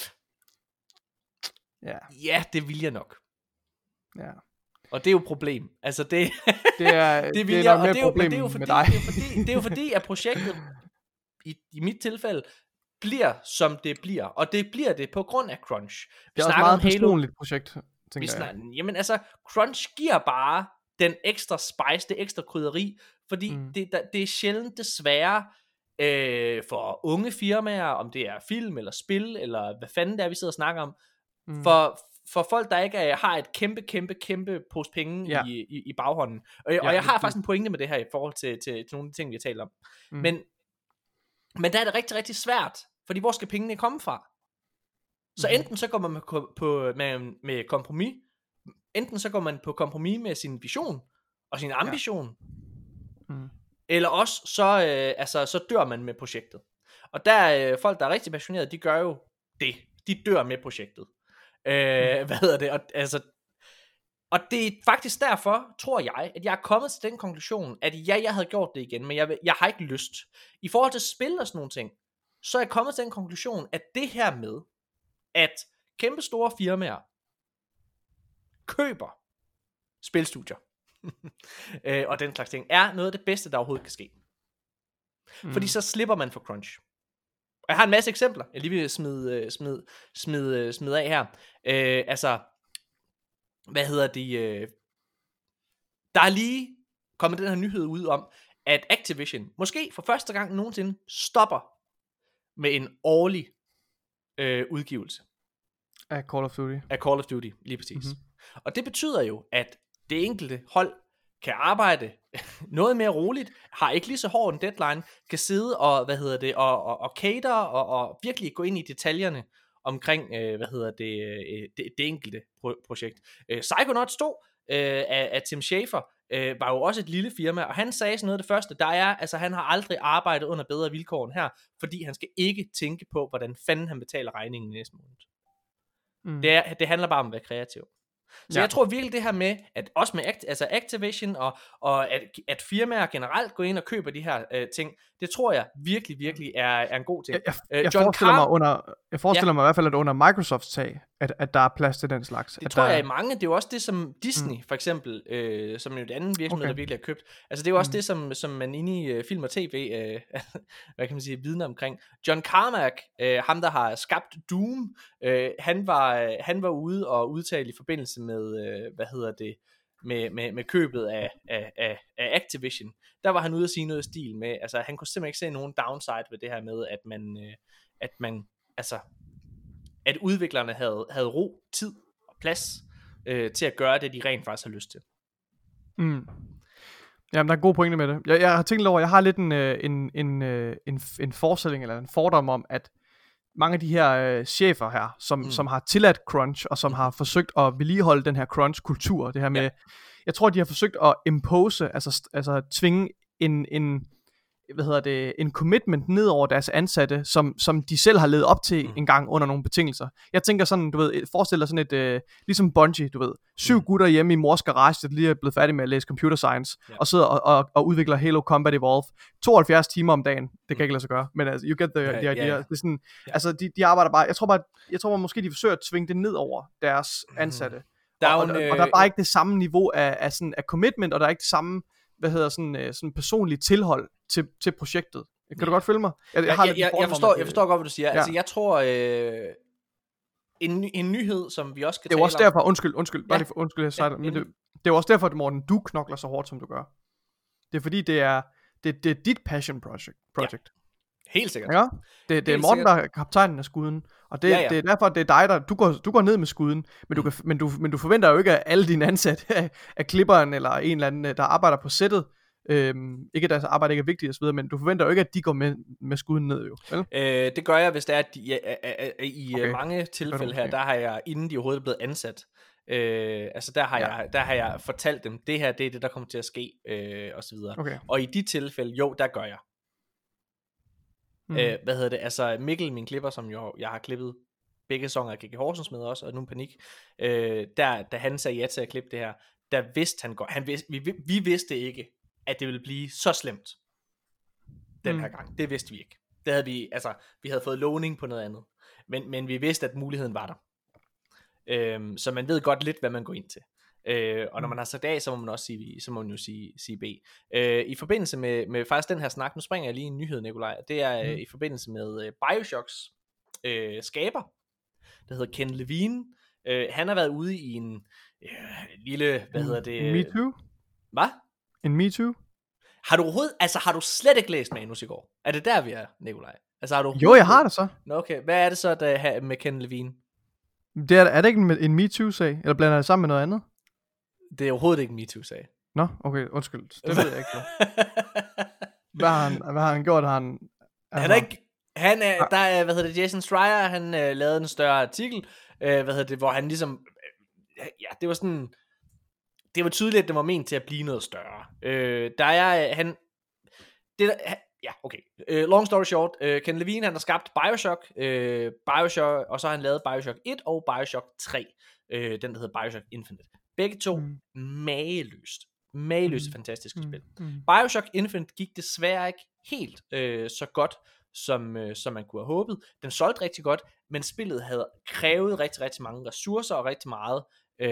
Ja, det vil jeg nok. Ja. Og det er jo et problem. Altså det er det vil jeg, og det er jo fordi at projektet i mit tilfælde bliver som det bliver, og det bliver det på grund af crunch. Det er også meget personligt projekt, tænker jeg. Jamen altså, crunch giver bare den ekstra spice, det ekstra krydderi, fordi det er sjældent desværre for unge firmaer, om det er film eller spil eller hvad fanden det er vi sidder og snakker om, for folk der ikke har et kæmpe pose penge i baghånden. Og jeg har faktisk en pointe med det her i forhold til nogle af de ting vi har talt om. Men der er det rigtig, rigtig svært, fordi hvor skal pengene komme fra? Så enten så går man med kompromis, enten så går man på kompromis med sin vision og sin ambition, eller også så dør man med projektet. Og der er folk, der er rigtig passionerede, de gør jo det. De dør med projektet. Og det er faktisk derfor, tror jeg, at jeg er kommet til den konklusion, at jeg havde gjort det igen, men jeg har ikke lyst. I forhold til spil og sådan nogle ting, så er jeg kommet til den konklusion, at det her med at kæmpe store firmaer køber spilstudier og den slags ting, er noget af det bedste, der overhovedet kan ske. Fordi så slipper man for crunch. Og jeg har en masse eksempler, jeg lige vil smide af her. Der er lige kommet den her nyhed ud om, at Activision måske for første gang nogensinde stopper med en årlig udgivelse. Af Call of Duty. Af Call of Duty, lige præcis. Og det betyder jo, at det enkelte hold kan arbejde noget mere roligt, har ikke lige så hård en deadline, kan sidde og, og cater og virkelig gå ind i detaljerne omkring, det enkelte projekt. Psychonauts 2 af Tim Schafer var jo også et lille firma, og han sagde sådan noget af det første, han har aldrig arbejdet under bedre vilkår end her, fordi han skal ikke tænke på, hvordan fanden han betaler regningen næste måned. Det handler bare om at være kreativ. Så jeg tror virkelig det her med, at også med Activision og at firmaer generelt går ind og køber de her ting, det tror jeg virkelig er en god ting. Jeg forestiller mig i hvert fald, at under Microsofts tag, at der er plads til den slags. Det tror jeg i mange. Det er jo også det, som Disney for eksempel, som jo et andet virksomhed, der virkelig har købt. Altså det er jo også det, som man inde i film og tv, hvad kan man sige, vidner omkring. John Carmack, ham der har skabt Doom, han var ude og udtale i forbindelse med, med købet af Activision. Der var han ude at sige noget i stil med, altså han kunne simpelthen ikke se nogen downside ved det her med, at udviklerne havde ro, tid og plads til at gøre det, de rent faktisk har lyst til. Jamen, der er en god pointe med det. Jeg har tænkt over, jeg har lidt en forestilling eller en fordom om, at mange af de her chefer her, som har tilladt crunch, og som har forsøgt at vedligeholde den her crunch-kultur, det her med, jeg tror, de har forsøgt at impose, altså tvinge en commitment ned over deres ansatte, som de selv har levet op til en gang under nogle betingelser. Jeg tænker sådan, du ved, forestil dig sådan et, ligesom Bungie, du ved, 7 gutter hjemme i mors garage, der lige er blevet færdig med at læse computer science, og sidder og udvikler Halo Combat Evolved 72 timer om dagen. Det kan ikke lade sig gøre, men altså, you get the idea. Det er sådan, altså, de arbejder bare, jeg tror måske, de forsøger at tvinge det ned over deres ansatte. Og der er bare ikke det samme niveau af commitment, og der er ikke det samme, sådan personligt tilhold til projektet. Kan du godt følge mig? Jeg forstår godt, hvad du siger. Ja. Altså, jeg tror, en nyhed, som vi også skal tale om. Det er også derfor, undskyld, men det er jo også derfor, at Morten, du knokler så hårdt, som du gør. Det er fordi, det er dit passion project. Ja. Helt sikkert. Ja, det er Morten, der er kaptajnen af skuden, og det er derfor, det er dig, der du går ned med skuden, men du forventer jo ikke, at alle dine ansatte af klipperen eller en eller anden, der arbejder på sættet, ikke at deres arbejde ikke er vigtigt og så videre, men du forventer jo ikke, at de går med skuden ned jo, vel? Det gør jeg, hvis det er, at i mange tilfælde her, der har jeg, inden de overhovedet er blevet ansat, der har jeg fortalt dem, det her, det er det, der kommer til at ske, og så videre. Okay. Og i de tilfælde, jo, der gør jeg. Altså Mikkel, min klipper, som jo jeg har klippet begge sæsoner af G.G. Horsens med også, og nu Panik, da han sagde ja til at klippe det her, der vidste han godt, vi vidste ikke, at det ville blive så slemt den her gang. Det vidste vi ikke. Det havde vi havde fået lovning på noget andet, men vi vidste, at muligheden var der. Så man ved godt lidt, hvad man går ind til. Og når man har sagt A, så må man også sige B. I forbindelse med faktisk den her snak, nu springer jeg lige en nyhed, Nikolaj. Det er i forbindelse med BioShocks skaber, der hedder Ken Levine. Han har været ude i en lille, Me Too? Hvad? En Me Too? Har du slet ikke læst manus i går? Er det der, vi er, Nikolaj? Jo, jeg har det så. Nå, okay. Hvad er det så, der med Ken Levine? Det er det ikke en Me Too-sag? Eller blander det sammen med noget andet? Det er overhovedet ikke en MeToo sag. Nå, okay, undskyld. Det ved jeg ikke. Hvad har han gjort? Jason Schreier, han lavede en større artikel, hvor han ligesom, det var sådan, det var tydeligt, at det var ment til at blive noget større. Long story short, Ken Levine, han har skabt BioShock, og så har han lavet BioShock 1 og BioShock 3, den der hedder BioShock Infinite. Begge to mageløst fantastiske spil. BioShock Infinite gik desværre ikke helt så godt, som man kunne have håbet. Den solgte rigtig godt, men spillet havde krævet rigtig, rigtig mange ressourcer og rigtig meget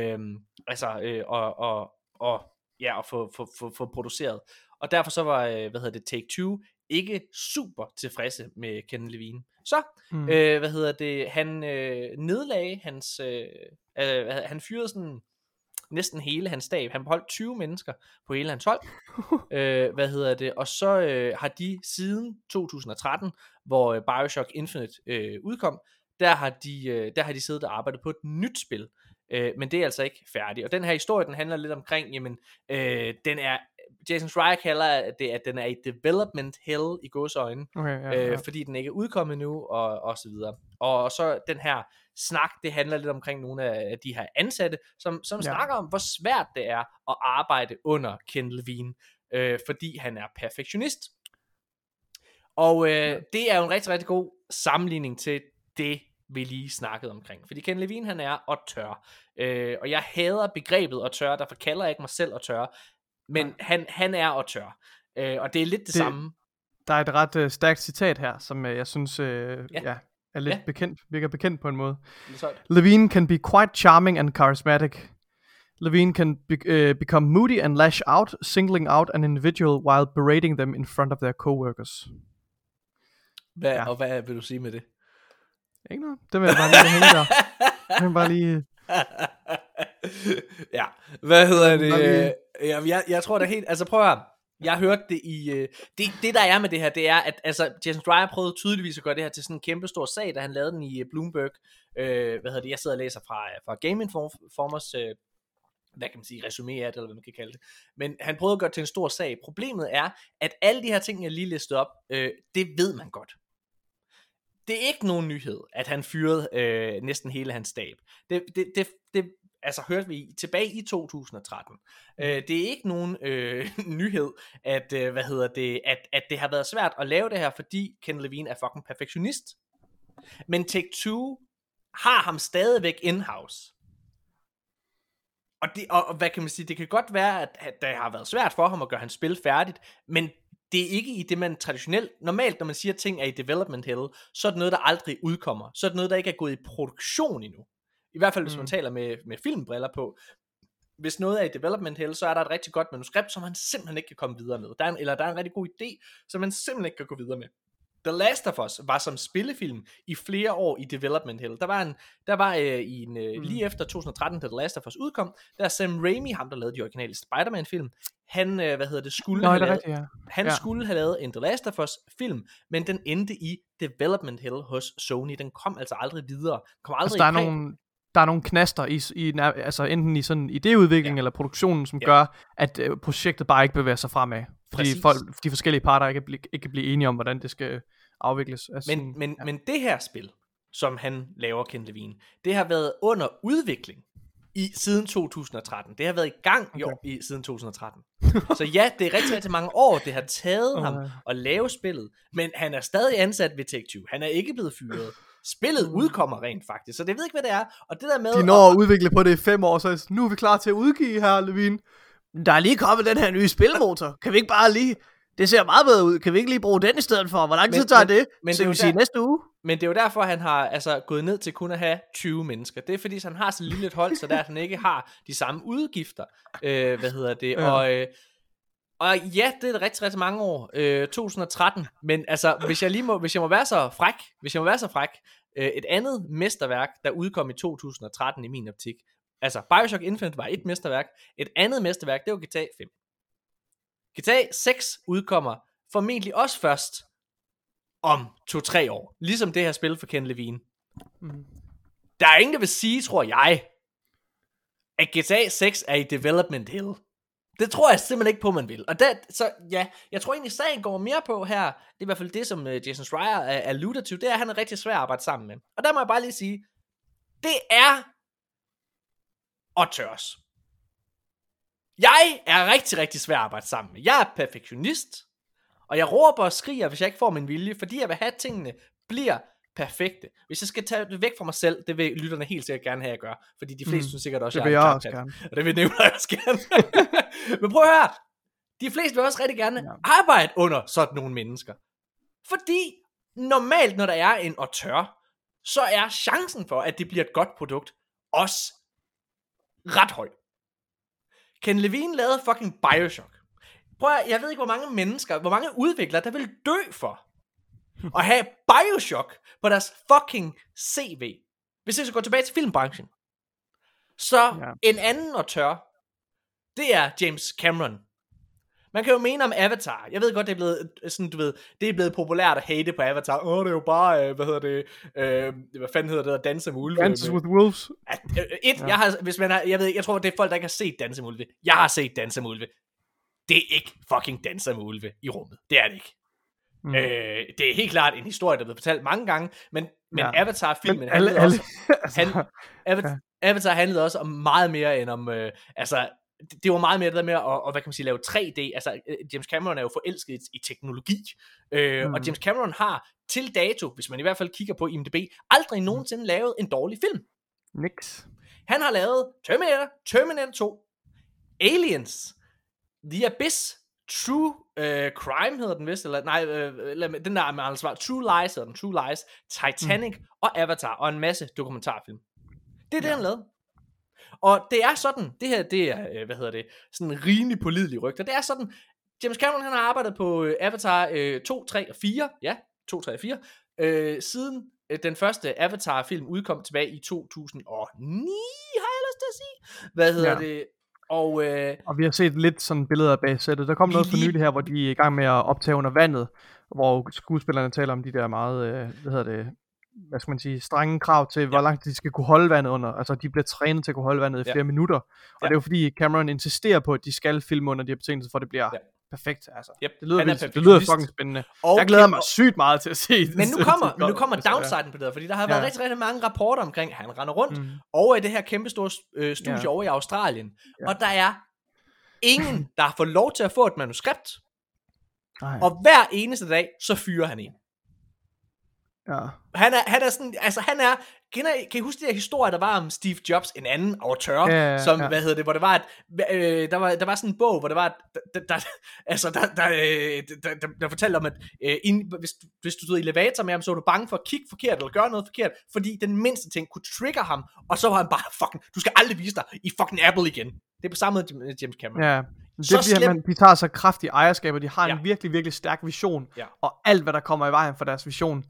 at få produceret. Og derfor så var, Take-Two ikke super tilfredse med Ken Levine. Så, han nedlagde hans, han fyrede sådan næsten hele hans stab. Han beholdt 20 mennesker på hele hans hold. Og så har de siden 2013, hvor BioShock Infinite udkom, der har de siddet og arbejdet på et nyt spil. Men det er altså ikke færdigt. Og den her historie, den handler lidt omkring, den er, Jason Schreier kalder det, at den er i development hell i gåseøjne, fordi den ikke er udkommet nu, og så videre. Og så den her snak, det handler lidt omkring nogle af de her ansatte, som snakker om, hvor svært det er at arbejde under Ken Levine, fordi han er perfektionist. Og det er jo en rigtig, rigtig god sammenligning til det, vi lige snakkede omkring. Fordi Ken Levine, han er auteur. Og jeg hader begrebet auteur, derfor kalder jeg ikke mig selv auteur, men han er auteur. Og det er lidt det samme. Der er et ret stærkt citat her, som jeg synes er lidt bekendt, virker bekendt på en måde. Levine can be quite charming and charismatic. Levine can become moody and lash out, singling out an individual while berating them in front of their coworkers. Og hvad vil du sige med det? Ikke noget. Det vil jeg bare lige hænge der. Jeg vil bare lige... Ja, hvad hedder det? Jeg tror det er helt... Altså prøv at høre. Jeg har hørt det i... Det der er med det her, det er, at altså, Jason Schreier prøvede tydeligvis at gøre det her til sådan en kæmpe stor sag, da han lavede den i Bloomberg. Jeg sidder og læser fra Game Informers... hvad kan man sige, resumé af det, eller hvad man kan kalde det. Men han prøvede at gøre det til en stor sag. Problemet er, at alle de her ting, jeg lige listede op, det ved man godt. Det er ikke nogen nyhed, at han fyrede næsten hele hans stab. Det altså hørte vi tilbage i 2013. Det er ikke nogen nyhed, at at det har været svært at lave det her, fordi Ken Levine er fucking perfektionist. Men Take-Two har ham stadigvæk in-house. Og hvad kan man sige, det kan godt være, at det har været svært for ham at gøre hans spil færdigt, men det er ikke i det, man traditionelt, normalt når man siger, at ting er i development hell, så er det noget, der aldrig udkommer. Så er det noget, der ikke er gået i produktion endnu. I hvert fald, hvis man taler med filmbriller på. Hvis noget er i development hell, så er der et rigtig godt manuskript, som man simpelthen ikke kan komme videre med. Der er en rigtig god idé, som man simpelthen ikke kan gå videre med. The Last of Us var som spillefilm i flere år i development hell. Der var lige efter 2013, da The Last of Us udkom, der er Sam Raimi, ham der lavede de originale Spider-Man-film, han skulle have lavet en The Last of Us film, men den endte i development hell hos Sony. Den kom altså aldrig videre. Der er nogle knaster altså enten i sådan idéudvikling eller produktionen, som gør, at projektet bare ikke bevæger sig fremad. Fordi de forskellige parter ikke kan blive enige om, hvordan det skal afvikles. Altså, men det her spil, som han laver, Ken Levine, det har været under udvikling siden 2013. Det har været i gang siden 2013. Så ja, det er rigtig, rigtig mange år, det har taget ham at lave spillet, men han er stadig ansat ved Take-Two. Han er ikke blevet fyret. Spillet udkommer rent faktisk, så det ved ikke, hvad det er. Og det der med... De når at udvikle på det i 5 år, så nu er vi klar til at udgive her, Levine. Der er lige kommet den her nye spilmotor. Kan vi ikke bare lige... Det ser meget bedre ud. Kan vi ikke lige bruge den i stedet for? Hvor lang tid tager det? Men så det vil sige næste uge. Men det er jo derfor, han har gået ned til kun at have 20 mennesker. Det er fordi, han har så lille et hold, så der han ikke har de samme udgifter. Ja. Og ja, det er rigtig, rigtig mange år. 2013. Men altså, hvis jeg må være så fræk, et andet mesterværk, der udkom i 2013 i min optik. Altså, BioShock Infinite var et mesterværk. Et andet mesterværk, det var GTA 5. GTA 6 udkommer formentlig også først om 2-3 år. Ligesom det her spil for Ken Levine. Der er ingen, der vil sige, tror jeg, at GTA 6 er i development hell. Det tror jeg simpelthen ikke på, man vil. Og så ja, jeg tror egentlig, sagen går mere på her. Det er i hvert fald det, som Jason Schreier alluder til. Det er, at han er rigtig svær at arbejde sammen med. Og der må jeg bare lige sige, det er auteurs. Jeg er rigtig, rigtig svær at arbejde sammen med. Jeg er perfektionist, og jeg råber og skriger, hvis jeg ikke får min vilje, fordi jeg vil have, at tingene bliver perfekte. Hvis jeg skal tage det væk fra mig selv, det vil lytterne helt sikkert gerne have, at jeg gør, fordi de fleste synes sikkert også, det vil jeg også gerne. Og det vil Nikolaj også gerne. Men prøv at høre, de fleste vil også rigtig gerne arbejde under sådan nogle mennesker. Fordi normalt, når der er en auteur, så er chancen for, at det bliver et godt produkt, også ret høj. Ken Levine lavede fucking Bioshock. Prøv at, jeg ved ikke, hvor mange mennesker, hvor mange udviklere, der vil dø for at have Bioshock på deres fucking CV. Hvis jeg skal gå tilbage til filmbranchen, så en anden auteur, det er James Cameron. Man kan jo mene om Avatar. Jeg ved godt, det er blevet sådan, du ved, det er blevet populært at hate på Avatar. Det er jo bare, hvad fanden hedder det, Danse med Ulve. Dances with Wolves. Jeg tror, det er folk, der ikke har set Danse med Ulve. Jeg har set Danse med Ulve. Det er ikke fucking Danse med Ulve i rummet. Det er det ikke. Det er helt klart en historie, der er blevet fortalt mange gange, men Avatar-filmen handlede også... Avatar handlede også om meget mere end om... det var meget mere det der med at hvad kan man sige, lave 3D. Altså, James Cameron er jo forelsket i teknologi. Og James Cameron har til dato, hvis man i hvert fald kigger på IMDb, aldrig nogensinde lavet en dårlig film. Nix. Han har lavet Terminator 2, Aliens, The Abyss, True Crime hedder den vist, eller nej, den der med Arnold Schwarzenegger, True Lies hedder den, True Lies, Titanic og Avatar, og en masse dokumentarfilm. Det er det, han lavede. Og det er sådan, det her, det er, sådan en rimelig pålidelig rygter. Det er sådan, James Cameron, han har arbejdet på Avatar 2, 3 og 4, ja, 2, 3 og 4, siden den første Avatar-film udkom tilbage i 2009, har jeg lyst til at sige. Hvad hedder det? Og vi har set lidt sådan billeder bag sættet. Der kom noget for nylig her, hvor de er i gang med at optage under vandet, hvor skuespillerne taler om de der meget, hvad skal man sige, strenge krav til, hvor langt de skal kunne holde vandet under. Altså, de bliver trænet til at kunne holde vandet i flere minutter. Og det er jo fordi, Cameron insisterer på, at de skal filme under de her betingelser, for at det bliver perfekt. Altså. Det lyder fucking spændende. Og jeg glæder mig sygt meget til at se det. Men nu kommer downsiden på det, fordi der har været rigtig mange rapporter omkring, at han render rundt over i det her kæmpe store studie over i Australien. Og der er ingen, der har fået lov til at få et manuskript. Og hver eneste dag, så fyrer han en. Ja. Han er sådan, altså han er, kan I huske de her historier, der var om Steve Jobs, en anden auteur, som, hvor det var, der var sådan en bog, hvor det var, der fortalte om, at hvis du stod i elevator med ham, så var du bange for at kigge forkert, eller gøre noget forkert, fordi den mindste ting kunne trigger ham, og så var han bare, fucking, du skal aldrig vise dig i fucking Apple igen. Det er på samme måde med James Cameron. Ja. De tager så kraftige ejerskaber, de har en virkelig, virkelig stærk vision, og alt, hvad der kommer i vejen for deres vision,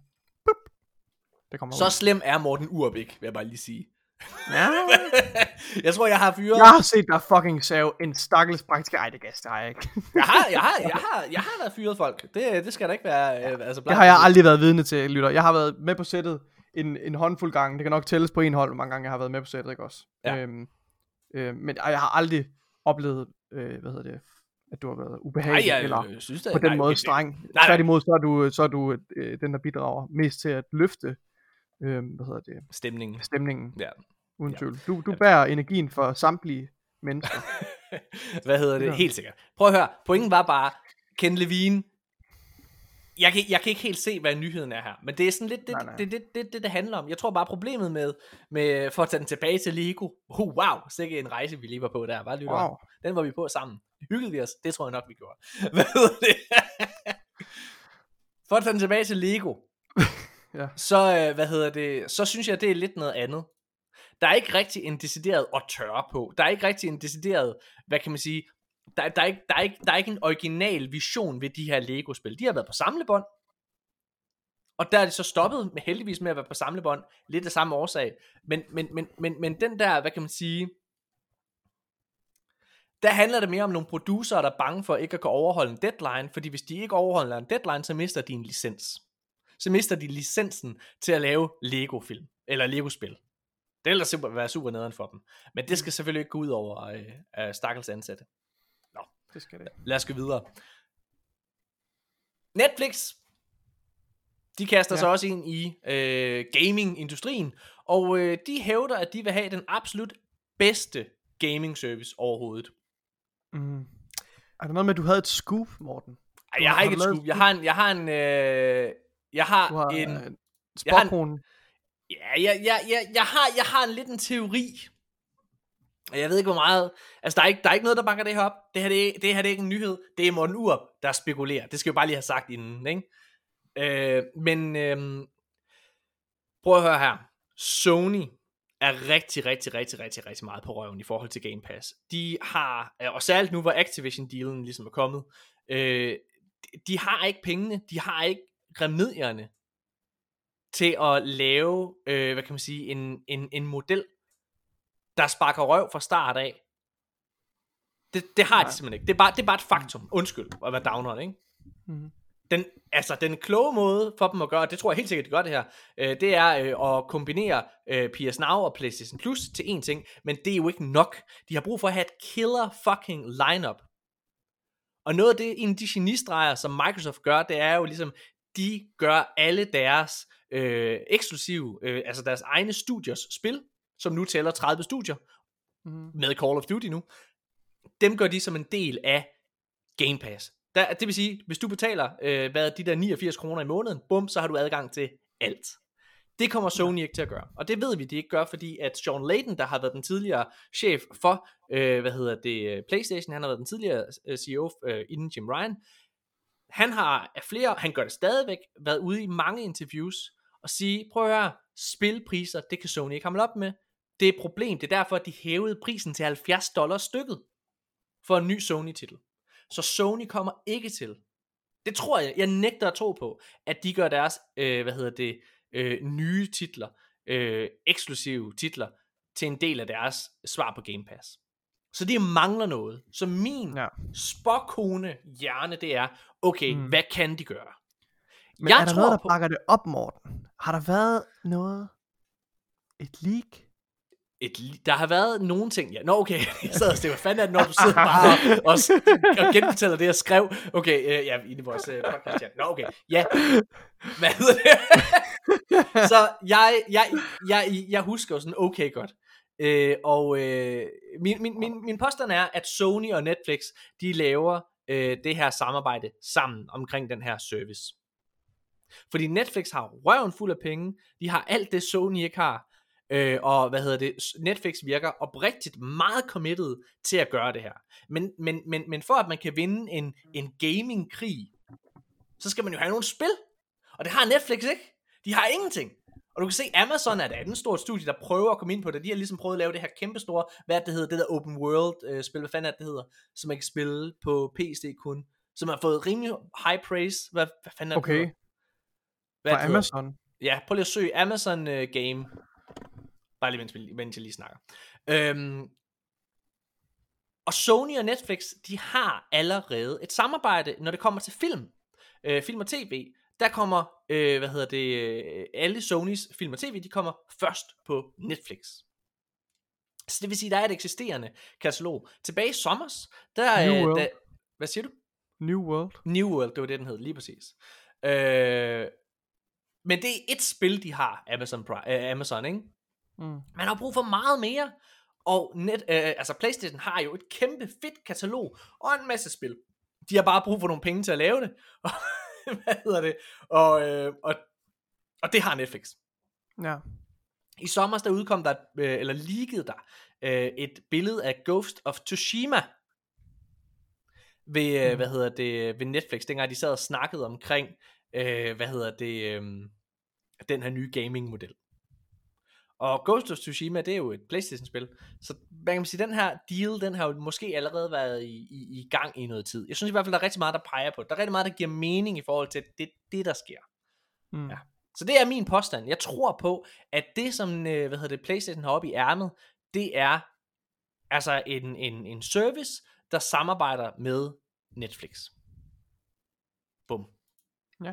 så slem er Morten Urbæk, vil jeg bare lige sige. Jeg tror, jeg har fyret... Jeg har set dig fucking save en stakkels praktisk... Ej, det har jeg ikke. jeg har været fyret folk. Det skal der ikke være... det har jeg aldrig været vidne til, lytter. Jeg har været med på sættet en håndfuld gange. Det kan nok tælles på en hånd, hvor mange gange jeg har været med på sættet, ikke også? Ja. Men jeg har aldrig oplevet, at du har været ubehagelig, eller synes det, på den måde streng. Tværtimod, så er du den, der bidrager mest til at løfte stemningen. Ja. Uden tvivl. Du bærer energien for samtlige mennesker. Helt sikkert. Prøv at høre, pointen var bare, Ken Levine, jeg kan ikke helt se, hvad nyheden er her, men det er sådan lidt det handler om. Jeg tror bare, problemet med for at tage den tilbage til Lego, wow, sikke en rejse, vi lige var på der, bare lytter. Wow. Den var vi på sammen. Hyggede vi os? Det tror jeg nok, vi gjorde. For at tage den tilbage til Lego, så synes jeg, det er lidt noget andet. Der er ikke rigtig en decideret auteur på. Der er ikke rigtig en decideret, hvad kan man sige, der er ikke en original vision ved de her Lego-spil. De har været på samlebånd, og der er de så stoppet heldigvis med at være på samlebånd, lidt af samme årsag. Men den der, hvad kan man sige, der handler det mere om nogle producerer, der er bange for ikke at kunne overholde en deadline, fordi hvis de ikke overholder en deadline, så mister de en licens. Så mister de licensen til at lave Lego-film, eller Lego-spil. Det vil da være super nederen for dem. Men det skal selvfølgelig ikke gå ud over stakkels ansatte. Nå, det skal det. Lad os gå videre. Netflix, de kaster sig også ind i gaming-industrien, og de hævder, at de vil have den absolut bedste gaming-service overhovedet. Er der noget med, at du havde et scoop, Morten? Ej, jeg har ikke et scoop. Jeg har en lidt en teori. Jeg ved ikke hvor meget. Altså der er ikke noget der banker det her op. Det her det er ikke en nyhed. Det er Morten Urup der spekulerer. Det skal jo bare lige have sagt inden, ikke? Men prøv at høre her. Sony er rigtig meget på røven i forhold til Game Pass. De har, og særligt nu hvor Activision-dealen ligesom er kommet, de har ikke pengene, de har ikke remedierne til at lave, hvad kan man sige, en model, der sparker røv fra start af. Det har de simpelthen ikke. Det er bare et faktum. Undskyld at være downer, ikke? Mm-hmm. Den kloge måde for dem at gøre, det tror jeg helt sikkert, de gør det her, det er at kombinere PS Now og PlayStation Plus til én ting, men det er jo ikke nok. De har brug for at have et killer fucking lineup. Og noget af det, en af de genistreger, som Microsoft gør, det er jo ligesom, de gør alle deres eksklusive, altså deres egne studios spil, som nu tæller 30 studier, med Call of Duty nu, dem gør de som en del af Game Pass. Det vil sige, hvis du betaler de der 89 kroner i måneden, bum, så har du adgang til alt. Det kommer Sony ikke til at gøre. Og det ved vi, de ikke gør, fordi at Sean Layden, der har været den tidligere chef for, PlayStation, han har været den tidligere CEO inden Jim Ryan, han gør det stadigvæk, været ude i mange interviews, og sige, prøv at høre, spilpriser, det kan Sony ikke hamle op med. Det er et problem, det er derfor, at de hævede prisen til $70 stykket, for en ny Sony-titel. Så Sony kommer ikke til, det tror jeg nægter at tro på, at de gør deres, nye titler, eksklusive titler, til en del af deres svar på Game Pass. Så det mangler noget. Så min spåkone hjerne, det er, okay, hvad kan de gøre? Men er der noget, der bakker det op, Morten? Har der været noget? Et leak? Der har været nogle ting, ja. Nå, okay, jeg sad og stod, hvad fanden er det, når du sidder bare og genfortæller det, jeg skrev. Okay, inde i vores podcast, ja. Nå, okay, ja. Hvad hedder det? Så jeg husker jo sådan, okay godt. Min påstand er, at Sony og Netflix, de laver det her samarbejde sammen omkring den her service. Fordi Netflix har røven fuld af penge, de har alt det Sony ikke har, og Netflix virker oprigtigt meget committed til at gøre det her. Men for at man kan vinde en gaming-krig, så skal man jo have nogle spil, og det har Netflix ikke. De har ingenting. Og du kan se, Amazon er et andet stort studie, der prøver at komme ind på det. De har ligesom prøvet at lave det her kæmpestore, hvad det hedder, det der open world spil, hvad fanden er det hedder, som man kan spille på PC kun, som har fået rimelig high praise. Hvad fanden er det hedder? Hvad fra Amazon? Ja, prøv lige at søge Amazon Game. Bare lige mens jeg lige snakker. Og Sony og Netflix, de har allerede et samarbejde, når det kommer til film og tv. Der kommer, alle Sonys film og tv, de kommer først på Netflix. Så det vil sige, der er et eksisterende katalog. Tilbage i sommers, hvad siger du? New World, det var det, den hed, lige præcis. Men det er et spil, de har, Amazon, ikke? Man har brug for meget mere. Og PlayStation har jo et kæmpe fedt katalog og en masse spil. De har bare brug for nogle penge til at lave det. Og det har Netflix. Ja. I sommer der udkom der leakede der et billede af Ghost of Tsushima ved ved Netflix, dengang de sad og snakkede omkring den her nye gaming model. Og Ghost of Tsushima, det er jo et PlayStation-spil. Så man kan sige, den her deal, den har jo måske allerede været i gang i noget tid. Jeg synes i hvert fald, der er rigtig meget, der peger på det. Der er rigtig meget, der giver mening i forhold til det der sker. Ja. Så det er min påstand. Jeg tror på, at det som PlayStation har oppe i ærmet, det er altså en service, der samarbejder med Netflix. Bum. Ja.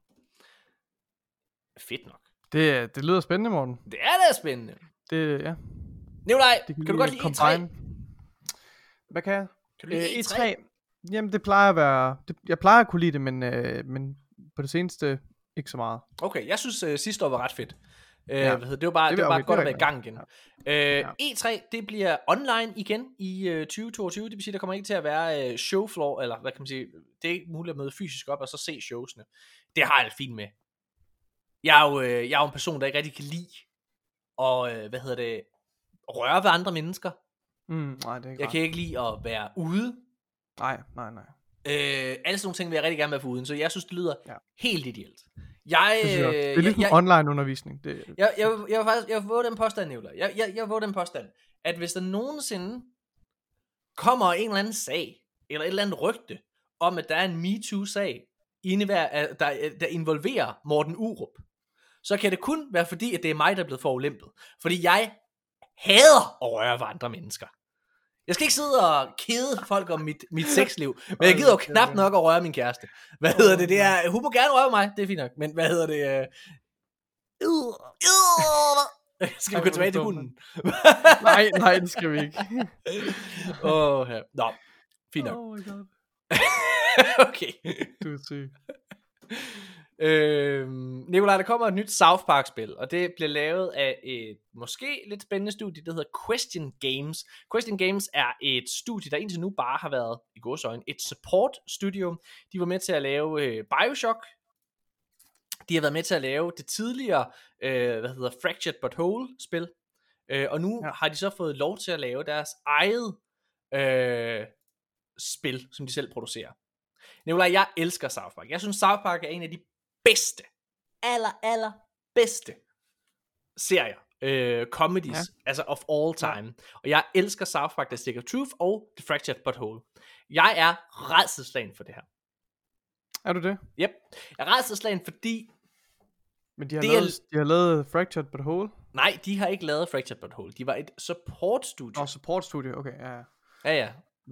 Fedt nok. Det lyder spændende, Morten. Det er da spændende. Ja. Nikolaj, kan du godt lide E3? Hvad kan jeg? Kan du lide E3? Jamen, det plejer at være... Jeg plejer at kunne lide det, men på det seneste ikke så meget. Okay, jeg synes sidste år var ret fedt. Det var bare godt at være i gang igen. E3, det bliver online igen i 2022. Det vil sige, der kommer ikke til at være showfloor, eller hvad kan man sige, det er ikke muligt at møde fysisk op og så se showsene. Det har jeg det fint med. Jeg er jo en person, der ikke rigtig kan lide og røre ved andre mennesker. Nej, det er jeg kan ikke lide at være ude. Nej. Alle sådan nogle ting vil jeg rigtig gerne være for uden, så jeg synes, det lyder helt ideelt. Det er ligesom online undervisning. Jeg vil våge den påstand, Nicolaj. Jeg vil våge den påstand, at hvis der nogensinde kommer en eller anden sag, eller et eller andet rygte, om at der er en MeToo-sag, der involverer Morten Urup, så kan det kun være fordi, at det er mig, der er blevet forulempet. Fordi jeg hader at røre ved andre mennesker. Jeg skal ikke sidde og kede folk om mit sexliv, men jeg gider jo knap nok at røre min kæreste. Hvad hedder det? Det er, hun må gerne røre mig, det er fint nok. Men hvad hedder det? Skal vi gå tilbage til hunden? nej, det skal vi ikke. Ja. Nå, fint nok. Oh my god. Okay. Du er syg. Nicolaj, der kommer et nyt South Park spil, og det bliver lavet af et måske lidt spændende studie, der hedder Question Games. Question Games er et studie, der indtil nu bare har været i gåseøjne et support studio. De var med til at lave BioShock. De har været med til at lave det tidligere Fractured But Whole spil. Og nu har de så fået lov til at lave deres eget spil, som de selv producerer. Nicolaj, jeg elsker South Park. Jeg synes, South Park er en af de bedste, aller bedste serier, comedies, altså of all time. Og jeg elsker South Park, The Stick of Truth og The Fractured But Whole. Jeg er rædselsslagen for det her. Er du det? Yep. Jeg er rædselsslagen, fordi... Men de har lavet Fractured But Whole? Nej, de har ikke lavet Fractured But Whole. De var et support studio. Support studio, okay, Ja.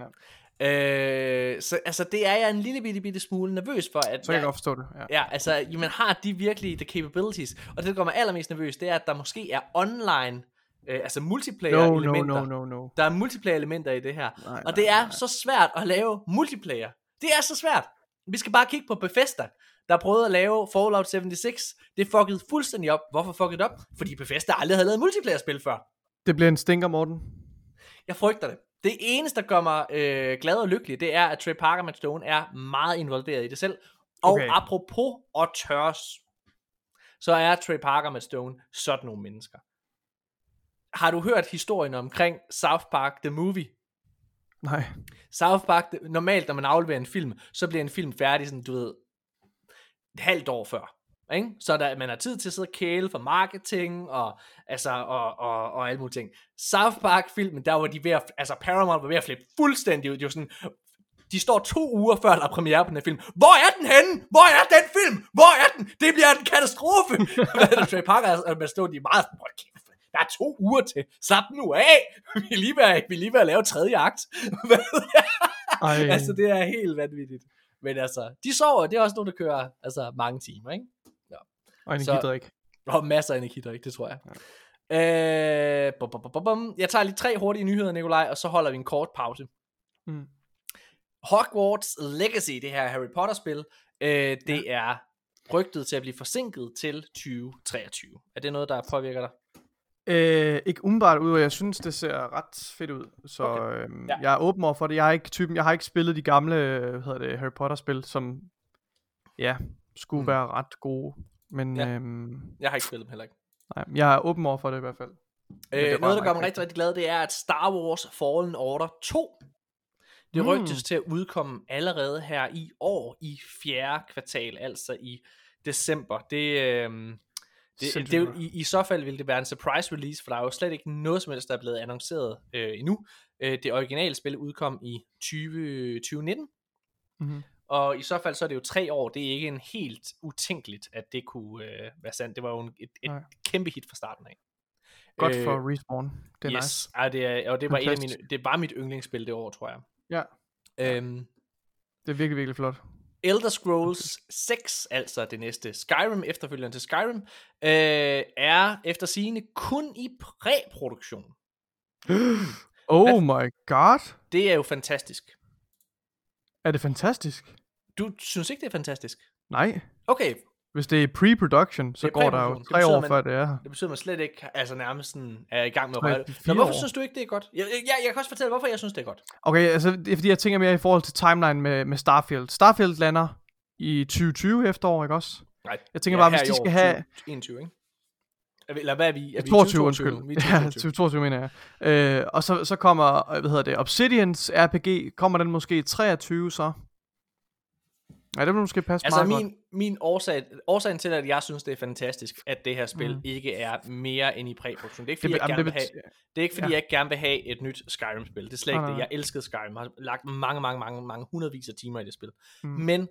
Så altså det er jeg en lille bitte smule nervøs for, at så kan jeg godt forstå det. Ja, altså man har de virkelig the capabilities, og det der gør mig allermest nervøs, det er at der måske er online altså multiplayer elementer. No. Der er multiplayer elementer i det her. Nej, det er så svært at lave multiplayer. Det er så svært. Vi skal bare kigge på Bethesda, der prøvede at lave Fallout 76. Det fuckede fuldstændig op. Hvorfor fuckede det op? Fordi Bethesda aldrig havde lavet multiplayer spil før. Det bliver en stinker, Morten. Jeg frygter det. Det eneste, der gør mig glad og lykkelig, det er, at Trey Parker og Matt Stone er meget involveret i det selv. Og apropos at tørres, så er Trey Parker og Matt Stone sådan nogle mennesker. Har du hørt historien omkring South Park The Movie? Nej. South Park, normalt når man afleverer en film, så bliver en film færdig sådan, du ved, et halvt år før. Ikke? Så man har tid til at sidde og kæle for marketing og alle mulige ting. South Park filmen, der var de ved at, altså Paramount var ved at flippe fuldstændig ud. Det var sådan, de står 2 uger før der er premiere på den her film. Hvor er den henne? Hvor er den film? Hvor er den? Det bliver en katastrofe. Trey Parker og man stod de meget sådan, der er 2 uger til. Slap nu af. Vi er lige ved at lave 3. akt. Altså det er helt vanvittigt. Men altså, de sover, det er også nogen, der kører altså mange timer, ikke? Ja. Og energidrik. Og masser af energidrik, det tror jeg. Ja. Jeg tager lige 3 hurtige nyheder, Nikolaj, og så holder vi en kort pause. Hogwarts Legacy, det her Harry Potter-spil, det er rygtet til at blive forsinket til 2023. Er det noget, der påvirker dig? Ikke umiddelbart ud, og jeg synes, det ser ret fedt ud. Så jeg er åben over for det. Jeg har ikke spillet de gamle Harry Potter-spil, som skulle være ret gode. Men jeg har ikke spillet dem heller ikke. Nej, jeg er åben over for det i hvert fald. Noget, der gør mig rigtig glad, det er, at Star Wars Fallen Order 2, det rygtes til at udkomme allerede her i år, i 4. kvartal, altså i december. I så fald vil det være en surprise release, for der er jo slet ikke noget som helst, der er blevet annonceret endnu. Det originale spil udkom i 2019. Og i så fald så er det jo 3 år. Det er ikke en helt utænkeligt, at det kunne være sandt. Det var jo et kæmpe hit fra starten af. Godt for Respawn. Det er nice. Det var mit yndlingsspil det år, tror jeg. Ja. Det er virkelig, virkelig flot. Elder Scrolls 6, altså det næste Skyrim, efterfølgeren til Skyrim, er efter sigende kun i præproduktion. Oh my god. Det er jo fantastisk. Er det fantastisk? Du synes ikke, det er fantastisk? Nej. Okay. Hvis det er pre-production, så går der jo 3 år før det er. Det betyder, man slet ikke sådan er i gang med at røre det. Men hvorfor synes du ikke, det er godt? Jeg kan også fortælle, hvorfor jeg synes, det er godt. Okay, altså det er fordi, jeg tænker mere i forhold til timeline med Starfield. Starfield lander i 2020 efterår, ikke også? Nej. Jeg tænker bare, hvis de skal have... 21, ikke? Eller hvad er vi? Er vi 22, undskyld. Ja, 2022 mener jeg. Og så kommer, Obsidians RPG, kommer den måske i 23 så? Ja, det vil måske passe Altså meget godt. min årsagen til, at jeg synes, det er fantastisk, at det her spil ikke er mere end i præproduktion. Det er ikke, fordi jeg ikke gerne vil have et nyt Skyrim-spil. Det er slet ikke det. Jeg elskede Skyrim. Jeg har lagt mange hundredvis af timer i det spil. Men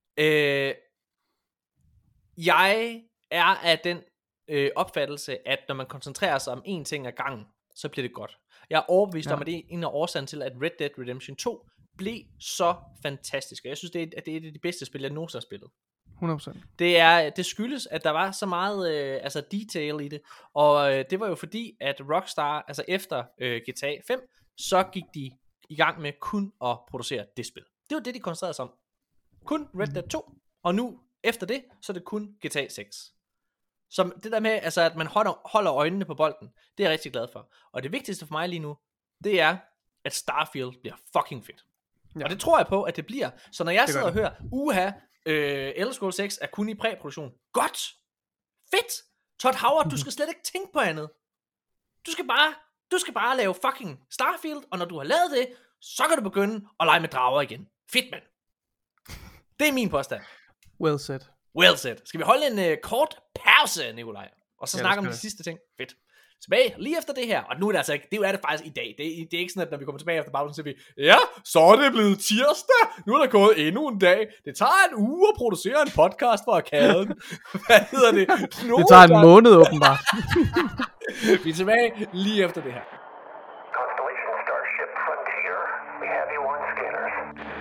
jeg er af den opfattelse, at når man koncentrerer sig om én ting ad gangen, så bliver det godt. Jeg er overbevist om, at det er en af årsagen til, at Red Dead Redemption 2 blev så fantastisk. Jeg synes, det er et af de bedste spil, jeg nogensinde har spillet. 100%. Det skyldes, at der var så meget detail i det, og det var jo fordi, at Rockstar, altså efter GTA 5, så gik de i gang med kun at producere det spil. Det var det, de koncentrerede sig om. Kun Red Dead 2, og nu, efter det, så er det kun GTA 6. Så det der med, altså, at man holder øjnene på bolden, det er jeg rigtig glad for. Og det vigtigste for mig lige nu, det er, at Starfield bliver fucking fedt. Ja. Og det tror jeg på, at det bliver. Så når jeg sidder og hører, Elder Scrolls 6 er kun i præproduktion. Godt! Fedt! Todd Howard, du skal slet ikke tænke på andet. Du skal bare lave fucking Starfield, og når du har lavet det, så kan du begynde at lege med drager igen. Fedt, mand! Det er min påstand. Well said. Well said. Skal vi holde en kort pause, Nikolaj? Og så snakke om de sidste ting. Fedt. Tilbage lige efter det her. Og nu er det altså ikke, det er det faktisk i dag. Det er ikke sådan, at når vi kommer tilbage efter pausen, så siger vi, ja, så er det blevet tirsdag. Nu er der gået endnu en dag. Det tager en uge at producere en podcast for Arkaden. Hvad hedder det? Det tager en måned åbenbart. Vi er tilbage lige efter det her. Constellation Starship Frontier. We have you on scanners.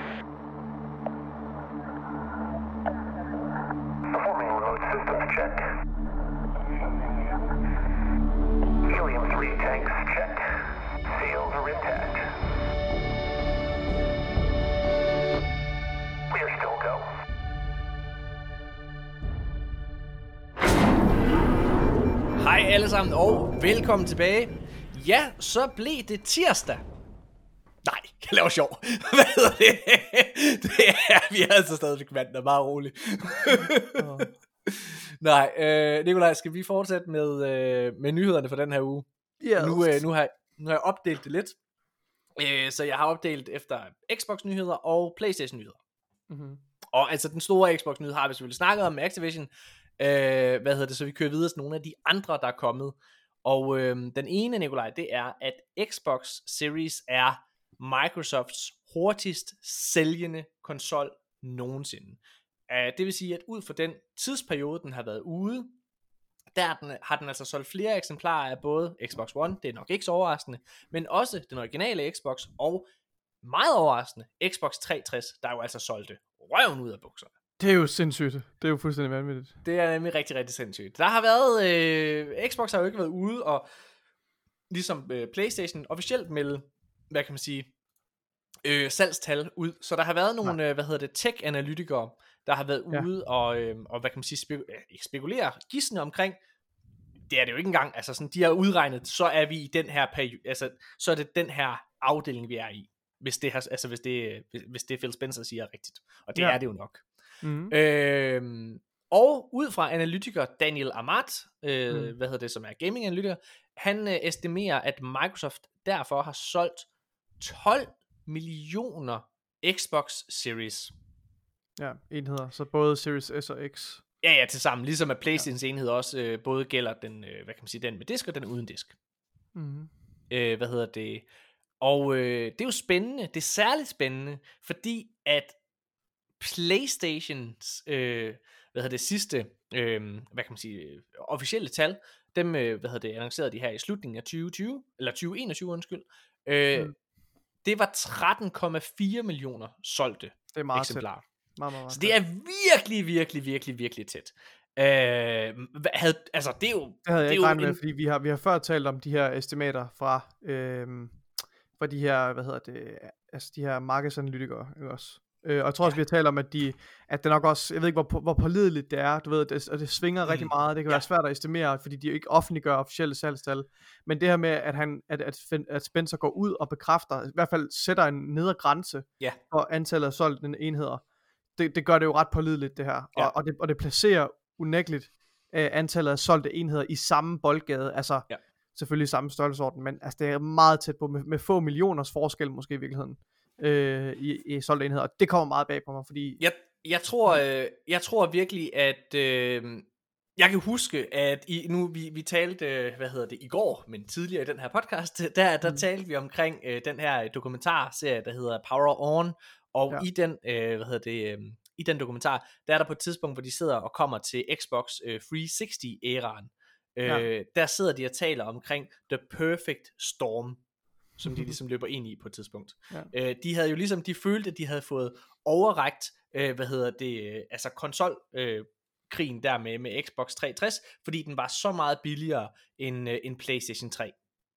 Performing remote systems check. Helium-3 tanks check. Seals are intact. Clear still go. Hej alle sammen, og velkommen tilbage. Ja, så blev det tirsdag. Nej, jeg laver sjov. Hvad hedder det? Det er, vi er altså stadigvæk vant, der er bare roligt. Nej, Nikolaj, skal vi fortsætte med nyhederne for den her uge? Yes. Nu har jeg opdelt det lidt. Så jeg har opdelt efter Xbox-nyheder og PlayStation-nyheder. Og altså den store Xbox-nyhed har vi selvfølgelig snakket om med Activision. Så vi kører videre til nogle af de andre, der er kommet. Og den ene, Nikolaj, det er, at Xbox Series er Microsofts hurtigst sælgende konsol nogensinde. Det vil sige, at ud fra den tidsperiode, den har været ude, har den altså solgt flere eksemplarer af både Xbox One, det er nok ikke så overraskende, men også den originale Xbox, og meget overraskende, Xbox 360, der jo altså solgte røven ud af bukserne. Det er jo sindssygt. Det er jo fuldstændig vanvittigt. Det er nemlig rigtig, rigtig sindssygt. Der har været, Xbox har jo ikke været ude, og ligesom PlayStation officielt melde, hvad kan man sige, salgstal ud. Så der har været nogle, tech-analytikere, der har været ude og hvad kan man sige, spekulere, gisne omkring. Det er det jo ikke engang, altså sådan, de har udregnet, så er vi i den her periode, altså, så er det den her afdeling, vi er i. Hvis det Phil Spencer siger er rigtigt. Og det er det jo nok. Og ud fra analytiker Daniel Amat, som er gaming-analytiker, han estimerer, at Microsoft derfor har solgt 12 millioner Xbox Series. Ja, enheder. Så både Series S og X. Ja, til sammen. Ligesom at PlayStations enhed også både gælder den, den med disk og den uden disk. Og det er jo spændende. Det er særligt spændende, fordi at PlayStations sidste officielle tal, dem annoncerede de her i slutningen af 2020 eller 2021, undskyld. Det var 13,4 millioner solgte eksemplarer. Meget så det er virkelig tæt. Det er jo, det havde jeg ikke regnet med, fordi vi har før talt om de her estimater fra de her, altså de her markedsanalytikere, ikke også? Og jeg tror også, vi har talt om, at det nok også, jeg ved ikke, hvor pålideligt det er, du ved, og det svinger rigtig meget, det kan være svært at estimere, fordi de jo ikke offentliggør officielle salgstal, men det her med, at Spencer går ud og bekræfter, i hvert fald sætter en nedre grænse for antallet af solgte enheder, det gør det jo ret pålideligt, det her, og det placerer unægteligt antallet af solgte enheder i samme boldgade, altså selvfølgelig i samme størrelsesorden, men altså, det er meget tæt på, med få millioners forskel måske i virkeligheden. I solgte enheder, og det kommer meget bag på mig, fordi Jeg tror virkelig, at jeg kan huske, at vi talte, i går, men tidligere i den her podcast, der talte vi omkring den her dokumentarserie, der hedder Power On, og i den, i den dokumentar, der er der på et tidspunkt, hvor de sidder og kommer til Xbox 360-æraen. Der sidder de og taler omkring The Perfect Storm, som de ligesom løber ind i på et tidspunkt. De havde jo ligesom, de følte, at de havde fået overrakt, altså konsolkrigen der med Xbox 360, fordi den var så meget billigere end PlayStation 3.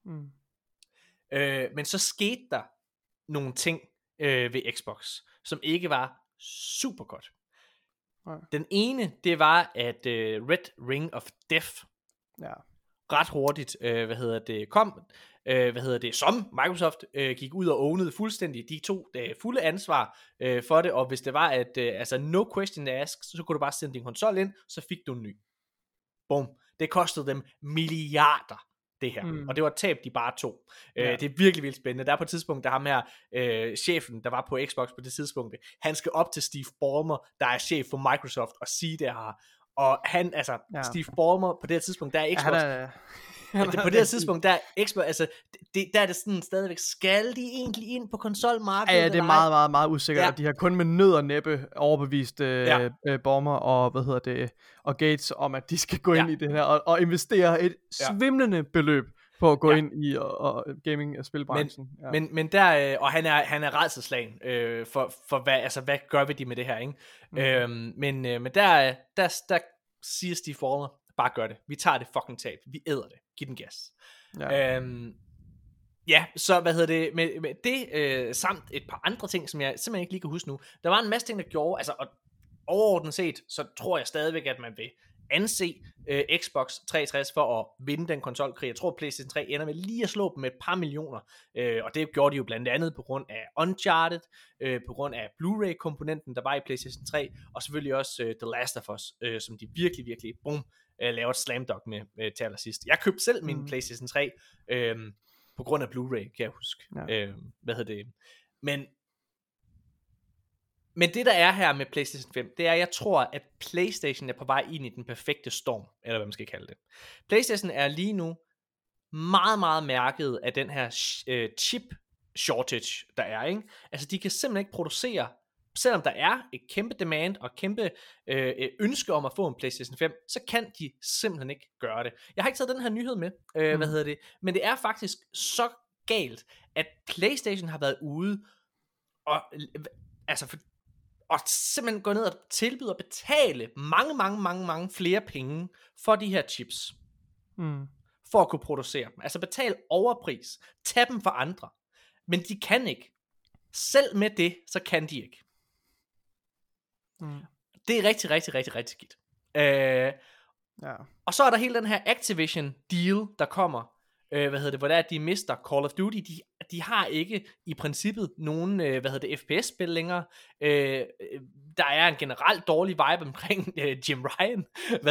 Men så skete der nogle ting ved Xbox, som ikke var super godt. Den ene, det var, at Red Ring of Death ret hurtigt, kom, som Microsoft gik ud og ownede fuldstændig. De tog fulde ansvar for det, og hvis det var, at no question asked, så kunne du bare sende din konsol ind, så fik du en ny. Boom. Det kostede dem milliarder, det her. Og det var et tab, de bare tog. Det er virkelig vildt spændende. Der er på et tidspunkt, der ham her, chefen, der var på Xbox på det tidspunkt, han skal op til Steve Ballmer, der er chef for Microsoft, og sige det her. Og han, Steve Ballmer, på det her tidspunkt, der er Xbox... på det her tidspunkt, der er Xbox, der er det sådan stadigvæk, skal de egentlig ind på konsolmarkedet? Ja, det er meget, meget, meget usikkert, og de har kun med nød og næppe overbevist Ballmer og Gates om, at de skal gå ind i det her, og investere et svimlende beløb på at gå ind i gaming- og spilbranchen. Men der, og han er rædselsslagen for hvad gør vi de med det her, ikke? Men der siger Steve Ballmer, bare gør det. Vi tager det fucking tab. Vi æder det. Giv den gas. Så med det samt et par andre ting, som jeg simpelthen ikke lige kan huske nu. Der var en masse ting, der gjorde, og overordnet set, så tror jeg stadigvæk, at man vil anse Xbox 360 for at vinde den konsolkrig. Jeg tror, PlayStation 3 ender med lige at slå dem med et par millioner, og det gjorde de jo blandt andet på grund af Uncharted, på grund af Blu-ray-komponenten, der var i PlayStation 3, og selvfølgelig også The Last of Us, som de virkelig, virkelig, laver et slam dunk med til allersidst. Jeg købte selv min PlayStation 3 på grund af Blu-ray, kan jeg huske. Men det der er her med PlayStation 5, det er, at jeg tror, at PlayStation er på vej ind i den perfekte storm, eller hvad man skal kalde det. PlayStation er lige nu meget, meget mærket af den her chip shortage, der er, ikke? Altså, de kan simpelthen ikke producere, selvom der er et kæmpe demand og kæmpe ønske om at få en PlayStation 5, så kan de simpelthen ikke gøre det. Jeg har ikke taget den her nyhed med, men det er faktisk så galt, at PlayStation har været ude og simpelthen gå ned og tilbyde at betale mange flere penge for de her chips. For at kunne producere dem. Altså betale overpris. Tag dem for andre. Men de kan ikke. Selv med det, så kan de ikke. Det er rigtig, rigtig, rigtig, rigtig skidt. Og så er der hele den her Activision deal, der kommer. Hvor det er, at de mister Call of Duty. De har ikke i princippet nogen, FPS-spil længere. Der er en generelt dårlig vibe omkring Jim Ryan,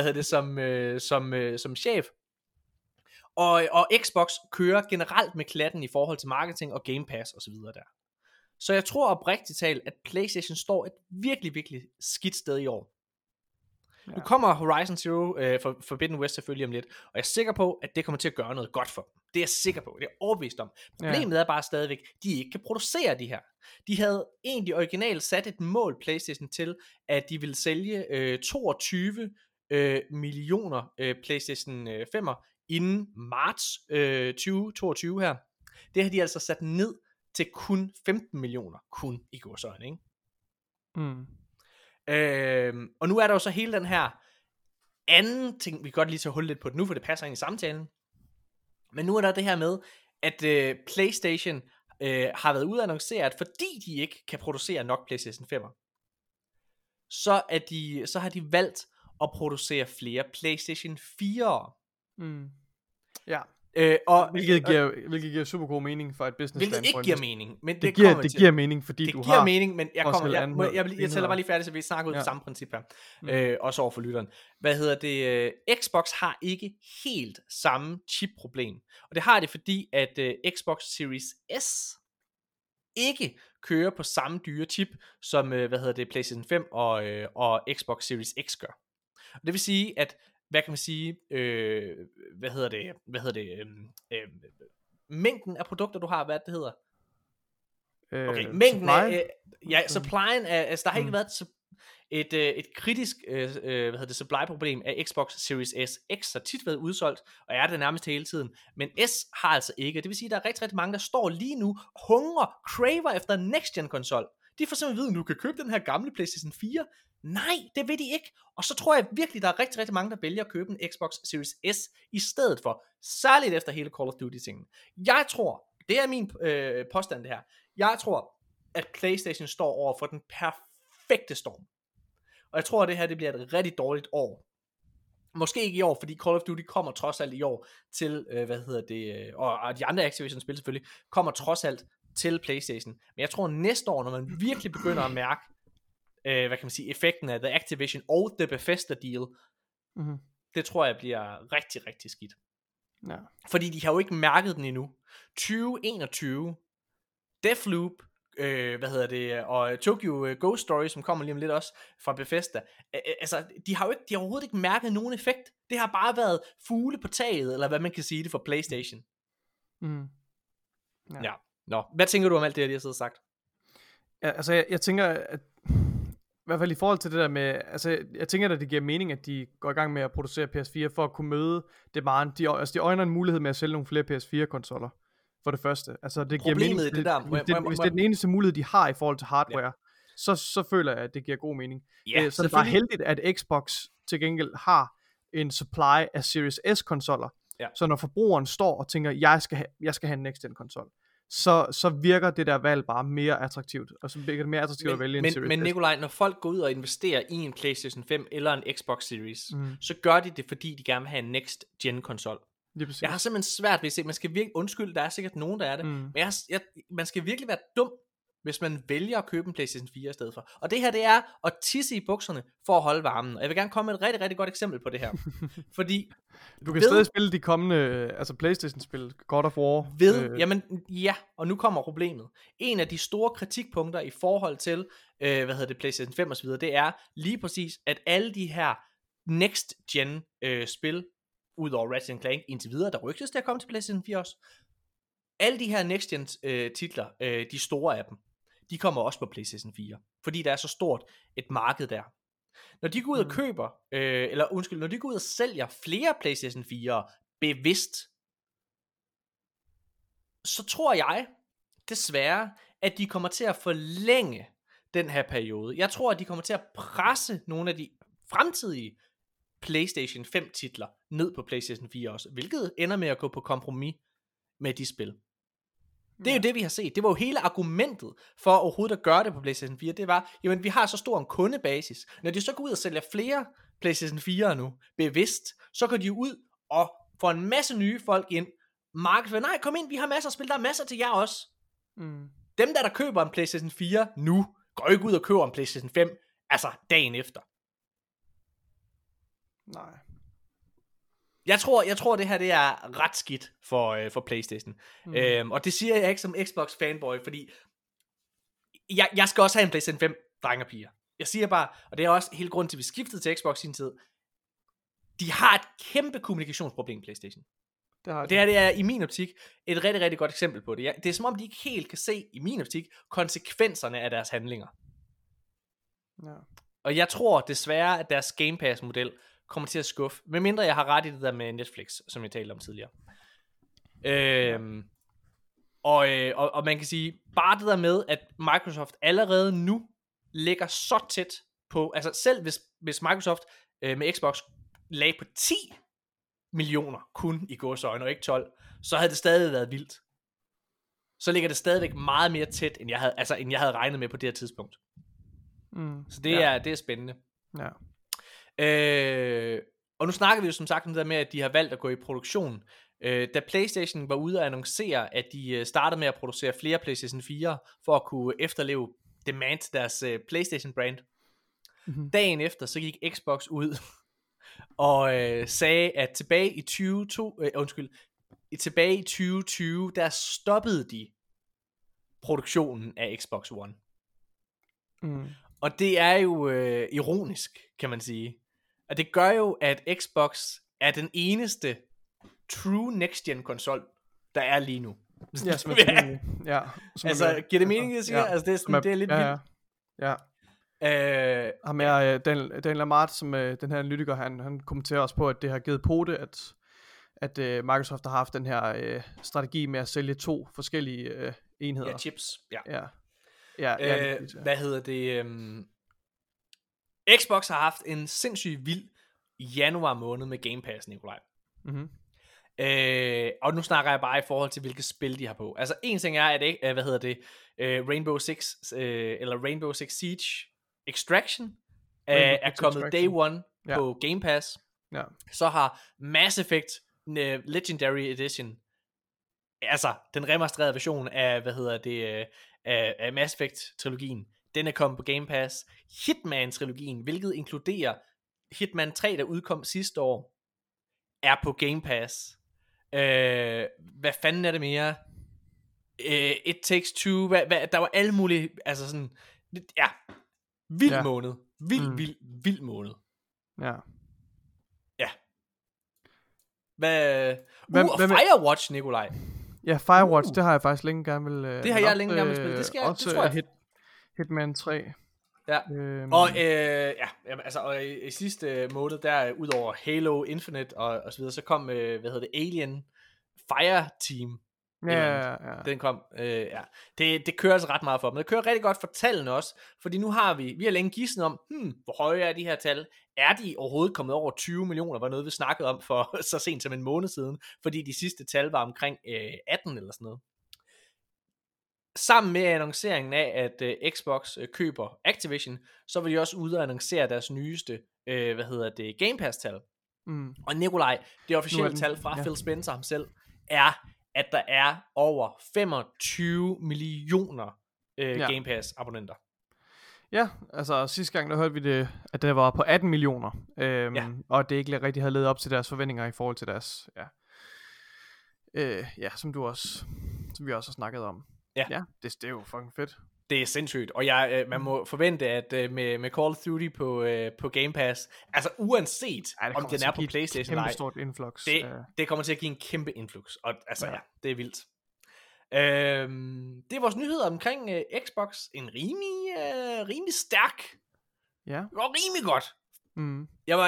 som chef. Og Xbox kører generelt med klatten i forhold til marketing og Game Pass og så videre der. Så jeg tror oprigtigt talt, at PlayStation står et virkelig, virkelig skidt sted i år. Nu kommer Horizon Zero Forbidden West selvfølgelig om lidt, og jeg er sikker på, at det kommer til at gøre noget godt for dem. Det er jeg sikker på, det er jeg overbevist om. Problemet er bare stadigvæk, de ikke kan producere de her. De havde egentlig originalt sat et mål, PlayStation, til, at de ville sælge 22 millioner PlayStation 5'er inden marts 2022 her. Det har de altså sat ned til kun 15 millioner, kun i gåseøjne, ikke? Og nu er der jo så hele den her anden ting, vi kan godt lige tage hul lidt på det nu, for det passer ind i samtalen. Men nu er der det her med, at PlayStation har været ude at annoncere, at fordi de ikke kan producere nok PlayStation 5'er, så har de valgt at producere flere PlayStation 4'er. Hvilket giver super god mening for et business. Hvilket ikke giver mening, men det giver mening, fordi det du giver har mening, men jeg tæller bare lige færdigt, så vi snakker ud af samme princip her, også over for lytteren. Xbox har ikke helt samme chip-problem, og det har det fordi, at Xbox Series S ikke kører på samme dyre chip, som PlayStation 5 og Xbox Series X gør. Og det vil sige, at, hvad kan man sige, mængden af produkter, du har, hvad det hedder? Okay, mængden af, supplyen af, altså der har ikke været et kritisk supply-problem af Xbox Series S. X har tit været udsolgt, og er det nærmest hele tiden, men S har altså ikke. Det vil sige, at der er rigtig, rigtig mange, der står lige nu, hungrer, craver efter en next-gen konsol. De får simpelthen at vide, at du kan købe den her gamle PlayStation 4. Nej, det vil de ikke. Og så tror jeg virkelig, der er rigtig, rigtig mange, der vælger at købe en Xbox Series S i stedet for. Særligt efter hele Call of Duty-tingen. Jeg tror, det er min påstand det her, jeg tror, at PlayStation står over for den perfekte storm. Og jeg tror, at det her det bliver et rigtig dårligt år. Måske ikke i år, fordi Call of Duty kommer trods alt i år til, og de andre Activision-spil selvfølgelig, kommer trods alt til PlayStation. Men jeg tror næste år, når man virkelig begynder at mærke, effekten af The Activision og The Bethesda deal, det tror jeg bliver rigtig, rigtig skidt. Ja. Fordi de har jo ikke mærket den endnu. 2021, Deathloop, og Tokyo Ghost Story, som kommer lige om lidt også fra Bethesda. Altså, de har overhovedet ikke mærket nogen effekt. Det har bare været fugle på taget, eller hvad man kan sige det for PlayStation. Ja. Nå, hvad tænker du om alt det, jeg har siddet og sagt? Ja, altså, jeg tænker, at i hvert fald i forhold til det der med, altså, jeg tænker, at det giver mening, at de går i gang med at producere PS4, for at kunne møde demand. De øjner en mulighed med at sælge nogle flere PS4-konsoller. For det første. Altså, det giver mening. Hvis det er den eneste mulighed, de har i forhold til hardware, så føler jeg, at det giver god mening. Ja, så det er bare heldigt, at Xbox til gengæld har en supply af Series S-konsoller. Ja. Så når forbrugeren står og tænker, jeg skal have en next-gen konsol, så virker det der valg bare mere attraktivt. Og så virker det mere attraktivt at vælge en Series S. Men Nikolaj, når folk går ud og investerer i en PlayStation 5 eller en Xbox Series, så gør de det, fordi de gerne vil have en next-gen konsol. Jeg har simpelthen svært ved at se, man skal virkelig, undskyld, der er sikkert nogen, der er det, men man skal virkelig være dum, hvis man vælger at købe en PlayStation 4 i stedet for. Og det her, det er at tisse i bukserne for at holde varmen. Og jeg vil gerne komme med et rigtig, rigtig godt eksempel på det her. Fordi du kan stadig spille de kommende, altså PlayStation-spil, God of War. Jamen, ja, og nu kommer problemet. En af de store kritikpunkter i forhold til, PlayStation 5 og så videre, det er lige præcis, at alle de her next-gen spil, udover Ratchet & Clank indtil videre, der rygtes til at komme til PlayStation 4 også. Alle de her next-gen titler, de store af dem, de kommer også på PlayStation 4, fordi der er så stort et marked der. Når de går ud og køber, når de går ud og sælger flere PlayStation 4'ere bevidst, så tror jeg desværre, at de kommer til at forlænge den her periode. Jeg tror, at de kommer til at presse nogle af de fremtidige PlayStation 5 titler ned på PlayStation 4 også, hvilket ender med at gå på kompromis med de spil. Det er jo det, vi har set. Det var jo hele argumentet for overhovedet at gøre det på PlayStation 4. Det var, jamen vi har så stor en kundebasis. Når de så går ud og sælger flere PlayStation 4'er nu, bevidst, så går de jo ud og får en masse nye folk ind. Markedsfører, nej, kom ind, vi har masser af spil, der er masser til jer også. Dem der køber en PlayStation 4 nu, går jo ikke ud og køber en PlayStation 5, altså dagen efter. Nej. Jeg tror det her det er ret skidt for PlayStation. Og det siger jeg ikke som Xbox fanboy, fordi jeg skal også have en PlayStation 5, drenge og piger. Jeg siger bare, og det er også hele grunden til, at vi skiftede til Xbox i sin tid. De har et kæmpe kommunikationsproblem, PlayStation. Det her det er i min optik et rigtig, rigtig godt eksempel på det. Det er som om, de ikke helt kan se, i min optik, konsekvenserne af deres handlinger. Ja. Og jeg tror desværre, at deres Game Pass-model kommer til at skuffe, medmindre jeg har ret i det der med Netflix, som jeg talte om tidligere. Og man kan sige, bare det der med, at Microsoft allerede nu ligger så tæt på, altså selv hvis Microsoft med Xbox lagde på 10 millioner kun i gåseøjne og ikke 12, så havde det stadig været vildt. Så ligger det stadigvæk meget mere tæt, end jeg havde regnet med på det her tidspunkt. Så det er spændende. Ja. Og nu snakker vi jo som sagt om det der med, at de har valgt at gå i produktion. Da PlayStation var ude og annoncere, at de startede med at producere flere PlayStation 4 for at kunne efterleve demand til deres PlayStation brand. Dagen efter så gik Xbox ud og sagde, at tilbage i 2020, der stoppede de produktionen af Xbox One. Mm. Og det er jo ironisk, kan man sige. Og det gør jo, at Xbox er den eneste true next-gen konsol, der er lige nu. Ja, som er ja, altså, giver det mening, jeg siger? Ja. Altså, det er, sådan, det er lidt vildt. Ja. Ham er Daniel Lamart, som den her analytiker, han kommenterer også på, at det har givet pote, at Microsoft har haft den her strategi med at sælge 2 forskellige enheder. Ja, chips. Ja. Hvad hedder det? Xbox har haft en sindssygt vild januar måned med Game Pass, Nikolaj. Mm-hmm. Og nu snakker jeg bare i forhold til, hvilke spil de har på. Altså, en ting er, at Rainbow Six Siege Extraction er kommet day one på Game Pass. Ja. Så har Mass Effect Legendary Edition, altså den remastererede version af, af Mass Effect-trilogien, den er kommet på Game Pass. Hitman-trilogien, hvilket inkluderer Hitman 3, der udkom sidste år, er på Game Pass. Hvad fanden er det mere? It Takes Two, der var alle mulige, altså sådan, ja, vild måned. Vild måned. Ja. Ja. Hvad Firewatch, Nikolaj. Ja, Firewatch, det har jeg faktisk længe gerne vil... det har jeg længe gerne vil spille, det skal jeg, også det tror jeg. Hitman 3. Ja, og i sidste måned, der udover Halo Infinite og så videre, så kom, Alien Fireteam. Ja. Den kom, det kører altså ret meget for dem. Det kører rigtig godt for tallene også, fordi nu har vi har længe gidsnet om, hvor høje er de her tal? Er de overhovedet kommet over 20 millioner? Var noget, vi snakkede om for så sent som en måned siden, fordi de sidste tal var omkring 18 eller sådan noget. Sammen med annonceringen af, at Xbox køber Activision, så vil de også ud og annoncere deres nyeste, Game Pass-tal. Mm. Og Nikolaj, det officielle tal fra Phil Spencer ham selv, er, at der er over 25 millioner Game Pass abonnenter. Ja, altså sidste gang der hørte vi det, at det var på 18 millioner, og det ikke rigtig havde levet op til deres forventninger i forhold til deres, som vi også har snakket om. Ja, det er jo fucking fedt. Det er sindssygt, og man må forvente, at med Call of Duty på Game Pass, altså uanset om den er på PlayStation eller ej, stort influx. Det kommer til at give en kæmpe influx, og altså det er vildt. Det er vores nyheder omkring Xbox, en rimelig stærk, og rimelig godt. Mm.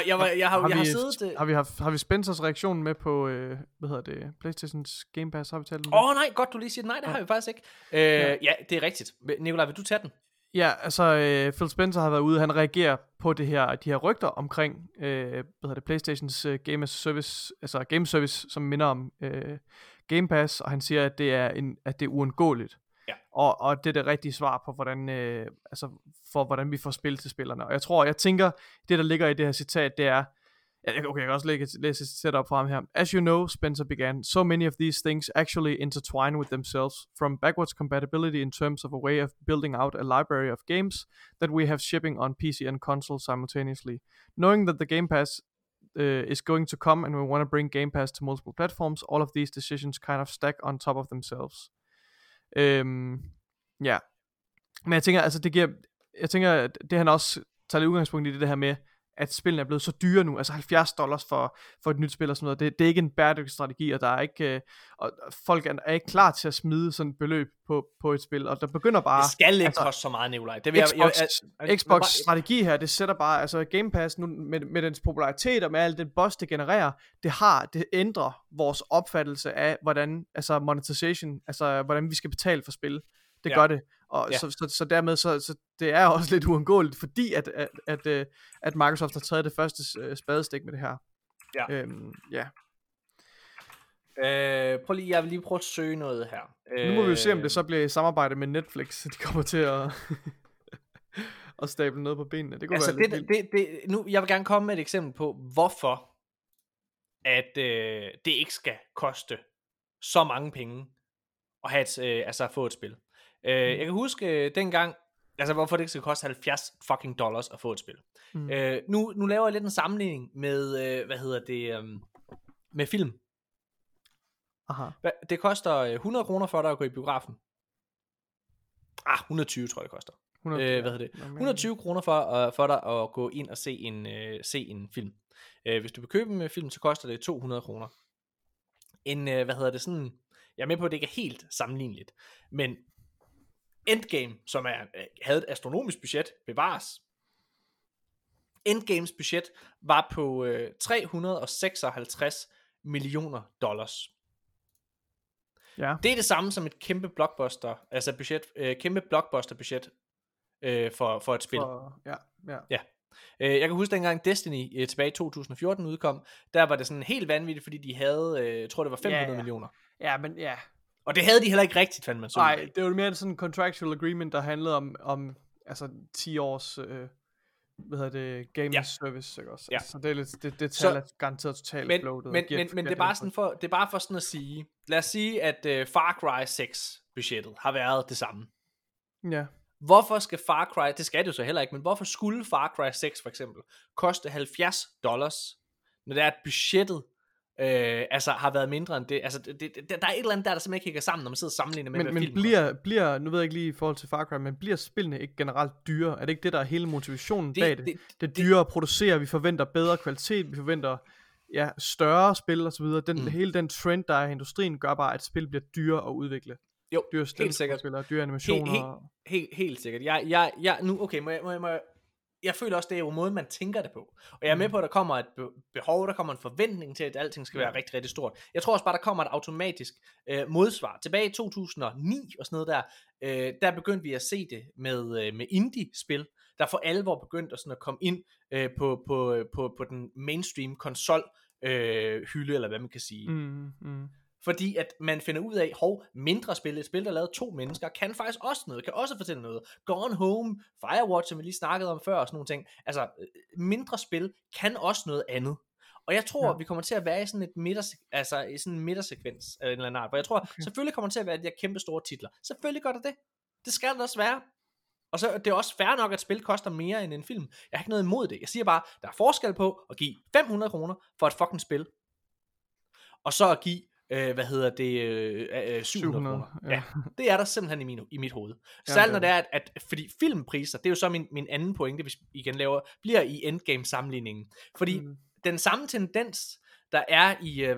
Har vi Spencers reaktion med på PlayStations Game Pass? Har vi talt om det? Nej, godt du lige siger nej, det har vi faktisk ikke. Ja, det er rigtigt. Nikolaj, vil du tage den? Ja, altså Phil Spencer har været ude, han reagerer på de her rygter omkring PlayStations Game as Service, altså Game Service, som minder om Game Pass, og han siger, at det er uundgåeligt. Ja. Og det er det rigtige svar på hvordan vi får spil til spillerne. Og jeg tænker, det der ligger i det her citat, det er, jeg kan også læse et citat op fra ham her. As you know, Spencer began, so many of these things actually intertwine with themselves, from backwards compatibility in terms of a way of building out a library of games that we have shipping on PC and console simultaneously. Knowing that the Game Pass is going to come, and we want to bring Game Pass to multiple platforms, all of these decisions kind of stack on top of themselves. Men jeg tænker, at det han også tager udgangspunkt i det her med, at spillene er blevet så dyre nu, altså $70 for et nyt spil og sådan noget, det er ikke en bæredygtig strategi, og der er ikke, og folk er ikke klar til at smide sådan et beløb på et spil, og der begynder bare... Det skal ikke koste så meget, Nikolaj. Xbox strategi her, det sætter bare, altså Game Pass nu, med dens popularitet, og med alt den buzz, det genererer, det ændrer vores opfattelse af, hvordan, altså monetization, altså hvordan vi skal betale for spil. Det gør det. Og så dermed så det er også lidt uundgåeligt, fordi at Microsoft har taget det første spadestik med det her. Prøv lige, jeg vil lige prøve at søge noget her. Nu må vi jo se, om det så bliver i samarbejde med Netflix, så de kommer til at stable noget på benene. Det kunne være nu, jeg vil gerne komme med et eksempel på, hvorfor at det ikke skal koste så mange penge at have få et spil. Jeg kan huske dengang, altså hvorfor det ikke skal koste $70 at få et spil. Nu laver jeg lidt en sammenligning med, med film. Aha. Det koster 100 kroner for dig at gå i biografen. 120 tror jeg det koster. 120 kroner for dig at gå ind og se en film. Hvis du vil købe en film, så koster det 200 kroner. Sådan, jeg er med på, at det ikke er helt sammenligneligt, men Endgame, som havde et astronomisk budget, bevares. Endgames budget var på $356 millioner. Ja. Det er det samme som et kæmpe blockbuster, budget for et spil. Ja. Jeg kan huske dengang Destiny tilbage i 2014 udkom, der var det sådan helt vanvittigt, fordi de havde, jeg tror det var 500 millioner. Ja, men ja. Og det havde de heller ikke rigtigt, fandt man så. Nej, det var mere sådan en contractual agreement, der handlede om altså 10 års gaming service, ikke også? Ja. Så det er lidt det tal er garanteret totalt bloated. Men det er bare sådan det er bare for sådan at sige, lad os sige at Far Cry 6 budgettet har været det samme. Ja. Hvorfor skal Far Cry, det skal det jo så heller ikke, men hvorfor skulle Far Cry 6 for eksempel koste $70, når det er at budgettet har været mindre end det. Altså der er et eller andet der simpelthen ikke hænger sammen, når man sidder og sammenligner med men film. bliver, nu ved jeg ikke lige i forhold til Far Cry, men bliver spillene ikke generelt dyre? Er det ikke det, der er hele motivationen bag det? Det er dyrere at producere, vi forventer bedre kvalitet, vi forventer større spil og så videre. Hele den trend, der er i industrien, gør bare, at spil bliver dyrere at udvikle. Jo, dyre helt sikkert. Dyre animationer. Helt sikkert. Jeg føler også, det er jo måden, man tænker det på. Og jeg er med på, at der kommer et behov, der kommer en forventning til, at alting skal være rigtig, rigtig stort. Jeg tror også bare, der kommer et automatisk modsvar. Tilbage i 2009 og sådan noget der begyndte vi at se det med indie-spil, der for alvor begyndte at komme ind på den mainstream konsol hylde, eller hvad man kan sige. Fordi at man finder ud af, mindre spil, et spil, der lavede 2 mennesker, kan faktisk også noget, kan også fortælle noget. Gone Home, Firewatch, som vi lige snakkede om før, og sådan nogle ting. Altså, mindre spil kan også noget andet. Og jeg tror, vi kommer til at være i sådan en midtersekvens af en eller anden art. For jeg tror, selvfølgelig kommer det til at være de her kæmpe store titler. Selvfølgelig gør det. Det skal det også være. Og så det er også fair nok, at spil koster mere end en film. Jeg har ikke noget imod det. Jeg siger bare, der er forskel på at give 500 kroner for et fucking spil, og så at give 700 kroner. Ja, det er der simpelthen i mit hoved. Særligt når det er, at fordi filmpriser, det er jo så min anden pointe, hvis I igen bliver i Endgame sammenligningen. Fordi den samme tendens, der er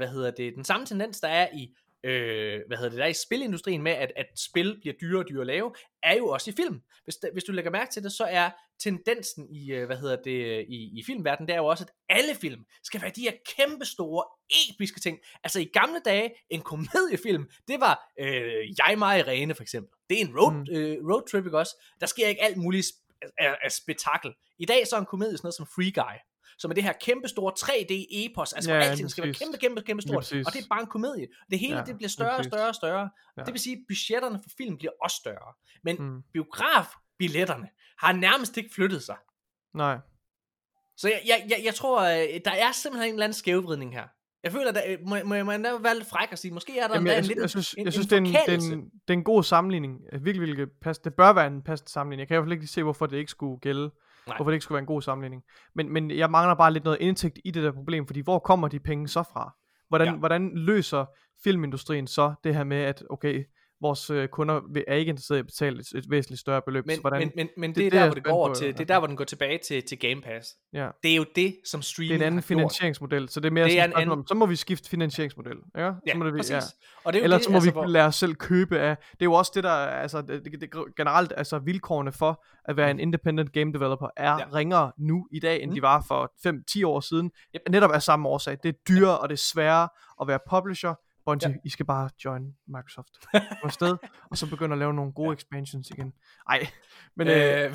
i spilindustrien med, at spil bliver dyrere og dyrere at lave, er jo også i film. Hvis du lægger mærke til det, så er tendensen i filmverdenen, det er jo også, at alle film skal være de her kæmpe store, episke ting. Altså i gamle dage, en komediefilm, det var Jeg, mig, Irene for eksempel. Det er en roadtrip, ikke også? Der sker ikke alt muligt af spektakel. I dag så er en komedie sådan noget som Free Guy, som er det her kæmpe store 3D-epos, altså hvor alting skal være kæmpe stort, og det er bare en komedie. Det hele, det bliver større og større. Det vil sige, at budgetterne for film bliver også større. Men biografbilletterne har nærmest ikke flyttet sig. Nej. Så jeg tror, der er simpelthen en eller anden skævvridning her. Jeg føler, at må jeg være lidt fræk og sige, måske er der en lidt jeg synes, det er en god sammenligning. Virkelig passe. Det bør være en passende sammenligning. Jeg kan i hvert fald ikke se, hvorfor det ikke skulle gælde. Nej. Hvorfor det ikke skulle være en god sammenligning. Men jeg mangler bare lidt noget indsigt i det der problem, fordi hvor kommer de penge så fra? Hvordan løser filmindustrien så det her med, at okay, vores kunder er ikke interesseret i at betale et væsentligt større beløb. Men det er der, hvor det går over til, det er der, hvor den går tilbage til Game Pass. Ja. Det er jo det, som streaming har gjort. Det er en anden finansieringsmodel, så det er mere sådan, så må vi skifte finansieringsmodel. Ja, så må det, præcis. Ja. Og det er jo eller det, så må vi lade os selv købe af. Det er jo også det, der altså, det generelt, altså vilkårene for at være en independent game developer er ringere nu i dag, end de var for 5-10 år siden. Netop af samme årsag. Det er dyrere, og det er sværere at være publisher. Bungie, I skal bare join Microsoft på sted, og så begynde at lave nogle gode expansions igen. Ej, men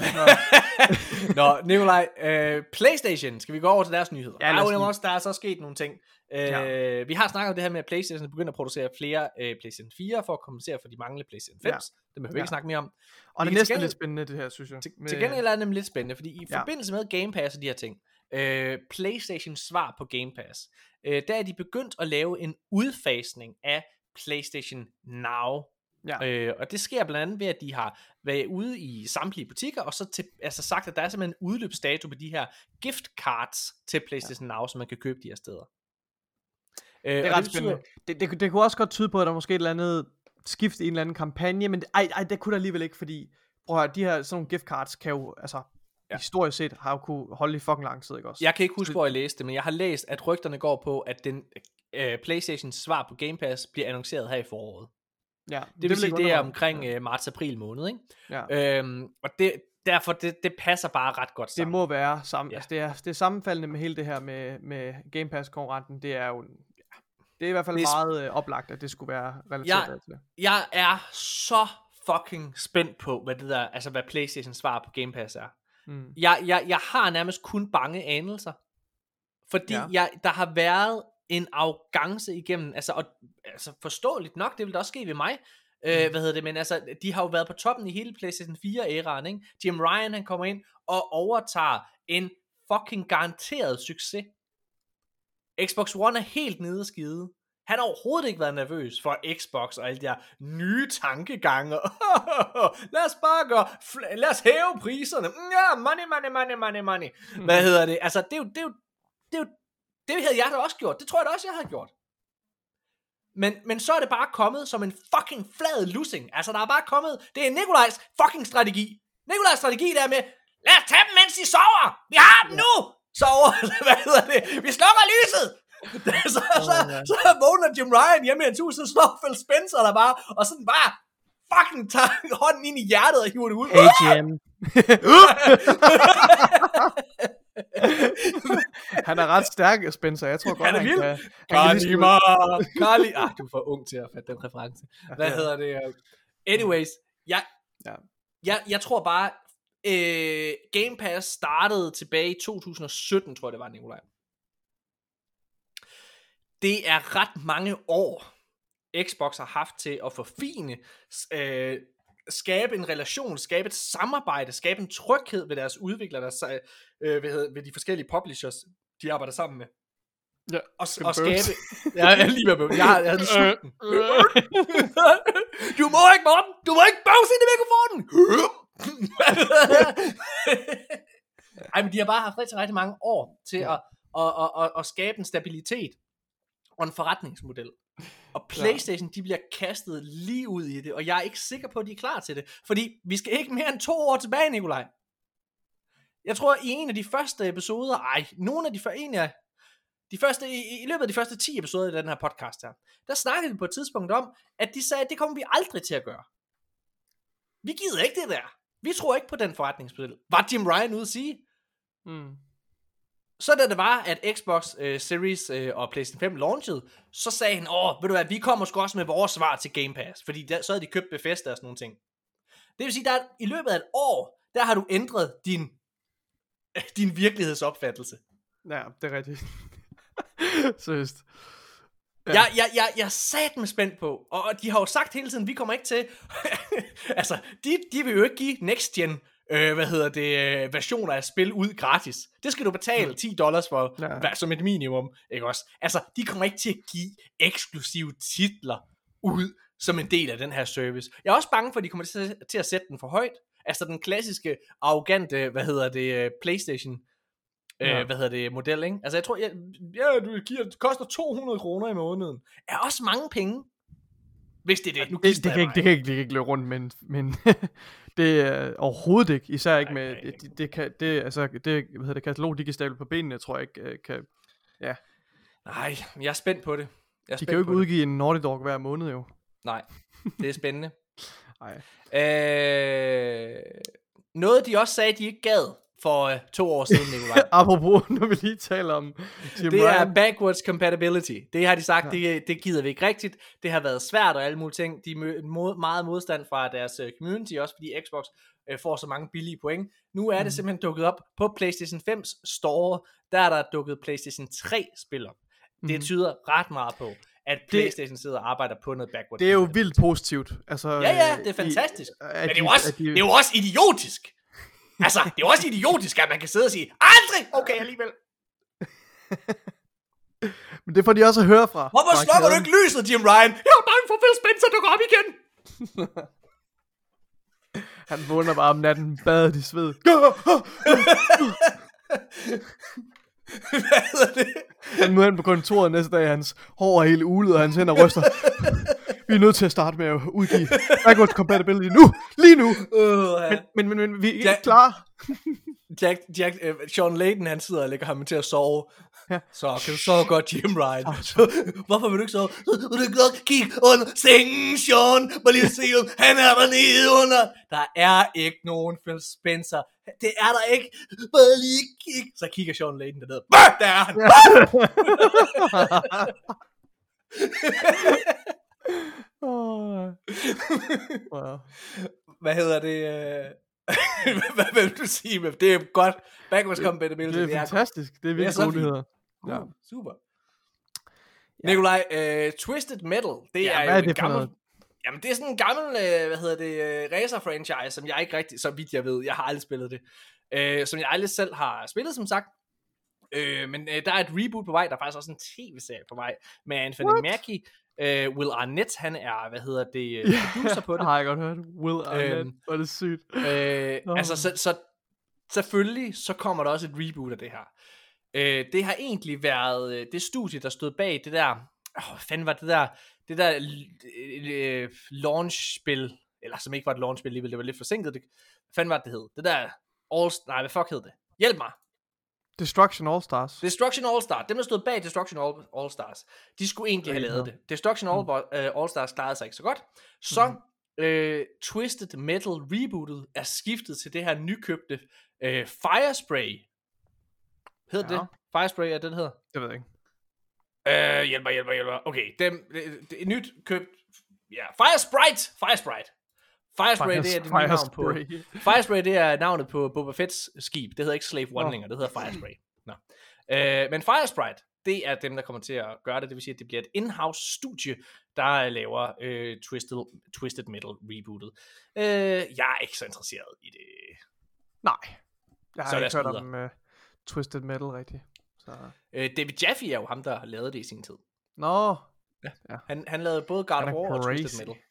Nikolaj, PlayStation, skal vi gå over til deres nyheder? Ja, der er så sket nogle ting. Vi har snakket om det her med, at PlayStation begynder at producere flere PlayStation 4 for at kompensere for de manglende PlayStation 5. Det behøver vi ikke snakke mere om. Og det er næsten lidt spændende, det her, synes jeg. Til gengæld er det nemlig lidt spændende, fordi i forbindelse med Game Pass og de her ting, PlayStations svar på Game Pass, der er de begyndt at lave en udfasning af PlayStation Now. Og det sker blandt andet ved, at de har været ude i samtlige butikker, og så sagt, at der er simpelthen en udløbsdato på de her gift cards til PlayStation Now, som man kan købe de her steder. Det er ret spændende. Det kunne også godt tyde på, at der måske et eller andet skifte en eller anden kampagne, men det kunne der alligevel ikke, fordi prøv at høre, de her sådan nogle gift cards kan jo, altså historisk set har jo kunne holde i fucking lang tid, ikke også? Jeg kan ikke huske, hvor jeg læste det, men jeg har læst, at rygterne går på, at den PlayStations svar på Game Pass bliver annonceret her i foråret. Ja, det vil sige, det er omkring marts-april måned, ikke? Ja. Og derfor det passer bare ret godt sammen. Det må være sammen. Altså, det er sammenfaldende med hele det her med Game Pass-konkurrenten. Det er jo det er i hvert fald meget oplagt, at det skulle være relateret til. Jeg er så fucking spændt på, hvad PlayStation svar på Game Pass er. Jeg har nærmest kun bange anelser, fordi der har været en arrogance igennem, altså forståeligt nok, det vil da også ske ved mig, men altså, de har jo været på toppen i hele PlayStation 4-æraen, ikke? Jim Ryan, han kommer ind og overtager en fucking garanteret succes. Xbox One er helt nede skide. Han har overhovedet ikke været nervøs for Xbox og alle de her nye tankegange. Lad os hæve priserne. Ja, money. Altså, det havde jeg da også gjort. Det tror jeg da også, jeg havde gjort. Men så er det bare kommet som en fucking flad lussing. Altså, der er bare kommet, det er Nikolajs fucking strategi. Nikolajs strategi der med, lad os tage dem, mens de sover. Vi har dem nu. Vi slukker lyset. Så vågner Jim Ryan hjemme i hans hus, så slår Phil Spencer der bare, og sådan bare fucking tager hånden ind i hjertet og hiver det ud. Hey Jim. Han er ret stærk, Spencer. Jeg tror godt, han kan. Carly. Du er for ung til at fatte den reference. Anyways, jeg tror bare, Game Pass startede tilbage i 2017, tror jeg det var, Nikolaj. Det er ret mange år, Xbox har haft til at forfine, skabe en relation, skabe et samarbejde, skabe en tryghed ved deres udviklere, ved de forskellige publishers, de arbejder sammen med. Ja, og skabe... Jeg er lige med bøvs. Jeg er sulten. Du må ikke, Morten! Du må ikke bøvse ind i mikrofonen! Ej, men de har bare haft rigtig mange år til at skabe en stabilitet og en forretningsmodel. Og PlayStation, de bliver kastet lige ud i det, og jeg er ikke sikker på, at de er klar til det. Fordi vi skal ikke mere end 2 år tilbage, Nikolaj. Jeg tror, i en af de første episoder, i løbet af de første 10 episoder af den her podcast her, der snakkede vi på et tidspunkt om, at de sagde, at det kommer vi aldrig til at gøre. Vi gider ikke det der. Vi tror ikke på den forretningsmodel. Var Jim Ryan ude at sige? Så da det var, at Xbox Series og PlayStation 5 launchede, så sagde han, ved du hvad, vi kommer sgu også med vores svar til Game Pass, fordi så havde de købt Bethesda og sådan nogle ting. Det vil sige, at i løbet af et år, der har du ændret din virkelighedsopfattelse. Ja, det er rigtigt. Seriøst. Ja. Jeg er satme spændt på, og de har jo sagt hele tiden, vi kommer ikke til, altså, de vil jo ikke give next gen, versioner af spil ud gratis. Det skal du betale $10 for, som et minimum, ikke også? Altså, de kommer ikke til at give eksklusive titler ud, som en del af den her service. Jeg er også bange for, at de kommer til at sætte den for højt. Altså, den klassiske, arrogante, PlayStation, model, ikke? Altså, jeg tror, det koster 200 kroner i måneden. Er også mange penge. Hvis det er det. Nu det kan ikke løbe rundt, men det er overhovedet ikke. Især ikke med det katalog, de kan stable på benene, tror jeg ikke kan. Ja. Nej, jeg er spændt på det. De kan jo ikke udgive en Naughty Dog hver måned jo. Nej, det er spændende. Noget de også sagde, de ikke gad for 2 år siden, Nikolaj. Apropos, når vi lige taler om Jim det Ryan. er backwards compatibility. Det har de sagt, det gider vi ikke rigtigt. Det har været svært og alle mulige ting. De møder meget modstand fra deres community, også fordi Xbox får så mange billige point. Nu er det simpelthen dukket op på PlayStation 5's store. Der er der dukket PlayStation 3 spil op. Det tyder ret meget på, at PlayStation sidder og arbejder på noget backwards. Det er jo vildt positivt. Altså, ja, det er fantastisk. Men det er jo også idiotisk. Altså, det er også idiotisk, at man kan sidde og sige, aldrig! Okay, alligevel. Men det får de også at høre fra. Hvorfor slukker du ikke lyset, Jim Ryan? Jeg er bange for Phil Spencer dukker op igen. Han vågner bare om natten, badet i sved. Hvad hedder det? Han møder ind på kontoret næste dag, hans hår er helt ulet, og hans hænder ryster. Vi er nødt til at starte med at udgive backwards compatibility nu. Lige nu. Men vi er ikke klar. Sean Layden, han sidder og lægger ham til at sove. Ja. Så kan du sove godt, Jim Ryan. Hvorfor vil du ikke sove? Vil du ikke godt kigge under sengen, Sean? Må lige se, om han er dernede under. Der er ikke nogen Phil Spencer. Det er der ikke. Bare lige kigge. Så kigger Sean Layden dernede. Der er han. Wow. Hvad hedder det? Hvad vil du sige? Men det er godt. Backwards compatibility. Det er fantastisk. Det er virkelig gode nyheder. Ja. Super. Ja. Nikolaj, Twisted Metal, det er jo en gammel... Jamen, det er sådan en gammel, racer-franchise, som jeg ikke rigtig, så vidt jeg ved, jeg har aldrig spillet det, som jeg aldrig selv har spillet, som sagt. Men der er et reboot på vej, der er faktisk også en tv-serie på vej, med Anthony Mackie. Will Arnett, han er, producer på det. Har jeg godt hørt. Will Arnett, hvor er det sygt. Altså, så selvfølgelig, så kommer der også et reboot af det her. Det har egentlig været det studie, der stod bag det der, hvad fanden var det der launch-spil, eller som ikke var et launch-spil alligevel, det var lidt forsinket, hvad fanden var det hed? Det der, hvad fuck hed det? Hjælp mig! Destruction All-Stars. Destruction All-Stars. Dem, der stod bag Destruction All-Stars, de skulle egentlig have lavet det. Destruction All-Stars klarede sig ikke så godt. Så Twisted Metal rebootet er skiftet til det her nykøbte Firespray. Hedder det? Firespray er den hedder? Det ved jeg ikke. Hjælper. Okay, det er nyt købt. Ja, Firespray, det er det nye navn på. Firespray, det er navnet på Boba Fett's skib. Det hedder ikke Slave One længere, det hedder Firespray. Men Firespray, det er dem, der kommer til at gøre det. Det vil sige, at det bliver et in-house studie, der laver Twisted Metal rebootet. Jeg er ikke så interesseret i det. Nej, jeg har ikke hørt om Twisted Metal rigtigt. Så. David Jaffe er jo ham, der lavede det i sin tid. Nå. Ja. Han lavede både God of War og Twisted Metal.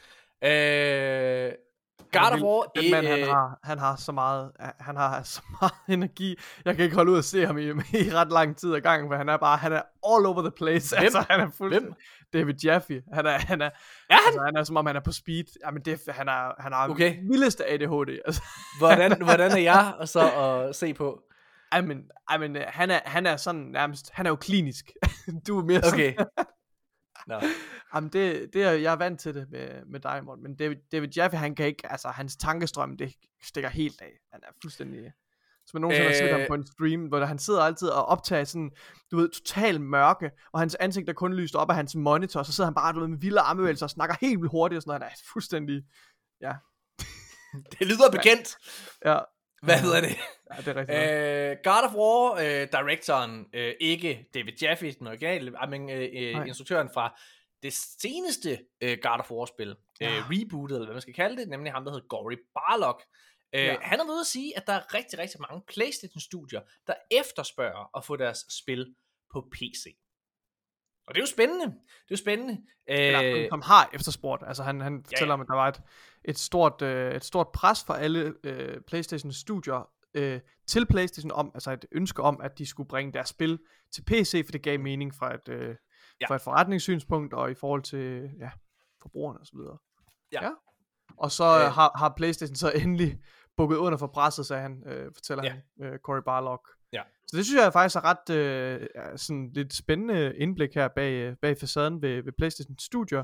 God of War den mand, han har så meget energi. Jeg kan ikke holde ud at se ham i ret lang tid ad gangen, for han er all over the place. Hvem? Altså, han er fuldstændig David Jaffe. Han er som om han er på speed. Jamen han har okay. Vildeste ADHD. Altså. Hvordan er jeg så at se på? Jamen, han er sådan nærmest, han er jo klinisk. Du er mere okay. No. Jamen det er, jeg er vant til det med Diamond, men David Jaffe, han kan ikke, altså hans tankestrøm, det stikker helt af. Han er fuldstændig, som man nogensinde har set ham på en stream, hvor han sidder altid og optager sådan, du ved, total mørke, og hans ansigt er kun lyst op af hans monitor, så sidder han bare, du ved, med vilde armbevægelser og snakker helt vildt hurtigt og sådan noget. Han er fuldstændig, ja. Det lyder bekendt. Ja. Hvad hedder det? Ja, det er rigtigt. God of War, directoren, ikke David Jaffe, den originale, instruktøren fra det seneste God of War-spil, rebootet, eller hvad man skal kalde det, nemlig ham, der hedder Cory Barlog. Han er ved at sige, at der er rigtig, rigtig mange PlayStation-studier, der efterspørger at få deres spil på PC. Og det er jo spændende. Som har efterspurgt. Altså han fortæller om, at der var et stort pres for alle PlayStation-studier til PlayStation om, altså et ønske om, at de skulle bringe deres spil til PC, for det gav mening fra et forretningssynspunkt og i forhold til forbrugerne og så videre. Ja. Og så har PlayStation så endelig bukket under for presset, sagde han, fortæller han, Cory Barlog. Ja. Så det synes jeg faktisk er ret sådan lidt spændende indblik her bag facaden ved PlayStation Studier.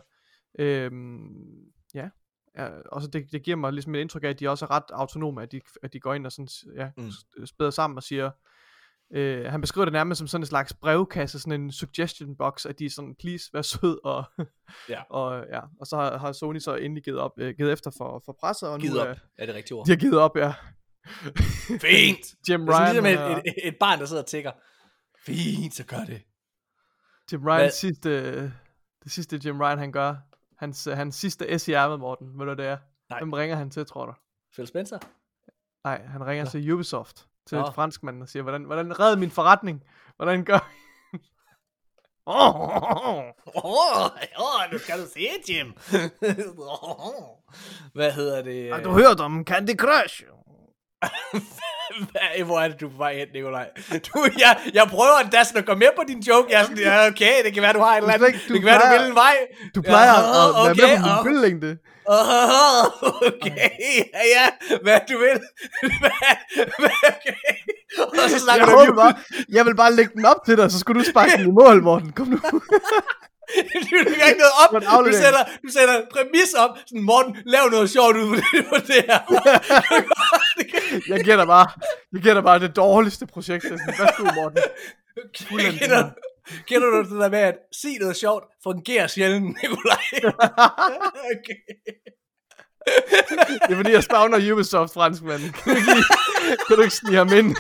Og så det giver mig ligesom et indtryk af, at de også er ret autonome, at de går ind og sådan, spæder sammen og siger, han beskriver det nærmest som sådan en slags brevkasse, sådan en suggestion box, at de er sådan, please, vær sød, og så har Sony så endelig givet efter for presset. Og givet op, er det rigtigt ord? De har givet op, ja. Fint! Jim Ryan, det er ligesom et barn, der sidder og tigger. Fint, så gør det. Jim Ryan, det sidste Jim Ryan han gør, hans sidste S i ærmet, Morten, ved du det er? Nej. Hvem ringer han til, tror du? Phil Spencer? Nej, han ringer til Ubisoft, til et franskmand, og siger, hvordan redder min forretning? Hvordan gør nu skal du se, Jim. Hvad hedder det? Har du hørt om Candy Crush? Hvor er det, du er på vej hen, Nikolaj? Jeg prøver endda sådan at gå med på din joke. Jeg er sådan, ja, okay, det kan være, du har et eller andet. Det kan være, du vil en vej. Du plejer at være med på din bølgelængde. Okay, ja, hvad du vil. Okay. Og så snakker du jeg vil bare lægge den op til dig, så skulle du sparke den i mål, Morten. Kom nu. Du kan ikke noget op. Du sætter en præmis op. Sådan, Morten, lav noget sjovt ud på det her. Jeg gætter bare det dårligste projekt. Værsgo, Morten. Kender du det der med, at sige noget sjovt fungerer sjældent, Nikolaj? Okay. Det er fordi, jeg spawner Ubisoft, franskmanden. Kan du ikke snige ham ind?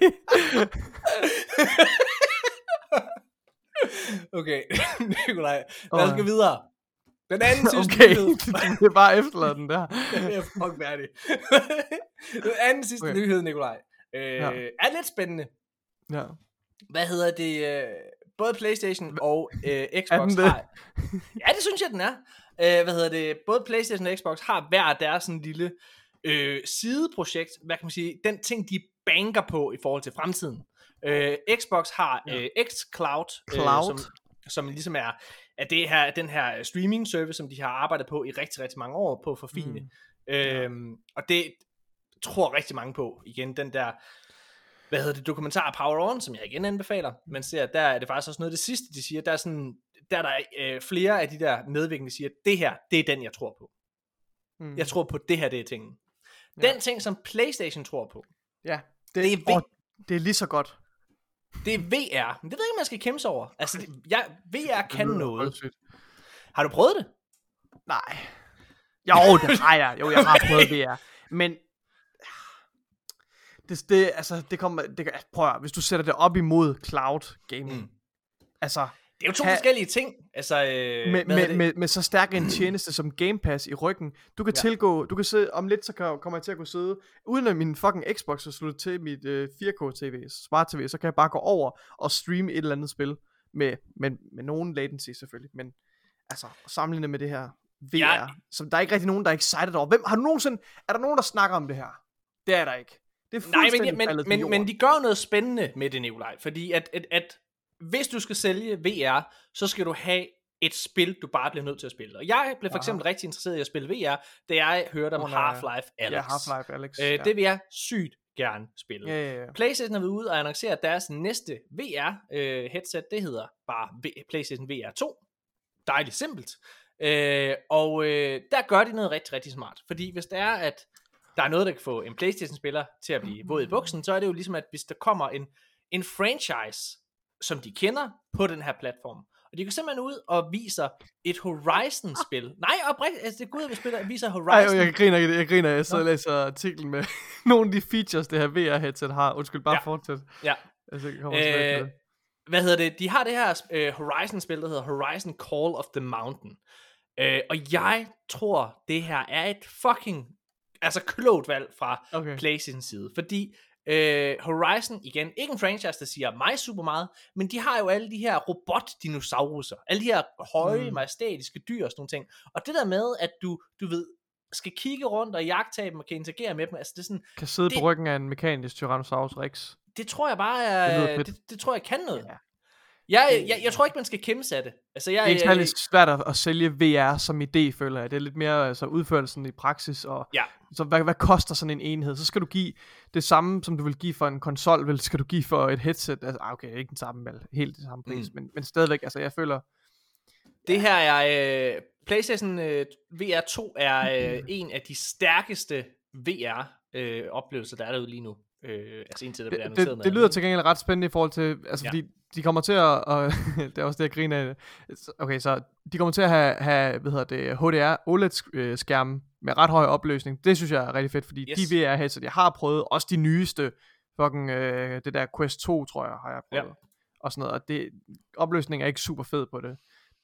Okay, Nikolaj, lad os gå videre. Den anden sidste nyhed. Det er bare efterladet den der. Jeg er fucking færdig. Den anden sidste nyhed, Nikolaj, er lidt spændende. Ja. Hvad hedder det? Både PlayStation og Xbox har... Ja, det synes jeg, den er. Hvad hedder det? Både PlayStation og Xbox har hver deres sådan lille sideprojekt. Hvad kan man sige? Den ting, de banker på i forhold til fremtiden. Xbox har xCloud, som ligesom er den her streaming service, som de har arbejdet på i rigtig, rigtig mange år på at forfine. Og det tror rigtig mange på. Igen, den der dokumentar Power On, som jeg igen anbefaler. Man ser, der er det faktisk også noget af det sidste, de siger. Der er flere af de der medvirkende, der siger, det her, det er den, jeg tror på. Jeg tror på, det her, det er tingen. Den ting, som PlayStation tror på, det er lige så godt. Det er VR. Men det ved jeg ikke, man skal kæmpe sig over. Altså, VR kan noget. Har du prøvet det? Nej. Jo, det har jeg. Jo, jeg har prøvet VR. Men prøv at, hvis du sætter det op imod cloud gaming. Altså, det er jo to forskellige ting. Altså, med så stærk en tjeneste som Game Pass i ryggen. Du kan tilgå, du kan sidde, om lidt så kommer jeg til at kunne sidde, uden at min fucking Xbox er sluttet til mit 4K TV, Smart TV, så kan jeg bare gå over og streame et eller andet spil, med nogen latency selvfølgelig, men altså, sammenlignet med det her VR, som der er ikke rigtig nogen, der er excited over. Er der nogen, der snakker om det her? Det er der ikke. Det er men de gør noget spændende med det, Nikolaj, fordi at hvis du skal sælge VR, så skal du have et spil, du bare bliver nødt til at spille. Og jeg blev for eksempel rigtig interesseret i at spille VR, da jeg hørte om Half-Life Alyx. Ja, Half-Life Alyx. Det vil jeg sygt gerne spille. Ja. PlayStation har været ude og annoncere deres næste VR-headset. Det hedder bare PlayStation VR 2. Dejligt simpelt. Og der gør de noget rigtig, rigtig smart. Fordi hvis det er, at der er noget, der kan få en PlayStation-spiller til at blive våd i buksen, så er det jo ligesom, at hvis der kommer en franchise, som de kender på den her platform, og de går simpelthen ud og viser et Horizon-spil. Nej, oprigtigt, altså det går ud og viser Horizon. Jeg griner, jeg så læser artiklen med nogle af de features, det her VR-headset har. Undskyld, bare fortsæt. Ja. Altså, hvad hedder det? De har det her Horizon-spil, der hedder Horizon Call of the Mountain. Og jeg tror, det her er et fucking klogt valg fra PlayStation side, fordi Horizon, igen, ikke en franchise, der siger mig super meget, men de har jo alle de her robot-dinosauruser, alle de her høje, majestætiske dyr og sådan nogle ting, og det der med, at du ved, skal kigge rundt og jagtage dem og kan interagere med dem, altså det er sådan... Kan sidde på ryggen af en mekanisk Tyrannosaurus Rex. Det tror jeg bare er... Det tror jeg kan noget. Ja. Jeg tror ikke, man skal kæmpe sig af det. Altså, det er ikke særlig svært at sælge VR som idé, føler jeg. Det er lidt mere udførelsen i praksis. Og så hvad koster sådan en enhed? Så skal du give det samme, som du vil give for en konsol, skal du give for et headset. Altså, okay, ikke den samme, helt det samme pris, men stadigvæk, altså jeg føler... Det her er... PlayStation VR 2 er en af de stærkeste VR-oplevelser, der er derude lige nu. Altså indtil der bliver annonceret det lyder til gengæld ret spændende i forhold til, altså fordi de kommer til at det er også det jeg griner af. Okay, så de kommer til at have HDR OLED skærme med ret høj opløsning. Det synes jeg er rigtig fedt, fordi de VR headset jeg har prøvet, også de nyeste fucking det der Quest 2 tror jeg har jeg prøvet. Og sådan noget, og opløsningen er ikke super fed på det.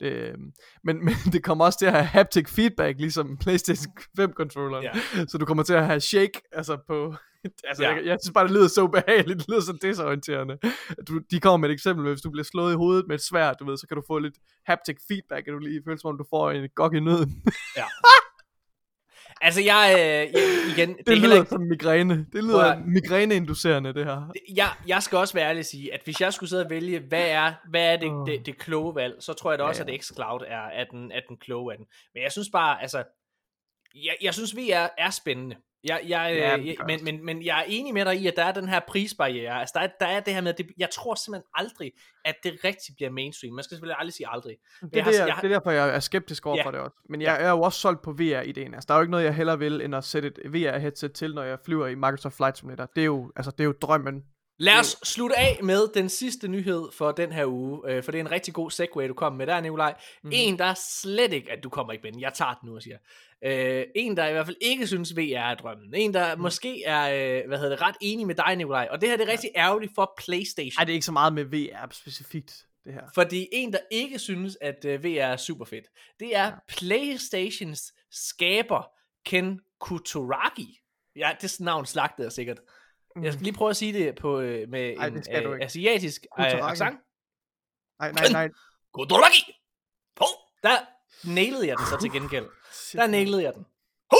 Men det kommer også til at have haptic feedback, ligesom PlayStation 5 controlleren. Så du kommer til at have shake, altså på... Jeg synes bare, det lyder så behageligt, det lyder så desorienterende. De kommer med et eksempel, hvis du bliver slået i hovedet med et sværd, du ved, så kan du få lidt haptic feedback, og du lige føler som om du får en gok i nøden. Altså, igen... Det lyder ikke... som migræne. Det lyder migræneinducerende, det her. Jeg skal også være ærlig at sige, at hvis jeg skulle sidde og vælge, hvad er det kloge valg, så tror jeg da også, at xCloud er den kloge af den. Men jeg synes bare, altså... Jeg synes, VR er spændende. Men jeg er enig med dig i, at der er den her prisbarriere. Altså, der er det her med, jeg tror simpelthen aldrig, at det rigtig bliver mainstream. Man skal selvfølgelig aldrig sige aldrig. Det er derfor, jeg er skeptisk over for det også. Men jeg er jo også solgt på VR-ideen. Altså, der er jo ikke noget, jeg hellere vil, end at sætte et VR-headset til, når jeg flyver i Microsoft Flight Simulator. Det er jo drømmen. Lad os slutte af med den sidste nyhed for den her uge, for det er en rigtig god segue, du kom med der, Nikolaj. En, der er slet ikke, at du kommer ikke med den. Jeg tager den nu og siger. En, der i hvert fald ikke synes, VR er drømmen. En, der måske er, ret enig med dig, Nikolaj. Og det her det er rigtig ærgerligt for PlayStation. Ej, det er ikke så meget med VR specifikt, det her. Fordi en, der ikke synes, at VR er super fedt, det er PlayStations skaber Ken Kutaragi. Ja, det navn slagtede jeg sikkert. Jeg skal lige prøve at sige det på med en asiatisk accent. Nej. Kutaragi! Der nailede jeg den så til gengæld. Der nailede jeg den.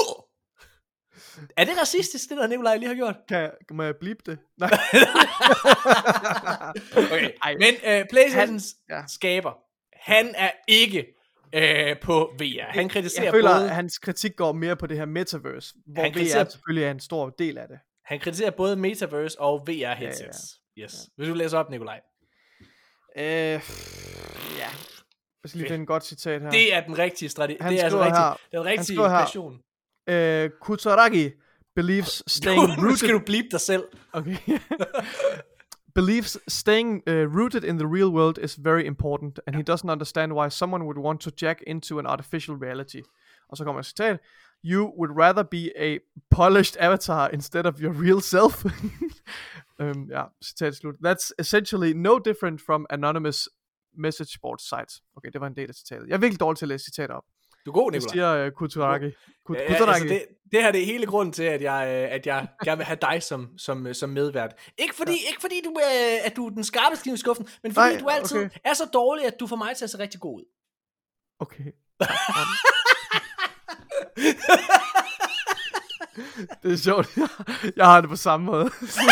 Er det racistisk, det der Nikolaj lige har gjort? Må jeg blippe det? Nej. Okay. Men PlayStations skaber, han er ikke på VR. Han kritiserer jeg føler, at hans kritik går mere på det her metaverse, hvor VR selvfølgelig er en stor del af det. Han kritiserer både metaverse og VR headsets. Ja. Yes. Vil du læse op, Nikolaj? Ja. Jeg skal lige finde et godt citat her. Det er den rigtige strategi. Det er altså den rigtige passion. Kutaragi believes staying rooted... Nu skal du bleep dig selv. Okay. Believes staying rooted in the real world is very important, and he doesn't understand why someone would want to jack into an artificial reality. Og så kommer et citat. You would rather be a polished avatar instead of your real self. Citat slut. That's essentially no different from anonymous message board sites. Okay, det var en del af citatet. Jeg er virkelig dårlig til at læse citater op. Du er god, Nikolaj. Det siger Kutaragi. Altså det her det er hele grunden til, at jeg gerne vil have dig som medvært. Ikke fordi du at du er den skarpe skive i skuffen, men fordi du altid er så dårlig, at du får mig til at se rigtig god ud. Okay. Det er sjovt. Jeg har det på samme måde.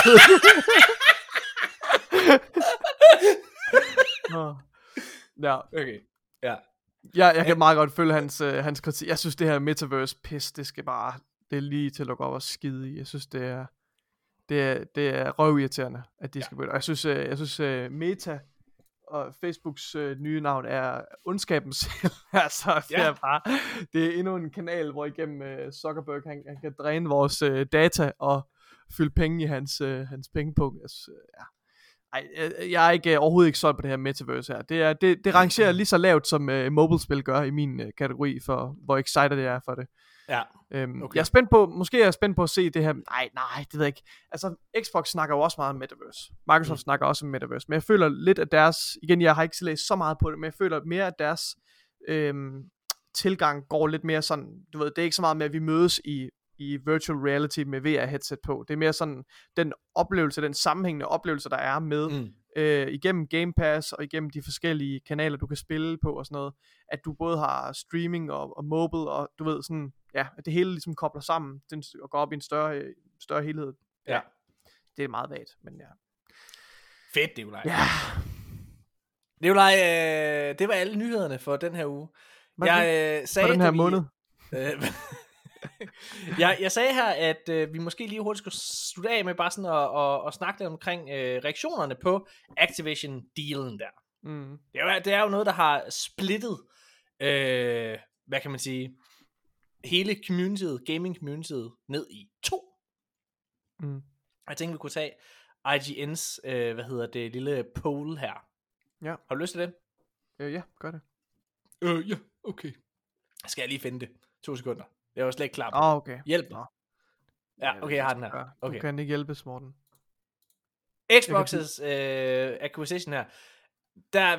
Ja. Okay. Ja. Jeg kan meget godt følge hans kritik. Jeg synes det her metaverse pis, det er lige til at lukke op og skide i. Jeg synes det er røvirriterende, at de skal begynde. Og jeg synes Meta og Facebooks nye navn er ondskaben selv. Altså, det er endnu en kanal, hvor igennem Zuckerberg han kan dræne vores data og fylde penge i hans pengepunkt. Jeg er ikke overhovedet ikke solgt på det her metaverse her. Det rangerer lige så lavt som mobile-spil gør i min kategori for hvor excited jeg er for det. Ja. Okay. Jeg er spændt på at se det her. Nej, det ved jeg ikke. Altså Xbox snakker jo også meget om metaverse. Microsoft snakker også om metaverse, men jeg føler lidt at deres, igen jeg har ikke læst så meget på det, men jeg føler mere at deres tilgang går lidt mere sådan, du ved, det er ikke så meget med at vi mødes i virtual reality med VR headset på. Det er mere sådan den oplevelse, den sammenhængende oplevelse der er med igennem Game Pass og igennem de forskellige kanaler du kan spille på og sådan noget, at du både har streaming og mobile og du ved sådan, ja, at det hele ligesom kobler sammen og går op i en større helhed. Ja. Det er meget vagt, men ja. Fedt, Nikolaj. Ja. Nikolaj, det var alle nyhederne for den her uge. Jeg sagde for den her måned. Jeg sagde her, at vi måske lige hurtigt skulle slutte af med bare sådan at snakke lidt omkring reaktionerne på Activision-dealen der. Mm. Det er jo noget, der har splittet, hvad kan man sige, hele gaming-communityet ned i 2. Mm. Jeg tænkte, vi kunne tage IGN's, lille poll her. Ja. Har du lyst til det? Ja, gør det. Ja, okay. Skal jeg lige finde det? 2 sekunder. Jeg var slet ikke klar på det. Okay. Hjælp mig. Ja, okay, jeg har den her. Okay. Du kan ikke hjælpe, Morten. Xbox's acquisition her. Der,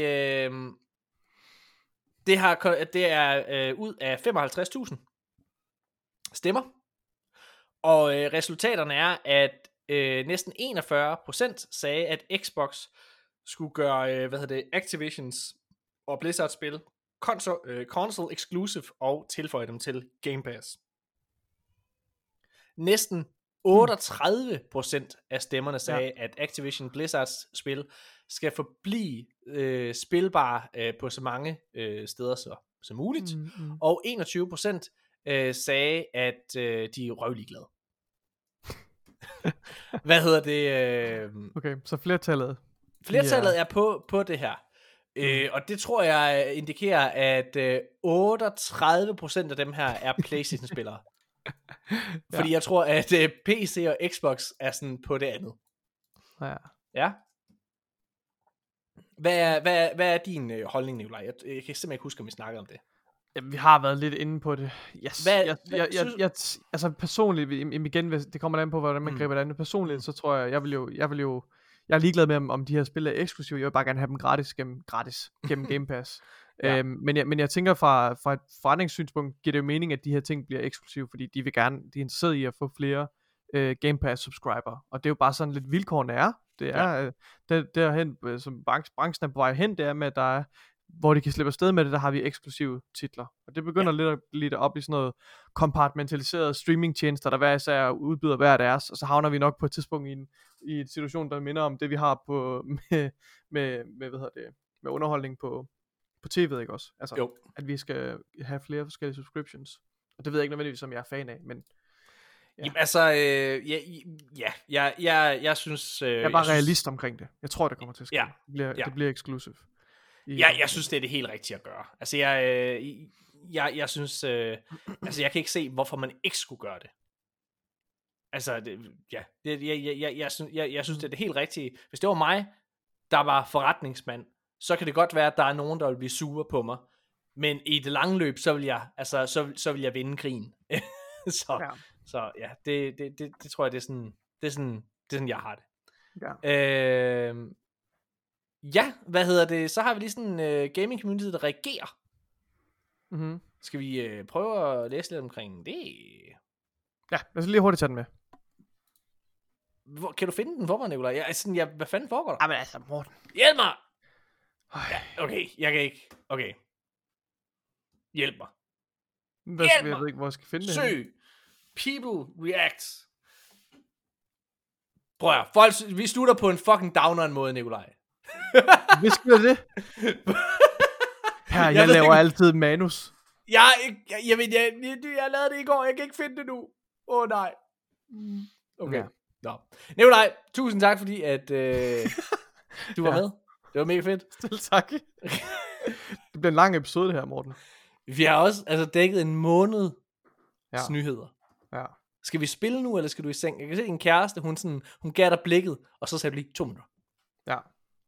det er ud af 55.000 stemmer. Og resultaterne er, at næsten 41% sagde, at Xbox skulle gøre, Activisions og Blizzard spil console exclusive og tilføje dem til Game Pass. næsten 38% af stemmerne sagde, at Activision Blizzards spil skal forblive spilbare på så mange steder som muligt. Og 21% sagde, at de er røvligeglade. Hvad hedder det? Okay, så flertallet. Flertallet er på det her. Og det tror jeg indikerer, at 38% af dem her er PlayStation-spillere. Fordi jeg tror, at PC og Xbox er sådan på det andet. Ja. Hvad er din holdning, Nikolaj? Jeg kan simpelthen ikke huske, om vi snakkede om det. Jamen, vi har været lidt inde på det. Yes. Altså personligt, igen, det kommer an på, hvordan man griber det an. Personligt, så tror jeg jeg er ligeglad med, om de her spil er eksklusive. Jeg vil bare gerne have dem gratis gennem Game Pass. Men jeg tænker fra et forretningssynspunkt giver det jo mening, at de her ting bliver eksklusive, fordi de er interesseret i at få flere Game Pass subscriber. Og det er jo bare sådan lidt vilkårene er. Det er derhen, som branchen er på vej hen, det er med, at der er, hvor de kan slippe afsted med det, der har vi eksklusive titler. Og det begynder lidt op i sådan noget kompartmentaliseret streamingtjenester, der hver især udbyder hver deres, og så havner vi nok på et tidspunkt i en situation, der minder om det, vi har på med underholdning på tv'et, ikke også? Altså, at vi skal have flere forskellige subscriptions. Og det ved jeg ikke nødvendigvis, som jeg er fan af, men jamen, altså, jeg synes... jeg er bare realist omkring det. Jeg tror, det kommer til at ske. Det bliver exclusive. Jeg synes, det er det helt rigtige at gøre. Altså, jeg synes... altså, jeg kan ikke se, hvorfor man ikke skulle gøre det. Altså, jeg synes, det er det helt rigtige. Hvis det var mig, der var forretningsmand, så kan det godt være, at der er nogen, der vil blive sure på mig. Men i det lange løb, så vil jeg vinde krigen. Så ja, det tror jeg, det er sådan, jeg har det. Ja. Hvad hedder det? Så har vi lige sådan en gaming community, der reagerer. Skal vi prøve at læse lidt omkring det? Ja, lad os lige hurtigt tage den med. Kan du finde den for mig, Nikolaj? Hvad fanden foregår der? Jamen altså, Morten. Hjælp mig! Ja, okay, jeg kan ikke. Okay. Hjælp mig. Jeg ved ikke, hvor jeg skal finde det. Søg. People react. Prøv at folk, vi slutter på en fucking downer måde, Nikolaj. Hvad sker det? Her, jeg laver altid manus. Jeg lavede det i går, jeg kan ikke finde det nu. Nej. Okay. Nå. Nikolaj, tusind tak, fordi at du var med. Det var mega fedt. Selv tak. Det bliver en lang episode, det her, Morten. Vi har også dækket en måned nyheder. Ja. Skal vi spille nu, eller skal du i seng? Jeg kan se en kæreste, hun gav dig blikket, og så sagde du lige 2 minutter. Ja.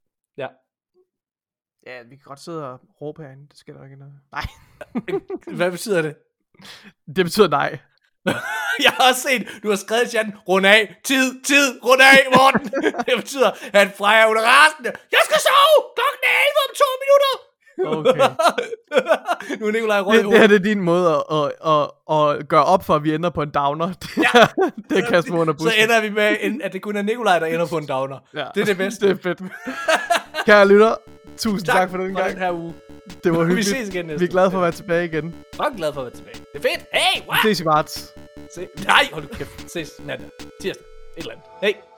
Ja, vi kan godt sidde og råbe herinde. Det skal der ikke noget. Nej. Hvad betyder det? Det betyder nej. Jeg har også set, du har skrevet i chatten, rund af, tid, rund af, Morten. Det betyder, at Freja er under rasende. Jeg skal sove, klokken er 11 om 2 minutter. Okay. Nu er Nikolaj rød. Det her er din måde at gøre op for, at vi ender på en downer. Det er Kasper under bussen. Så ender vi med, at det kun er Nikolaj, der ender på en downer. Ja. Det er det bedste. Det er fedt. Kære lytter, tusind tak for den gang. Den her uge. Det var hyggeligt. Vi ses igen næste. Vi er glade for at være tilbage igen. Jeg er glad for at være tilbage. Det er fedt. Hey, what? Vi ses i marts. Nej, hold du kæft. Ses mandag, tirsdag, et eller andet. Hey.